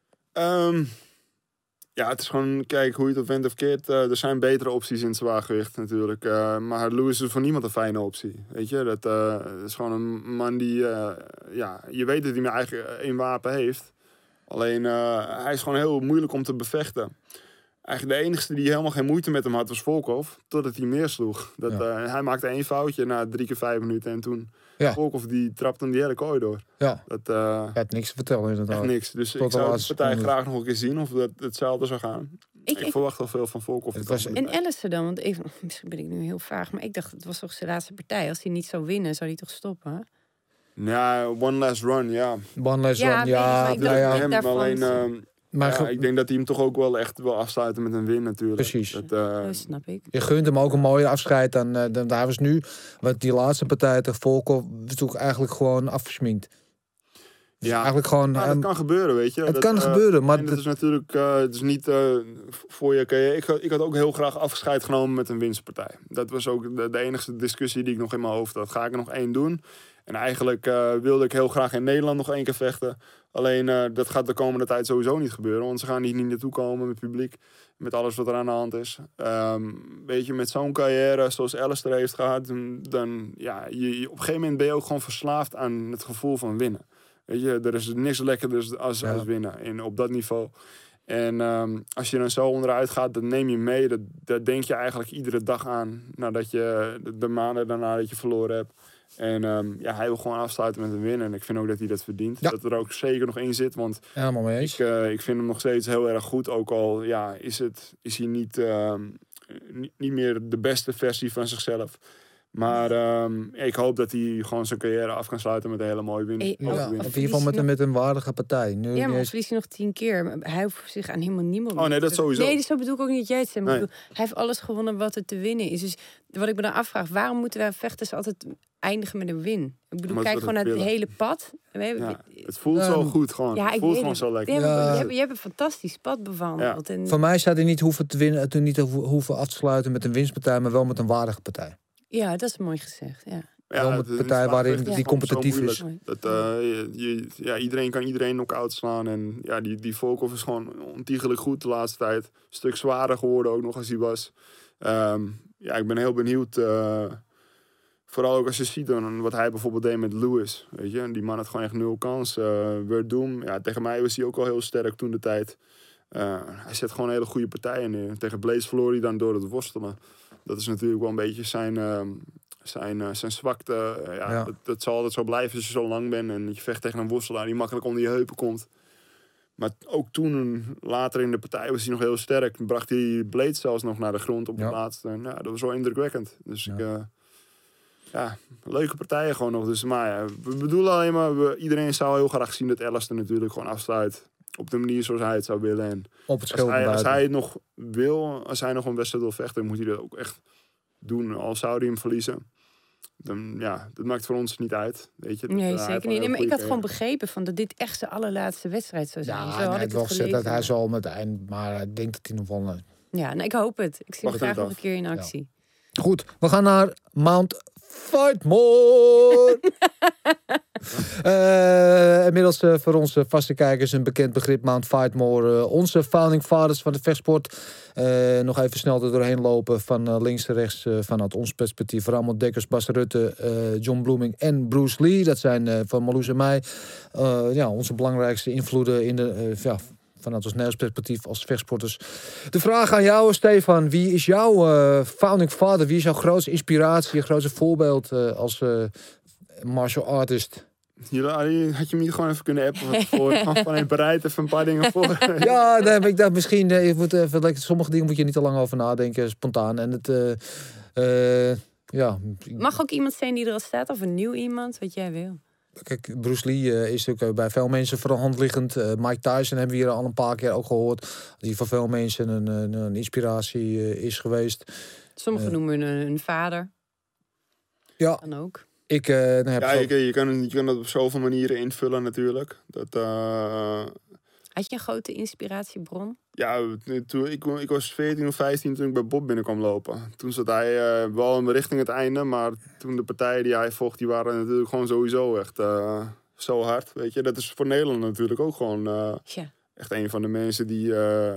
Ja, het is gewoon, kijk, hoe je het op went of keert. Er zijn betere opties in het zwaargewicht natuurlijk. Maar Lewis is voor niemand een fijne optie. Weet je, dat is gewoon een man die... je weet dat hij maar eigen één wapen heeft. Alleen, hij is gewoon heel moeilijk om te bevechten. Eigenlijk de enige die helemaal geen moeite met hem had was Volkov. Totdat hij meer sloeg. Hij maakte 1 foutje na 3 keer 5 minuten. En toen Volkov die trapte hem die hele kooi door. Ja, dat hij had niks te vertellen inderdaad. echt niks. Dus Tot ik de zou de laatste partij seconde. graag nog een keer zien of dat hetzelfde zou gaan. Ik verwacht wel veel van Volkov. Het was- En Alistair dan? Want even, misschien ben ik nu heel vaag, maar ik dacht, het was toch zijn laatste partij. Als hij niet zou winnen, zou hij toch stoppen? Ja, one last run, ja. One last Ja, run, weet ik, maar ja, ik nou dacht ja. echt Hem, daarvan- alleen, Maar ik denk dat hij hem toch ook wel echt wil afsluiten met een win natuurlijk. Precies. Dat snap ik. je gunt hem ook een mooie afscheid dan hij was nu. Want die laatste partij tegen Volkov was ook eigenlijk gewoon afgesminkt. Ja, Eigenlijk gewoon... maar dat kan gebeuren, weet je. het kan gebeuren, maar en dat is natuurlijk het is niet voor je carrière. Ik had ook heel graag afscheid genomen met een winstpartij. Dat was ook de enige discussie die ik nog in mijn hoofd had. Ga ik er nog 1 doen? En eigenlijk wilde ik heel graag in Nederland nog 1 keer vechten. Alleen dat gaat de komende tijd sowieso niet gebeuren. Want ze gaan hier niet naartoe komen met publiek. Met alles wat er aan de hand is. Weet je, met zo'n carrière zoals Alistair heeft gehad. Dan ja, op een gegeven moment ben je ook gewoon verslaafd aan het gevoel van winnen. Weet je, er is niks lekkerder als winnen op dat niveau. En als je dan zo onderuit gaat, dan neem je mee. Dat denk je eigenlijk iedere dag aan. Nadat je de maanden daarna dat je verloren hebt. En hij wil gewoon afsluiten met een win. En ik vind ook dat hij dat verdient. Ja. Dat er ook zeker nog in zit. Want Helemaal mee eens. ik vind hem nog steeds heel erg goed. Ook al is hij niet meer de beste versie van zichzelf. Maar ik hoop dat hij gewoon zijn carrière af kan sluiten met een hele mooie win. Hey, Ja, overwinning. in ieder geval met een waardige partij. Nu Ja, niet maar eens- verliest hij nog 10 keer. Maar hij hoeft zich aan helemaal niemand... Oh nee, dat sowieso. Nee, dus zo bedoel ik ook niet dat jij het zegt. Maar Nee. ik bedoel, hij heeft alles gewonnen wat er te winnen is. Dus wat ik me dan afvraag, waarom moeten wij vechters altijd eindigen met een win? Ik bedoel, Omdat kijk we gewoon dat naar het willen. hele pad. Ja, het voelt zo goed gewoon. Ja, Het ik voelt weet gewoon het. zo lekker. Je hebt een fantastisch pad bewandeld. En, Voor mij zou hij niet hoeven te winnen, niet hoeven af te sluiten met een winstpartij, maar wel met een waardige partij. ja, dat is mooi gezegd. Ja. Wel met het is een partij waarin gewoon die competitief zo is. moeilijk. Dat, iedereen kan iedereen knock-out slaan. En ja, die Volkov is gewoon ontiegelijk goed de laatste tijd. Een stuk zwaarder geworden ook nog als hij was. Ik ben heel benieuwd. Vooral ook als je ziet dan wat hij bijvoorbeeld deed met Lewis. Weet je? Die man had gewoon echt 0 kans. Verdum, tegen mij was hij ook al heel sterk toen de tijd. Hij zet gewoon hele goede partijen neer. Tegen Blaze verloor hij dan door het worstelen. Dat is natuurlijk wel een beetje zijn zwakte. Ja. Dat zal altijd zo blijven als je zo lang bent. En je vecht tegen een worstelaar die makkelijk onder je heupen komt. Maar ook toen, later in de partij, was hij nog heel sterk. Bracht hij Blade zelfs nog naar de grond op de laatste. En, dat was wel indrukwekkend. Dus leuke partijen gewoon nog. Dus, maar we bedoelen alleen maar, iedereen zou heel graag zien dat Alistair natuurlijk gewoon afsluit. Op de manier zoals hij het zou willen. En Op het schild als buiten. hij het nog wil, als hij nog een wedstrijd wil vechten, moet hij dat ook echt doen. Al zou hij hem verliezen. Dan, dat maakt voor ons niet uit. Weet je? Nee, Hij heeft zeker wel niet. een Nee, maar ik goede had gewoon carrière. begrepen van dat dit echt zijn allerlaatste wedstrijd zou zijn. Ja, Zo had nee, ik het het was gelezen. dat hij zal met het eind, maar ik denk dat hij nog wel... Ja, nou, ik hoop het. Ik zie hem Wacht graag even nog een keer in actie. Goed, we gaan naar Mount Fightmore. Inmiddels voor onze vaste kijkers een bekend begrip, Mount Fightmore. Onze founding fathers van de vechtsport. Nog even snel er doorheen lopen van links naar rechts vanuit ons perspectief. Ramon Dekkers, Bas Rutte, John Bloeming en Bruce Lee. Dat zijn van Marloes en mij onze belangrijkste invloeden in de... vanuit ons Nederlands perspectief als vechtsporters. De vraag aan jou, Stefan. Wie is jouw founding father? Wie is jouw grootste inspiratie, je grootste voorbeeld als martial artist? Had je me niet gewoon even kunnen appen van bereid even een paar dingen voor. Ja, nee, maar ik dacht misschien... je moet even, sommige dingen moet je niet te lang over nadenken, spontaan. En het... ja. Mag ook iemand zijn die er al staat of een nieuw iemand, wat jij wil. Kijk, Bruce Lee is natuurlijk bij veel mensen voor de hand liggend. Mike Tyson hebben we hier al een paar keer ook gehoord. Die voor veel mensen een inspiratie is geweest. Sommigen noemen hun vader. Ja. Dan ook. Ik, je kan dat op zoveel manieren invullen natuurlijk. Had je een grote inspiratiebron? Ja, ik was 14 of 15 toen ik bij Bob binnenkwam lopen. Toen zat hij wel richting het einde, maar toen de partijen die hij vocht, die waren natuurlijk gewoon sowieso echt zo hard. Weet je, dat is voor Nederland natuurlijk ook gewoon echt een van de mensen die...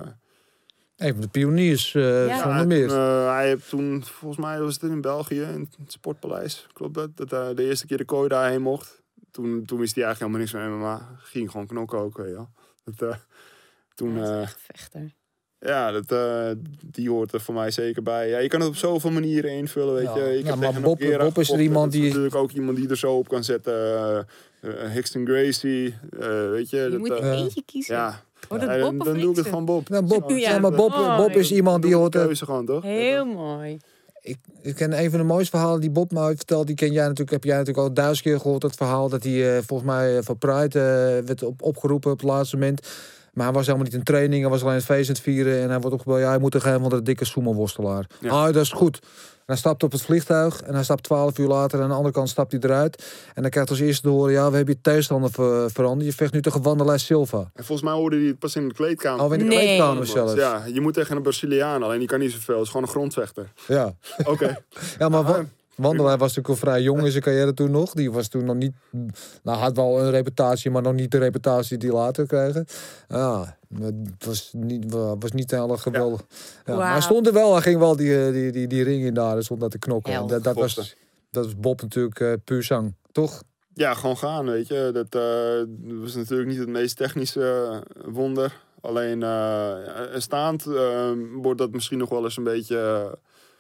een van de pioniers zonder meer. Hij heeft toen, volgens mij was het in België, in het Sportpaleis. Klopt dat? Dat de eerste keer de kooi daarheen mocht. Toen wist hij eigenlijk helemaal niks van MMA. Ging gewoon knokken ook, weet je wel. Toen, dat is echt een vechter. Ja, die hoort er voor mij zeker bij. Ja, je kan het op zoveel manieren invullen, weet je. Maar Bob is er iemand die... natuurlijk ook iemand die er zo op kan zetten. Hickson Gracie, weet je. Je moet er eentje kiezen. Ja. Wordt het Bob of dan doe ik het gewoon Bob. Ja, Bob. Ja, maar Bob is iemand die hoort... Keuze gewoon, toch? Heel mooi. Ik ken een van de mooiste verhalen die Bob me heeft verteld. Die heb jij natuurlijk al 1000 keer gehoord. Dat verhaal dat hij volgens mij voor Pride werd opgeroepen op het laatste moment. Maar hij was helemaal niet in training. Hij was alleen het feest aan het vieren. En hij wordt opgebeld. Ja, hij moet tegen een van de dikke sumo-worstelaar. Ja. Ah, dat is goed. En hij stapt op het vliegtuig. En hij stapt 12 uur later. En aan de andere kant stapt hij eruit. En dan krijgt hij als eerste te horen. Ja, we hebben je tegenstander veranderd. Je vecht nu tegen Wanderlei Silva. En volgens mij hoorde hij het pas in de kleedkamer. Oh, in de kleedkamer zelfs. Ja, je moet tegen een Braziliaan. Alleen die kan niet zoveel. Het is gewoon een grondvechter. Ja. Oké. Ja, maar Wanderlei was natuurlijk al vrij jong in zijn carrière toen nog. Die was toen nog niet... Nou, had wel een reputatie, maar nog niet de reputatie die later kregen. Ja, het was niet heel geweldig. Ja. Wow. Maar hij stond er wel. Hij ging wel die ring in daar. Hij stond daar te knokken. En dat was Bob natuurlijk puur zang, toch? Ja, gewoon gaan, weet je. Dat was natuurlijk niet het meest technische wonder. Alleen staand wordt dat misschien nog wel eens een beetje...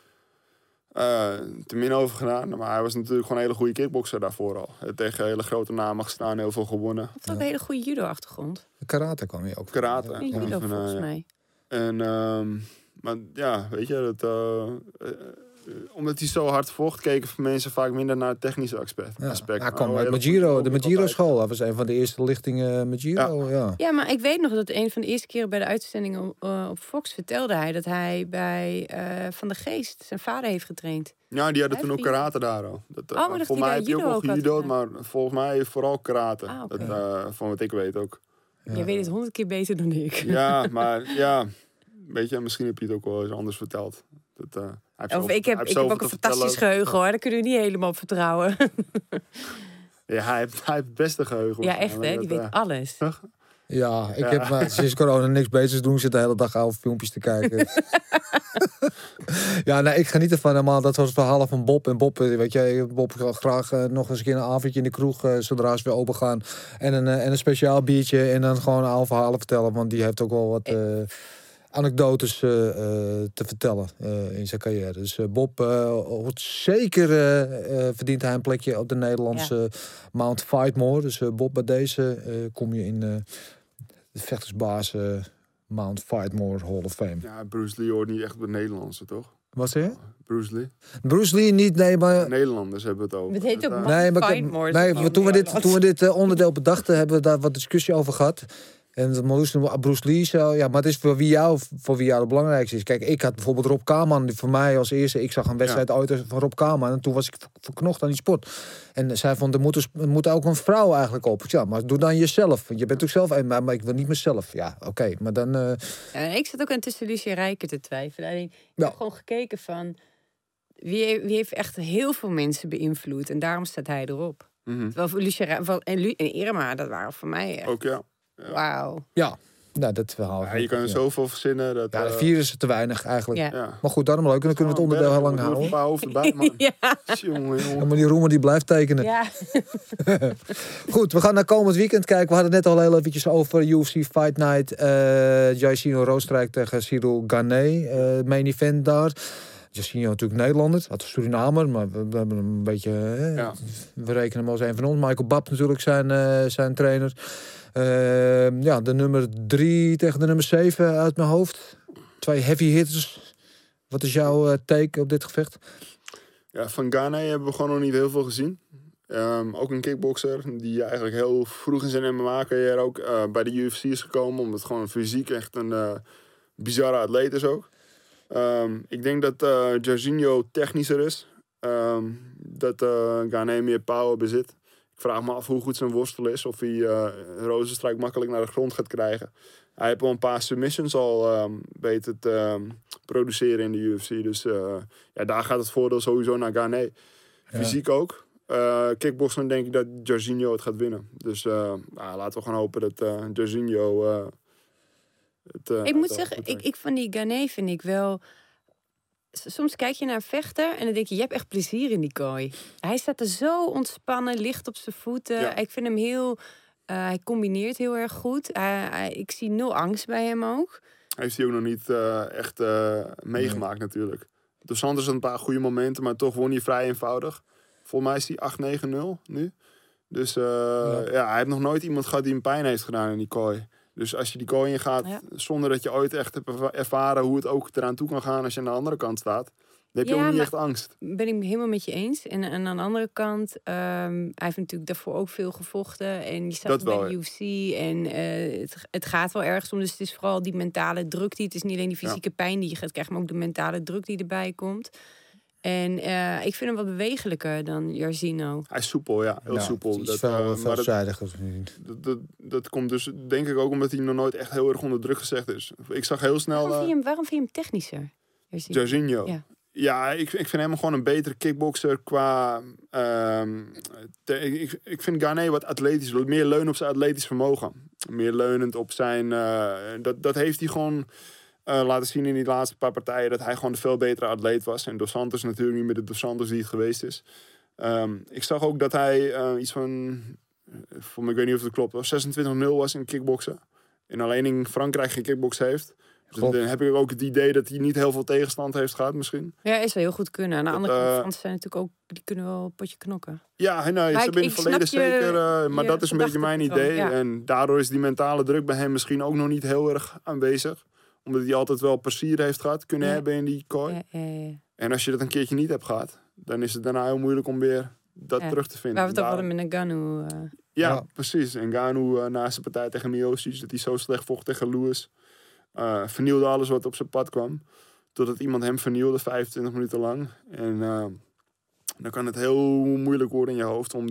te min over gedaan. Maar hij was natuurlijk gewoon een hele goede kickbokser daarvoor al. Tegen hele grote namen gestaan, heel veel gewonnen. Hij heeft ook een hele goede judo-achtergrond. Karate kwam je ook. Karate. Judo volgens mij. En, maar ja, weet je, omdat hij zo hard vocht, keken mensen vaak minder naar het technische aspect. Hij kwam uit de Majiro-school. Hij was een van de eerste lichtingen Majiro. Ja, maar ik weet nog dat een van de eerste keren bij de uitzending op Fox vertelde hij dat hij bij Van der Geest zijn vader heeft getraind. Ja, die hadden toen ook karate daar al. Volgens mij heb je ook wel gejudo'd, maar volgens mij vooral karate. Okay. Van wat ik weet ook. Jij weet het 100 keer beter dan ik. Ja, maar ja, weet je, misschien heb je het ook wel eens anders verteld. Ik heb ook een fantastisch geheugen hoor, daar kunnen we niet helemaal op vertrouwen. Ja, hij heeft het beste geheugen. Ja, echt hè, die weet alles. Ja, ik heb maar sinds corona niks beters doen. Ik zit de hele dag oude filmpjes te kijken. Ja, ik geniet ervan helemaal. Dat was het verhaal van Bob. En Bob, weet je, Bob wil graag nog eens een keer een avondje in de kroeg, zodra ze weer open gaan. En een speciaal biertje. En dan gewoon oude verhalen vertellen. Want die heeft ook wel wat anekdotes te vertellen in zijn carrière. Dus Bob hoort zeker verdient hij een plekje op de Nederlandse Mount Fightmore. Dus Bob, bij deze kom je in de vechtersbaas Mount Fightmore Hall of Fame. Ja, Bruce Lee hoort niet echt bij Nederlandse, toch? Wat zeg je? Bruce Lee? Bruce Lee niet, nee, maar... De Nederlanders hebben het over. Het heet ook Mount Fightmore. Toen we dit onderdeel bedachten, hebben we daar wat discussie over gehad. En Bruce Lee zo, ja, maar het is voor wie jou het belangrijkste is. Kijk, ik had bijvoorbeeld Rob Kaman, die voor mij als eerste, ik zag een wedstrijd ooit van Rob Kaman en toen was ik verknocht aan die sport. En zij vond, er moet ook een vrouw eigenlijk op. Ja, maar doe dan jezelf. Je bent ook zelf, maar ik wil niet mezelf. Ja, oké, maar dan... ik zat ook aan tussen Lucie Rijker te twijfelen. Ik heb gewoon gekeken van wie heeft echt heel veel mensen beïnvloed en daarom staat hij erop. Mm-hmm. Terwijl voor Lucie en Irma, dat waren voor mij echt... Ook ja. Wauw. Ja, nou, dat verhaal. Ja, je kan er zoveel verzinnen. Dat, de 4 is te weinig eigenlijk. Ja. Maar goed, daarom leuk. En dan kunnen we het onderdeel heel lang houden. Een paar hoofden bij, man. Ja. Jongen. Maar die Roemer die blijft tekenen. Ja. Goed, we gaan naar komend weekend kijken. We hadden het net al heel eventjes over UFC Fight Night. Jairzinho Rostrijk tegen Cyril Gane. Main event daar. Jairzinho natuurlijk Nederlander. Dat is Surinamer, maar we hebben hem een beetje... We rekenen hem als een van ons. Michael Babb natuurlijk zijn trainer. De nummer 3 tegen de nummer 7 uit mijn hoofd. 2 heavy hitters. Wat is jouw take op dit gevecht? Ja, van Gane hebben we gewoon nog niet heel veel gezien. Ook een kickboxer die eigenlijk heel vroeg in zijn MMA-carrière ook bij de UFC is gekomen. Omdat gewoon fysiek echt een bizarre atleet is ook. Ik denk dat Jairzinho technischer is. Dat Gane meer power bezit. Ik vraag me af hoe goed zijn worstel is. Of hij Rozenstruik makkelijk naar de grond gaat krijgen. Hij heeft wel een paar submissions al weten te produceren in de UFC. Dus daar gaat het voordeel sowieso naar Gane. Fysiek ook. Kickboxen denk ik dat Jairzinho het gaat winnen. Dus laten we gewoon hopen dat Jairzinho... ik moet zeggen, ik van die Gane vind ik wel... Soms kijk je naar een vechter en dan denk je hebt echt plezier in die kooi. Hij staat er zo ontspannen, licht op zijn voeten. Ja. Ik vind hem heel... hij combineert heel erg goed. Ik zie 0 angst bij hem ook. Hij heeft hij ook nog niet echt meegemaakt natuurlijk. Dos Santos had een paar goede momenten, maar toch won hij vrij eenvoudig. Volgens mij is hij 8-9-0 nu. Dus hij heeft nog nooit iemand gehad die hem pijn heeft gedaan in die kooi. Dus als je die kooi in gaat, zonder dat je ooit echt hebt ervaren hoe het ook eraan toe kan gaan als je aan de andere kant staat, dan heb je ook niet echt angst. Ben ik helemaal met je eens. En aan de andere kant, hij heeft natuurlijk daarvoor ook veel gevochten. En je staat bij de UFC. En het gaat wel ergens om. Dus het is vooral die mentale druk die... Het is niet alleen die fysieke pijn die je gaat krijgen, maar ook de mentale druk die erbij komt. En ik vind hem wat bewegelijker dan Jairzinho. Hij is soepel, heel soepel. Het is veelzijdig. Dat komt dus denk ik ook omdat hij nog nooit echt heel erg onder druk gezegd is. Ik zag heel snel... Waarom vind je hem technischer? Jairzinho. Ja, ik vind hem gewoon een betere kickboxer qua... ik vind Gane wat atletisch. Meer leunend op zijn atletisch vermogen. Meer leunend op zijn... dat heeft hij gewoon... laten zien in die laatste paar partijen dat hij gewoon de veel betere atleet was. En Dos Santos natuurlijk niet meer de Dos Santos die het geweest is. Ik zag ook dat hij iets van... ik weet niet of het klopt. 26-0 was in kickboksen. En alleen in Frankrijk geen kickbox heeft. Dus dan heb ik ook het idee dat hij niet heel veel tegenstand heeft gehad misschien. Ja, is wel heel goed kunnen. Aan de andere kant, Fransen zijn natuurlijk ook... Die kunnen wel een potje knokken. Ja, ze hebben in het verleden zeker... maar dat is een beetje mijn idee. Ja. En daardoor is die mentale druk bij hem misschien ook nog niet heel erg aanwezig. Omdat hij altijd wel plezier heeft gehad kunnen hebben in die kooi. Ja. En als je dat een keertje niet hebt gehad, dan is het daarna heel moeilijk om weer dat terug te vinden. Waar we het ook hadden met Ngannou. Ja, precies. En Ngannou na zijn partij tegen Miocic, dat hij zo slecht vocht tegen Lewis, vernielde alles wat op zijn pad kwam. Totdat iemand hem vernielde 25 minuten lang. En dan kan het heel moeilijk worden in je hoofd om de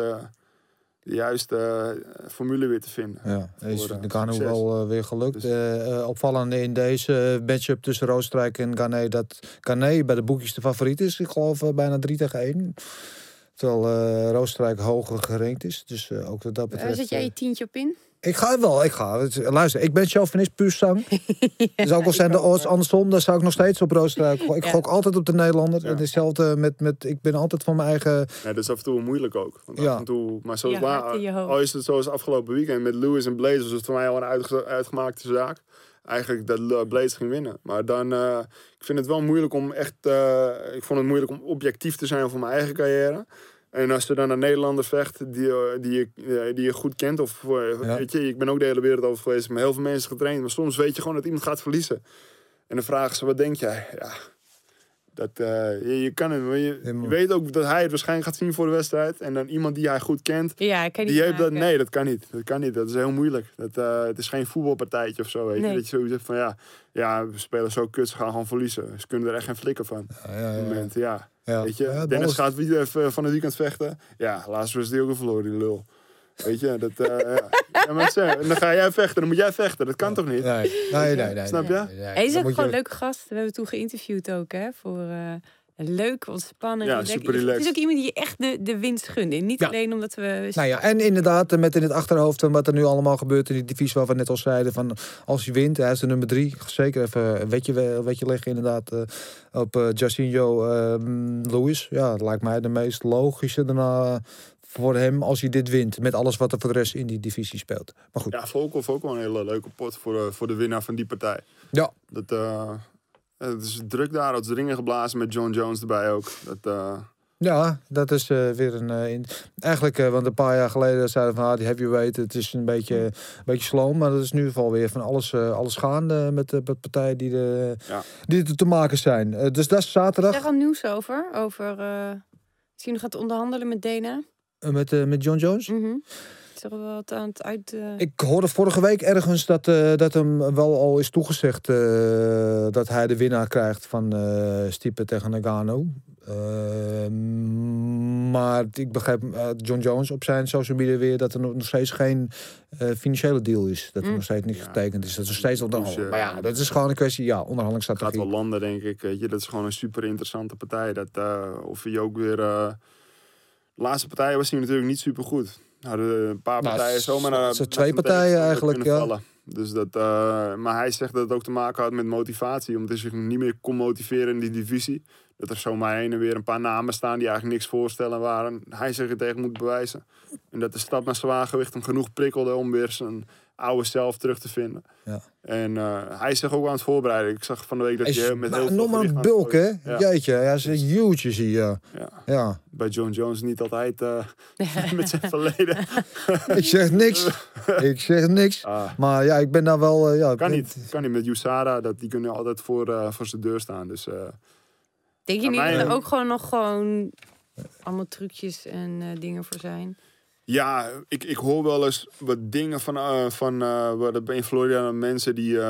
juiste formule weer te vinden. Ja, is de Gane wel weer gelukt. Dus, opvallend in deze matchup tussen Rozenstruik en Gane dat Gane bij de boekjes de favoriet is. Ik geloof bijna 3-1. Terwijl Rozenstruik hoger gerankt is. Dus ook wat dat betreft... Zet jij je tientje op in? Ik ga. Luister, ik ben chauvinist puur zang. Dus ook al zijn de odds andersom, dan zou ik nog steeds op Rozenstruik. Ik gok altijd op de Nederlander. En hetzelfde met ik ben altijd van mijn eigen... Ja, dat is af en toe moeilijk ook. Want af en toe, maar al is het zoals afgelopen weekend met Lewis en Blaze, was het voor mij al een uitgemaakte zaak. Eigenlijk dat Blaze ging winnen. Maar dan, ik vind het wel moeilijk om echt... ik vond het moeilijk om objectief te zijn voor mijn eigen carrière. En als je dan een Nederlander vecht die je goed kent, of weet je, ik ben ook de hele wereld over geweest, met heel veel mensen getraind, maar soms weet je gewoon dat iemand gaat verliezen. En dan vragen ze, wat denk jij? Ja, dat, je kan het, je weet ook dat hij het waarschijnlijk gaat zien voor de wedstrijd. En dan iemand die hij goed kent, die heeft dat. Nee, dat kan niet. Dat kan niet. Dat is heel moeilijk. Het is geen voetbalpartijtje of zo. Weet je? Dat je zoiets hebt van we spelen zo kut, ze gaan gewoon verliezen. Ze kunnen er echt geen flikker van. Weet je, Dennis gaat weer van het weekend vechten. Ja, laatst was die ook een verloren, die lul. Weet je, dat... en dan ga jij vechten, dan moet jij vechten. Dat kan toch niet? Nee. Snap je? Hij is ook gewoon een leuke gast. We hebben toen geïnterviewd ook, hè. Voor leuk, ontspannen. Ja, super relaxed. Het is ook iemand die je echt de winst gunt. En niet alleen omdat we... Nou ja, en inderdaad, met in het achterhoofd wat er nu allemaal gebeurt in die divisie waar we net al zeiden, van als hij wint, hij is de nummer 3. Zeker even een wetje leggen inderdaad op Jairzinho Lewis. Ja, dat lijkt mij de meest logische daarna voor hem als hij dit wint. Met alles wat er voor de rest in die divisie speelt. Maar goed. Ja, Volkov ook wel een hele leuke pot voor de winnaar van die partij. Ja. Het is druk daar, het is ringen geblazen met John Jones erbij ook. Ja, dat is weer een... Eigenlijk, want een paar jaar geleden zeiden van... die heavyweight, het is een beetje sloom. Maar dat is in ieder geval weer van alles gaande... met de partijen die er te maken zijn. Dus dat is zaterdag. Is er al nieuws over Sino gaat onderhandelen met Dana? Met John Jones? Is er wel wat aan het uit... Ik hoorde vorige week ergens dat hem wel al is toegezegd... dat hij de winnaar krijgt van Stipe tegen Ngannou. Maar ik begrijp John Jones op zijn social media weer... dat er nog steeds geen financiële deal is. Dat er nog steeds niet getekend is. Dat is nog steeds onderhandelen. Maar ja, dat is gewoon een kwestie, onderhandelingsstrategie. Gaat wel landen, denk ik. Weet je, dat is gewoon een super interessante partij. Of je ook weer... de laatste partij was hij natuurlijk niet super goed. Nou, een paar partijen zomaar naar... Twee partijen eigenlijk, ja. Vallen. Dus dat, maar hij zegt dat het ook te maken had met motivatie. Omdat hij zich niet meer kon motiveren in die divisie. Dat er zomaar heen en weer een paar namen staan die eigenlijk niks voorstellen waren. Hij zich er tegen moet bewijzen. En dat de stap naar zwaargewicht hem genoeg prikkelde om weer zijn oude zelf terug te vinden. Ja. En hij is zich ook aan het voorbereiden. Ik zag van de week dat je met heel veel... Nog maar een bulk, hè? Ja. Jeetje, hij is een huge, zie je. Ja. Bij John Jones niet altijd met zijn verleden. Ik zeg niks. Maar ja, ik ben daar wel... Kan niet met USADA. Die kunnen altijd voor zijn deur staan. Dus... Denk je niet dat er ook gewoon allemaal trucjes en dingen voor zijn? Ja, ik hoor wel eens wat dingen van in Florida mensen die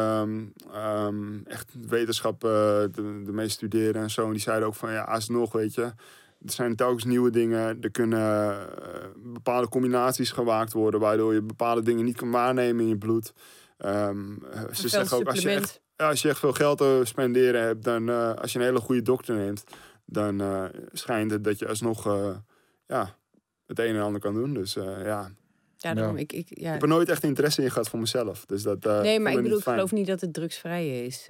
echt wetenschap ermee studeren en zo. En die zeiden ook van alsnog, weet je, er zijn telkens nieuwe dingen. Er kunnen bepaalde combinaties gemaakt worden waardoor je bepaalde dingen niet kan waarnemen in je bloed. Ze zeggen ook als je echt veel geld te spenderen hebt, dan als je een hele goede dokter neemt, dan schijnt het dat je alsnog het een en ander kan doen. Dus daarom, ik heb er nooit echt interesse in gehad voor mezelf. Dus dat, nee, maar ik geloof niet dat het drugsvrij is,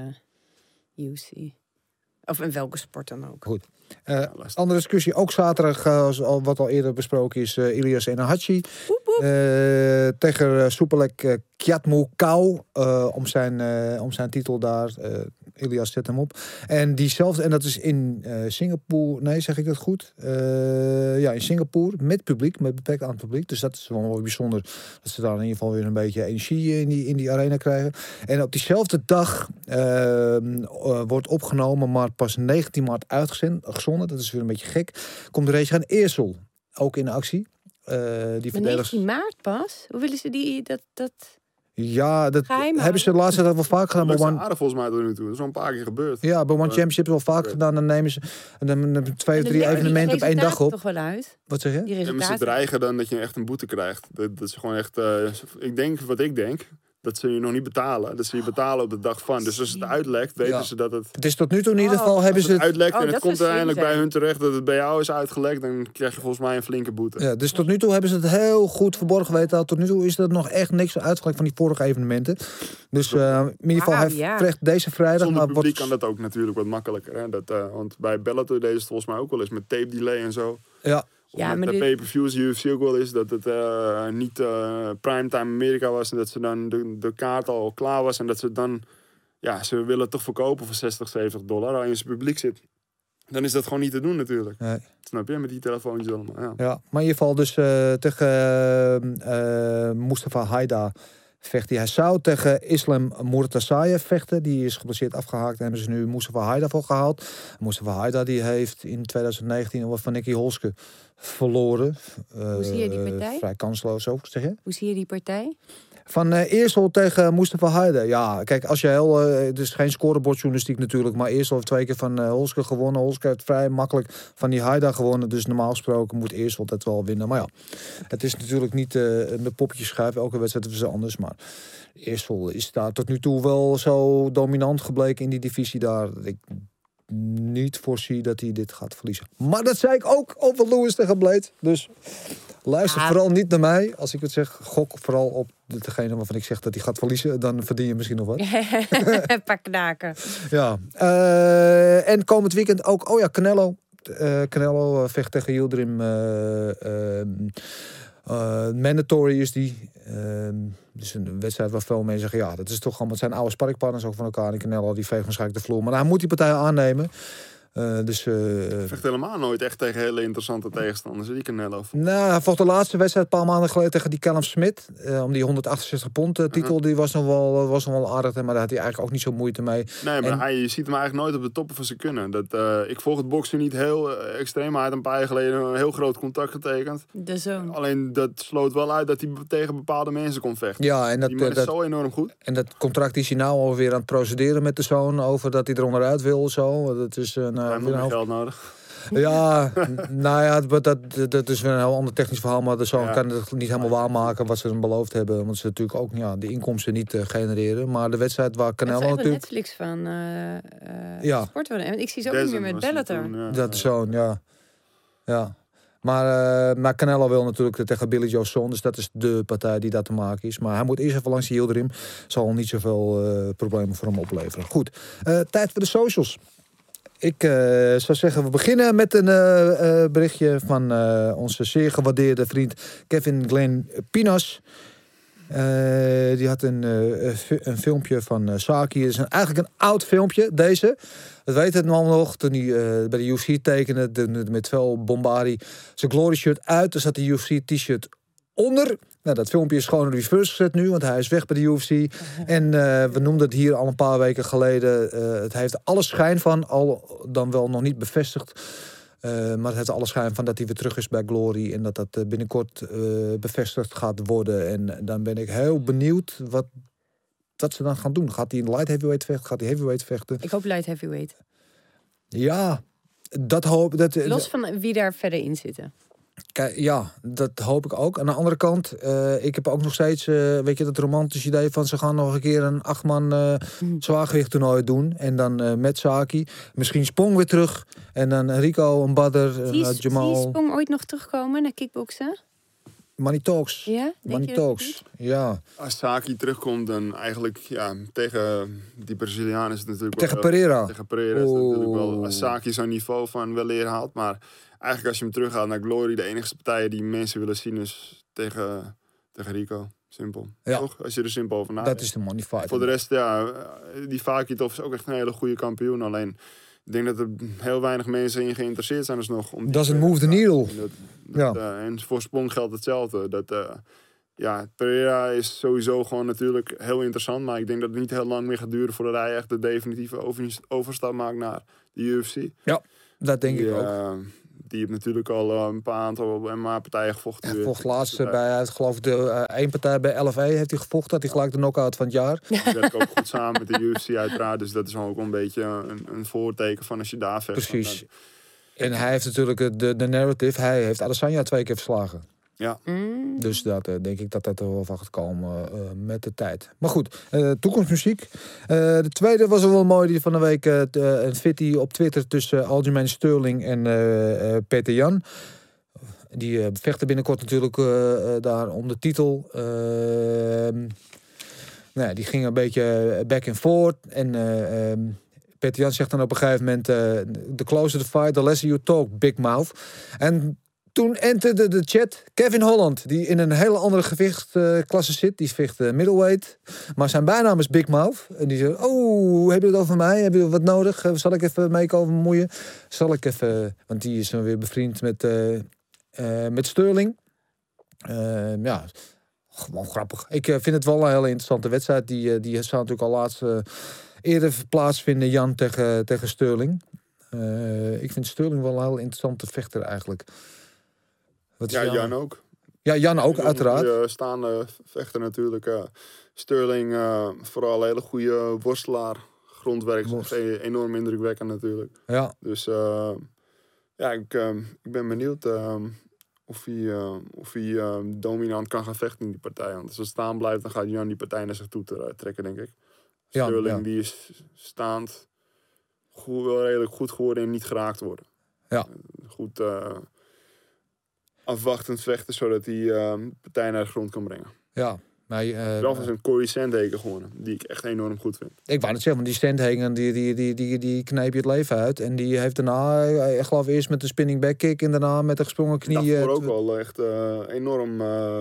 UC. Of in welke sport dan ook. Goed. Andere discussie, ook zaterdag, wat al eerder besproken is, Ilias Enahachi. Tegen Soepelek Kiatmu-Kou om zijn titel daar. Ilias zet hem op. En diezelfde, en dat is in Singapore, nee, zeg ik dat goed? In Singapore, met publiek, met beperkt aantal publiek. Dus dat is wel mooi bijzonder, dat ze daar in ieder geval weer een beetje energie in die arena krijgen. En op diezelfde dag wordt opgenomen, maar pas 19 maart uitgezonden. Dat is weer een beetje gek. Komt de race aan Eersel, ook in actie. Die 19 maart pas? Hoe willen ze dat... Ja, dat hebben ze de laatste tijd wel vaak gedaan. Dat is aardig volgens mij tot nu toe. Dat is al een paar keer gebeurd. Ja, bij One Championship wel vaak gedaan. Dan nemen ze 2 of 3 evenementen op één dag op. Toch wel uit? Wat zeg je? Ze dreigen dan dat je echt een boete krijgt. Dat is gewoon echt... ik denk... dat ze je nog niet betalen. Dat ze je betalen op de dag van. Dus als het uitlekt, weten ze dat het... Het is tot nu toe in ieder geval hebben ze... Als het uitlekt en het komt uiteindelijk bij hun terecht dat het bij jou is uitgelekt, dan krijg je volgens mij een flinke boete. Ja, dus tot nu toe hebben ze het heel goed verborgen weten. Tot nu toe is er nog echt niks uitgelekt van die vorige evenementen. Dus in ieder geval, hij vecht deze vrijdag... Zonder publiek kan dat ook natuurlijk wat makkelijker. Hè? Want bij Bellator deden ze het volgens mij ook wel eens met tape delay en zo. Ja. Ja, met de pay-per-views UFC ook wel is dat het niet primetime Amerika was en dat ze dan de kaart al klaar was en dat ze dan ze willen het toch verkopen voor $60-70 als je publiek zit. Dan is dat gewoon niet te doen natuurlijk. Nee. Snap je? Met die telefoontjes allemaal. Ja, maar in ieder geval dus tegen Mustafa Haida vecht hij. Hij zou tegen Islam Murtasayev vechten. Die is geblesseerd afgehaakt. Daar hebben ze nu Mustafa Haida voor gehaald. Mustafa Haida die heeft in 2019 wat van Nicky Holske verloren. Hoe zie je die partij? Vrij kansloos ook, zeg je? Hoe zie je die partij? Van Eersel tegen Mustafa Haida. Ja, kijk, als je het is geen scorebordjournalistiek natuurlijk, maar Eersel heeft 2 keer van Holske gewonnen. Holske heeft vrij makkelijk van die Haida gewonnen. Dus normaal gesproken moet Eersel dat wel winnen. Maar ja, het is natuurlijk niet de poppetjes schuiven. Elke wedstrijd is anders. Maar Eersel is daar tot nu toe wel zo dominant gebleken in die divisie daar. Ik niet voorzie dat hij dit gaat verliezen. Maar dat zei ik ook over Lewis tegen Blade. Dus luister vooral niet naar mij. Als ik het zeg, gok vooral op degene waarvan ik zeg dat hij gaat verliezen. Dan verdien je misschien nog wat. Een paar knaken. Ja. En komend weekend ook, Canelo. Canelo vecht tegen Yildirim. Mandatory is die. Dus een wedstrijd waar veel mensen zeggen, ja, dat is toch allemaal zijn oude sparringpartners ook van elkaar. En Canelo die veegt waarschijnlijk de vloer. Maar hij moet die partij aannemen. Vecht helemaal nooit echt tegen hele interessante tegenstanders, die Canelo. Nou, hij vocht de laatste wedstrijd een paar maanden geleden tegen die Callum Smith. Om die 168 pond titel, die was nog wel aardig. Maar daar had hij eigenlijk ook niet zo moeite mee. Nee, maar je ziet hem eigenlijk nooit op de toppen van zijn kunnen. Ik volg het boksen niet heel extreem. Maar hij had een paar jaar geleden een heel groot contract getekend. De zoon. Alleen dat sloot wel uit dat hij tegen bepaalde mensen kon vechten. Ja, en die man is zo enorm goed. En dat contract is hij nou alweer aan het procederen met de zoon. Over dat hij er onderuit wil of zo. Dat is Hij heeft meer geld nodig. Ja, nou ja, dat is weer een heel ander technisch verhaal. Maar de zoon kan het niet helemaal waarmaken wat ze hem beloofd hebben. Want ze natuurlijk ook de inkomsten niet genereren. Maar de wedstrijd waar Canelo natuurlijk... Netflix van sport worden. En ik zie ze ook niet meer met Bellator. Dat de zoon, ja. Maar Canelo wil natuurlijk tegen Billy Joe Saunders. Dat is de partij die dat te maken is. Maar hij moet eerst even langs die Yildirim. Zal niet zoveel problemen voor hem opleveren. Goed, tijd voor de socials. Ik zou zeggen, we beginnen met een berichtje van onze zeer gewaardeerde vriend Kevin Glenn Pinas. Die had een filmpje van Saki. Het is eigenlijk een oud filmpje, deze. Dat weet het man nog, toen hij bij de UFC tekende, met veel bombardie. Zijn glory shirt uit, er zat de UFC t-shirt onder. Nou, dat filmpje is gewoon reverse gezet nu, want hij is weg bij de UFC. En we noemden het hier al een paar weken geleden. Het heeft alle schijn van, al dan wel nog niet bevestigd. Maar het heeft alle schijn van dat hij weer terug is bij Glory. En dat binnenkort bevestigd gaat worden. En dan ben ik heel benieuwd wat ze dan gaan doen. Gaat hij in light heavyweight vechten? Gaat hij heavyweight vechten? Ik hoop light heavyweight. Ja, dat hoop ik. Los van wie daar verder in zitten. Kijk, ja, dat hoop ik ook. Aan de andere kant, ik heb ook nog steeds, weet je, dat romantische idee van ze gaan nog een keer een 8-man zwaargewicht toernooi doen. En dan met Saki. Misschien Spong weer terug. En dan Rico, een Badr, Jamal. Zie Spong ooit nog terugkomen naar kickboksen? Money Talks. Ja? Money Talks. Ja. Als Saki terugkomt, dan eigenlijk tegen die Braziliaan is het natuurlijk tegen Pereira. Tegen Pereira is het natuurlijk wel. Als Saki zo'n niveau van weleer haalt, maar eigenlijk als je hem teruggaat naar Glory, de enige partijen die mensen willen zien is tegen Rico. Simpel. Ja. Toch? Als je er simpel over nadenkt. Dat is de money fight. Voor de rest, die Fakitov is ook echt een hele goede kampioen. Alleen, ik denk dat er heel weinig mensen in geïnteresseerd zijn alsnog. Doesn't move the needle. En voor Spong geldt hetzelfde. Pereira is sowieso gewoon natuurlijk heel interessant. Maar ik denk dat het niet heel lang meer gaat duren voordat hij echt de definitieve overstap maakt naar de UFC. Ja, dat denk ik ook. Die heeft natuurlijk al een paar aantal MMA-partijen gevochten. Hij vocht laatst bij, geloof ik, één partij bij LFA heeft hij gevochten. Dat hij gelijk de knockout van het jaar. Die werkt ook goed samen met de UFC uiteraard. Dus dat is ook een beetje een voorteken van als je daar vecht. Precies. En hij heeft natuurlijk de narrative. Hij heeft Adesanya 2 keer verslagen. Ja. Dus dat denk ik dat er wel van gaat komen met de tijd. Maar goed, toekomstmuziek. De tweede was wel mooi, die van de week een fitty op Twitter tussen Aljamain Sterling en Peter Jan. Die vechten binnenkort natuurlijk daar om de titel. Die gingen een beetje back and forth. En Peter Jan zegt dan op een gegeven moment: the closer the fight, the less you talk, big mouth. En toen enterde de chat Kevin Holland, die in een hele andere gewichtsklasse zit. Die vecht middleweight. Maar zijn bijnaam is Big Mouth. En die zegt, heb je het over mij? Heb je wat nodig? Zal ik even meekomen bemoeien? Zal ik even... Want die is dan weer bevriend met Sterling. Gewoon grappig. Ik vind het wel een hele interessante wedstrijd. Die zou natuurlijk al laatst eerder plaatsvinden, Jan tegen Sterling. Ik vind Sterling wel een heel interessante vechter eigenlijk. Jan ook. Ja, Jan ook, uiteraard. Staande vechter natuurlijk. Sterling, vooral een hele goede worstelaar. Grondwerk is enorm indrukwekkend natuurlijk. Ja. Dus ik ben benieuwd of hij dominant kan gaan vechten in die partij. Want als hij staan blijft, dan gaat Jan die partij naar zich toe trekken, denk ik. Sterling die is staand wel redelijk goed geworden en niet geraakt worden. Ja. Goed afwachtend vechten, zodat hij de partij naar de grond kan brengen. Ja. Zelfs is een Corey Sandhagen gewonnen, die ik echt enorm goed vind. Ik wou net zeggen, want die Sandhagen die kneep je het leven uit. En die heeft daarna, ik geloof eerst met de spinning back kick en daarna met de gesprongen knie. Dat ook wel echt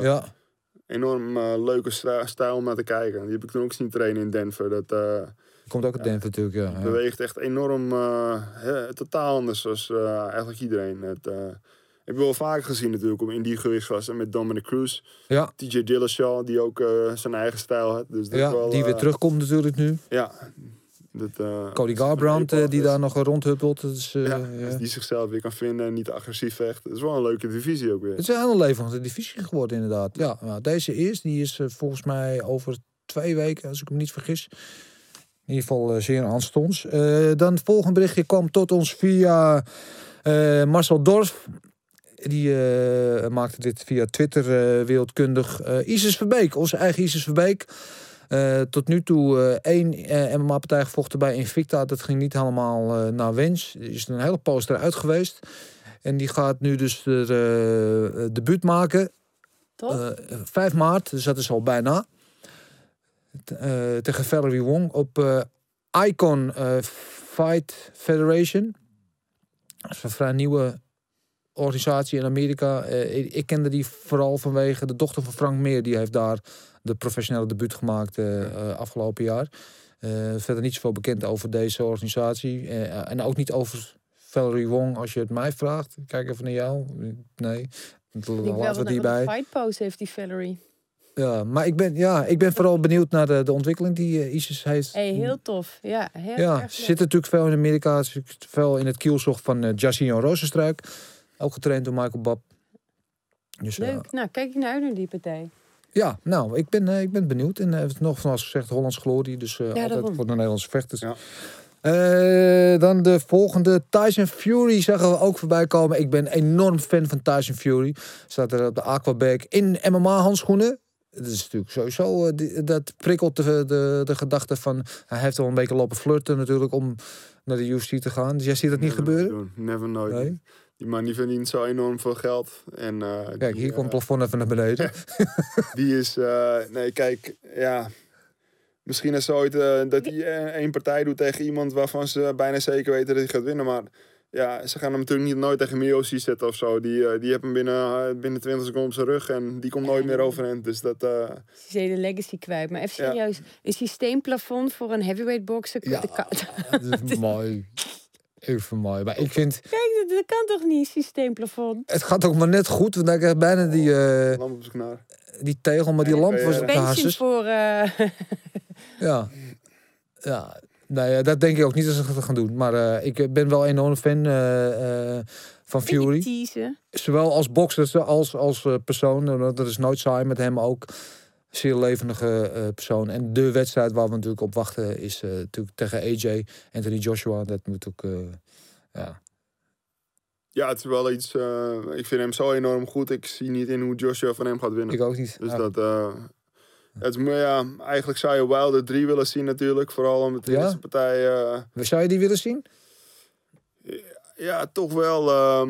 enorm leuke stijl om naar te kijken. Die heb ik toen ook zien trainen in Denver. Komt ook uit Denver natuurlijk, ja. Het beweegt echt enorm, totaal anders dan eigenlijk iedereen. Ik heb wel vaker gezien natuurlijk in die gewichtsklasse met Dominic Cruz. Ja. TJ Dillashaw, die ook zijn eigen stijl had. Dus dat Ja, wel, die weer terugkomt natuurlijk nu. Ja. Cody Garbrandt, die daar nog rondhuppelt. Dus, dus die zichzelf weer kan vinden en niet agressief vecht. Dat is wel een leuke divisie ook weer. Het is een hele levendige divisie geworden inderdaad. Ja, nou, deze die is volgens mij over 2 weken, als ik me niet vergis. In ieder geval zeer aanstonds. Dan het volgende berichtje kwam tot ons via Marcel Dorf. Die maakte dit via Twitter wereldkundig. Isis Verbeek, onze eigen Isis Verbeek. Tot nu toe 1 MMA-partij gevochten bij Invicta. Dat ging niet helemaal naar wens. Er is een hele poos eruit geweest. En die gaat nu dus de debuut maken. 5 maart, dus dat is al bijna. Tegen Valerie Wong op Icon Fight Federation. Dat is een vrij nieuwe organisatie in Amerika. Ik kende die vooral vanwege de dochter van Frank Meer. Die heeft daar de professionele debuut gemaakt afgelopen jaar. Verder niet zoveel bekend over deze organisatie. En ook niet over Valerie Wong, als je het mij vraagt. Kijk even naar jou. Nee, laten we die bij. Een fight pose heeft die Valerie. Ja, maar ik ben vooral benieuwd naar de ontwikkeling die Isis heeft. Heel tof. Ja, heel erg zit natuurlijk veel in Amerika. Zit veel in het kielzog van Jairzinho Rozenstruik. Ook getraind door Michael Babb. Dus, leuk. Nou, kijk ik naar uit naar die partij. Ja, nou, ik ben benieuwd. En nogmaals gezegd, Hollands glorie. Dus altijd voor de Nederlandse vechters. Ja. Dan de volgende. Tyson Fury zagen we ook voorbij komen. Ik ben enorm fan van Tyson Fury. Staat er op de Aquaback in MMA-handschoenen. Dat is natuurlijk sowieso, dat prikkelt de gedachte van... Hij heeft al een beetje lopen flirten natuurlijk om naar de UFC te gaan. Dus jij ziet dat niet gebeuren? Never nooit. Nee? Die man die verdient zo enorm veel geld. En, kijk, hier komt het plafond even naar beneden. Die is... nee, kijk, ja... Misschien is het ooit dat hij 1 partij doet tegen iemand waarvan ze bijna zeker weten dat hij gaat winnen. Maar ja, ze gaan hem natuurlijk nooit tegen Miyoshi zetten of zo. Die hebben hem binnen 20 seconden op zijn rug en die komt nooit meer overeind. Dus dat... Ze is hele legacy kwijt. Maar even serieus, een systeemplafond voor een heavyweight boxer? Ja, dat is mooi. Even mooi. Maar ik vind... Kijk, dat kan toch niet, systeemplafond? Het gaat ook maar net goed, want ik krijg bijna die... lamp op zijn knaar. Die tegel, maar die lamp was op de hazes. Voor... Ja. Nee, dat denk ik ook niet dat ze het gaan doen. Maar ik ben wel een enorm fan van Fury. Zowel als bokser als persoon. Dat is nooit saai met hem ook. Zeer levendige persoon. En de wedstrijd waar we natuurlijk op wachten is natuurlijk tegen AJ, Anthony Joshua. Dat moet ook... Ja, het is wel iets... ik vind hem zo enorm goed. Ik zie niet in hoe Joshua van hem gaat winnen. Ik ook niet. Dus het is, eigenlijk zou je Wilder 3 willen zien natuurlijk. Vooral omdat de eerste partij... Zou je die willen zien? Ja, toch wel...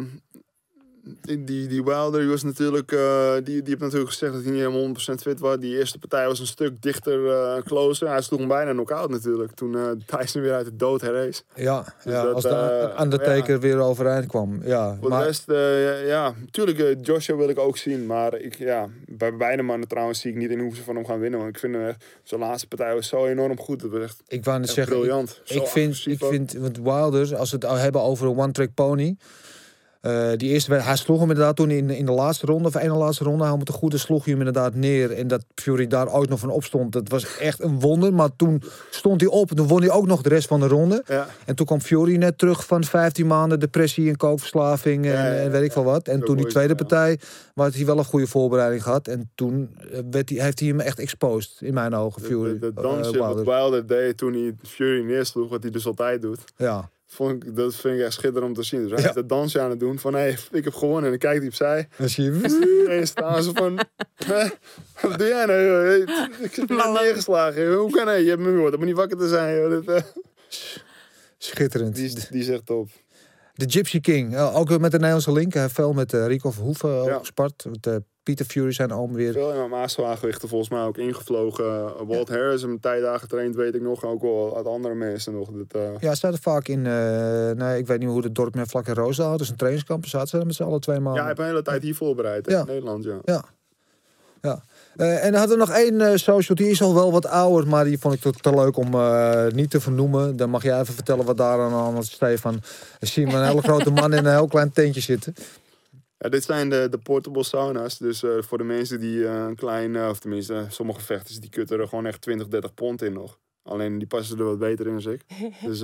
Die Wilder die was natuurlijk... die heeft natuurlijk gezegd dat hij niet helemaal 100% fit was. Die eerste partij was een stuk dichter closer. Hij sloeg hem bijna knock-out natuurlijk. Toen Tyson weer uit de dood herrees. Ja, dus als de Undertaker weer overeind kwam. Ja, voor de rest, natuurlijk Joshua wil ik ook zien. Maar bij beide mannen trouwens zie ik niet in hoe ze van hem gaan winnen. Want ik vind hem echt... Zijn laatste partij was zo enorm goed. Dat was echt, ik wou net zeggen, briljant. Ik vind, want Wilder, als we het hebben over een one-track pony... die eerste, hij sloeg hem inderdaad toen in de laatste ronde, of ene laatste ronde, hij met de goede sloeg hij hem inderdaad neer. En dat Fury daar ooit nog van opstond, dat was echt een wonder. Maar toen stond hij op en toen won hij ook nog de rest van de ronde. Ja. En toen kwam Fury net terug van 15 maanden depressie en kookverslaving en weet ik veel wat. En toen die tweede partij, waar hij wel een goede voorbereiding gehad. En toen heeft hij hem echt exposed, in mijn ogen, Fury. Dat dansje wat Wilder deed toen hij Fury neersloeg, wat hij dus altijd doet. Ja. Dat vind ik echt schitterend om te zien. Dus hij heeft het dansje aan het doen van... ik heb gewonnen. En dan kijkt hij opzij. Dan zie je... En staan ze van... wat doe jij nou? Ik heb je neergeslagen. Hoe kan hij? Je hebt me gehoord. Dat moet niet wakker te zijn. Schitterend. Die is echt top. De Gypsy King. Ook met de Nederlandse link. Hij heeft veel met Rico Verhoeven gespart. Pieter Fury zijn oom weer. Veel in MMA-zwaargewichten volgens mij ook ingevlogen. Walt Harris hem tijdagen getraind, weet ik nog. Ook wel uit andere mensen nog. Ja, zaten vaak in... ik weet niet hoe het dorp met vlak in Roosendaal. Dus een trainingskamp. Zaten ze met z'n allen 2 maanden. Ja, hij heeft een hele tijd hier voorbereid. In Nederland, ja. En dan hadden we nog één social, die is al wel wat ouder, maar die vond ik te leuk om niet te vernoemen. Dan mag jij even vertellen wat daar aan is, Stefan. Dan zien we een hele grote man in een heel klein tentje zitten. Ja, dit zijn de portable sauna's. Dus voor de mensen die een klein, of tenminste sommige vechters, die kutten er gewoon echt 20, 30 pond in nog. Alleen die passen er wat beter in als ik. Dus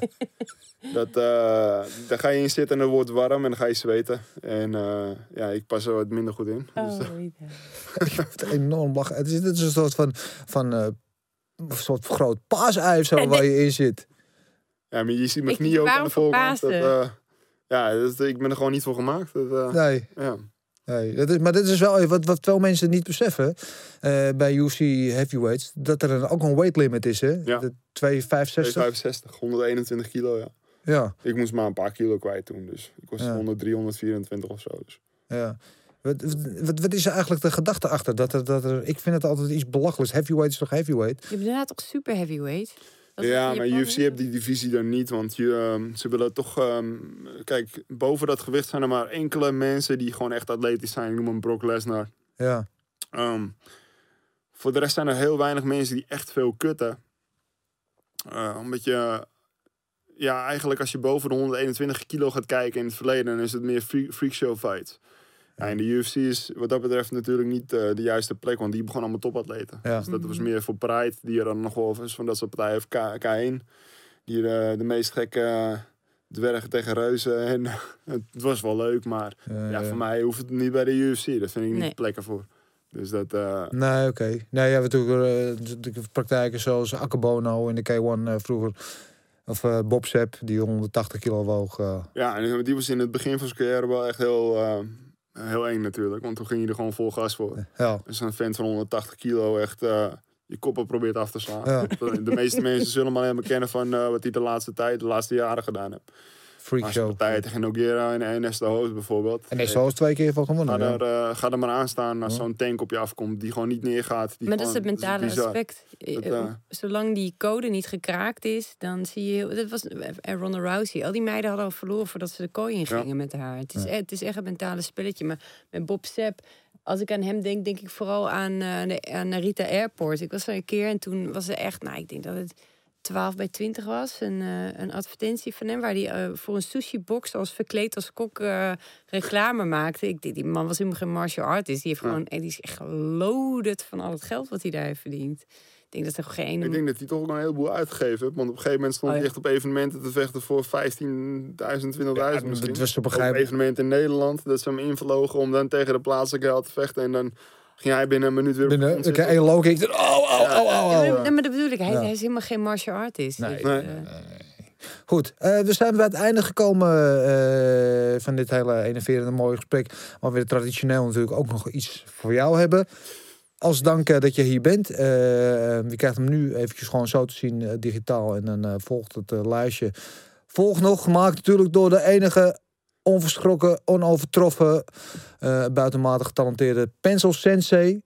daar ga je in zitten en dan wordt het warm en dan ga je zweten. En ik pas er wat minder goed in. Oh, Dus, Het is enorm lachen. Het is een soort van een soort groot paasei of zo waar je in zit. ja, maar je ziet mijn knie ook aan de voorkant. Ik ben er gewoon niet voor gemaakt. Nee. Ja. Nee, maar dit is wel wat veel mensen niet beseffen bij UFC heavyweights. Dat er ook een weight limit is, hè? Ja. De 265. 265, 121 kilo, ja. Ja, Ik moest maar een paar kilo kwijt toen. Dus ik was 103, 124 of zo. Dus. ja. Wat is er eigenlijk de gedachte achter? Dat er, ik vind het altijd iets belachelijks. Heavyweight is toch heavyweight? Je bent inderdaad toch super heavyweight? Dat is Ja, je maar plan, UFC hè? heeft die divisie dan niet. Want ze willen toch... kijk, boven dat gewicht zijn er maar enkele mensen die gewoon echt atletisch zijn. Ik noem hem Brock Lesnar. Ja. Voor de rest zijn er heel weinig mensen die echt veel kutten. Omdat je... Ja, eigenlijk als je boven de 121 kilo gaat kijken in het verleden... dan is het meer freakshow fight. Ja, en de UFC is wat dat betreft natuurlijk niet de juiste plek. Want die begon allemaal topatleten. Ja. Dus dat was meer voor Pride. Die er dan nog wel is van dat soort partijen. Of K1. Die de meest gekke dwergen tegen reuzen. En het was wel leuk. Maar voor mij hoeft het niet bij de UFC. Dat vind ik niet de plek ervoor. Dus dat... Nee, oké. Nee, ja, we hebben natuurlijk praktijken zoals Akebono in de K1 vroeger. Of Bob Sepp, die 180 kilo woog. Ja, en die was in het begin van zijn carrière wel echt heel eng natuurlijk. Want toen ging je er gewoon vol gas voor. Ja. Dus een vent van 180 kilo echt je koppen probeert af te slaan. Ja. De meeste mensen zullen hem alleen maar kennen van wat hij de laatste jaren gedaan heeft. Freakshow. Partijen tegen Nogueira en Ernesto Hoos bijvoorbeeld. En is zo 2 keer van gewonnen. Ga er maar aan staan als zo'n tank op je afkomt die gewoon niet neergaat. Maar dat is het mentale bizar. aspect. Zolang die code niet gekraakt is, dan zie je... Dat was Ronda Rousey. Al die meiden hadden al verloren voordat ze de kooi in gingen met haar. Het is echt een mentale spelletje. Maar met Bob Sepp, als ik aan hem denk, denk ik vooral aan Narita Airport. Ik was er een keer en toen was er echt... ik denk dat het 12 bij 20 was. Een advertentie van hem waar hij voor een sushi-box als verkleed als kok reclame maakte. Die man was helemaal geen martial artist. Die is echt loaded van al het geld wat hij daar heeft verdiend. Ik denk dat er geen... Ik denk dat hij toch ook een heleboel uitgegeven heeft. Want op een gegeven moment stond hij echt op evenementen te vechten voor 15.000, 20.000 misschien. Het was op een Op gegeven evenement in Nederland. Dat ze hem invlogen om dan tegen de plaatselijke held te vechten. En dan ging hij binnen een minuut weer... een low kick. Nee, maar dat bedoel ik. Hij is helemaal geen martial artist. Nee. Dus, Goed, we zijn bij het einde gekomen van dit hele enerverende mooie gesprek. Maar weer traditioneel natuurlijk ook nog iets voor jou hebben. Als dank dat je hier bent. Je krijgt hem nu eventjes gewoon zo te zien digitaal. En dan volgt het lijstje. Volgt nog, gemaakt natuurlijk door de enige onverschrokken, onovertroffen, buitenmatig getalenteerde Pencil Sensei.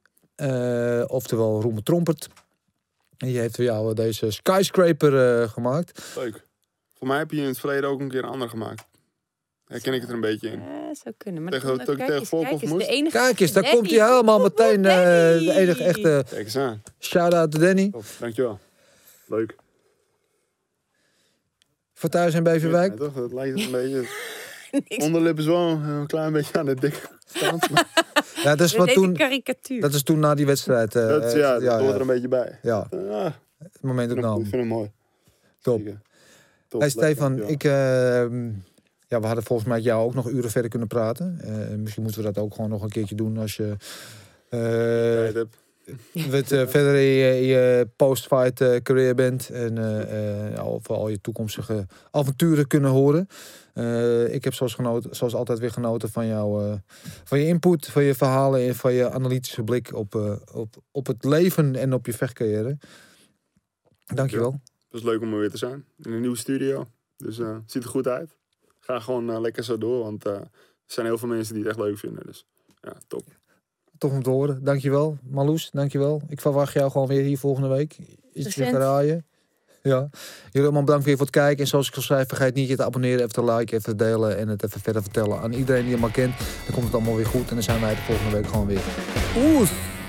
Oftewel Roemer Trompert. En die heeft voor jou deze skyscraper gemaakt. Leuk. Voor mij heb je in het verleden ook een keer een ander gemaakt. Herken ik het er een beetje in. zou kunnen. Maar Tegen Volkov moest. Kijk eens, daar komt hij helemaal meteen. De enige echte. Kijk eens aan. Shout-out to Danny. Top, dankjewel. Leuk. Voor thuis in Beverwijk. Ja, toch? Dat lijkt het een beetje... Onderlip is wel een klein beetje aan de dikke kant. Ja, dat is wat toen. Karikatuur. Dat is toen na die wedstrijd. Dat hoort er een beetje bij. Ja. Het moment Ik opname. vind hem mooi. Top. Zeker. Top. Hey Stefan, Dankjewel. we hadden volgens mij met jou ook nog uren verder kunnen praten. Misschien moeten we dat ook gewoon nog een keertje doen als je Tijd heb. verder in je post-fight career bent. En over al je toekomstige avonturen kunnen horen. Ik heb zoals altijd weer genoten van van je input, van je verhalen en van je analytische blik op het leven en op je vechtcarrière. Dankjewel. Het was leuk om er weer te zijn. In een nieuwe studio. Dus het ziet er goed uit. Ga gewoon lekker zo door. Want er zijn heel veel mensen die het echt leuk vinden. Dus ja, top. Tof om te horen. Dankjewel. Marloes, dankjewel. Ik verwacht jou gewoon weer hier volgende week. Iets te raaien. Ja. Jullie allemaal bedankt weer voor het kijken. En zoals ik al zei, vergeet niet je te abonneren, even te liken, even te delen. En het even verder vertellen aan iedereen die je maar kent. Dan komt het allemaal weer goed. En dan zijn wij de volgende week gewoon weer. Oeh!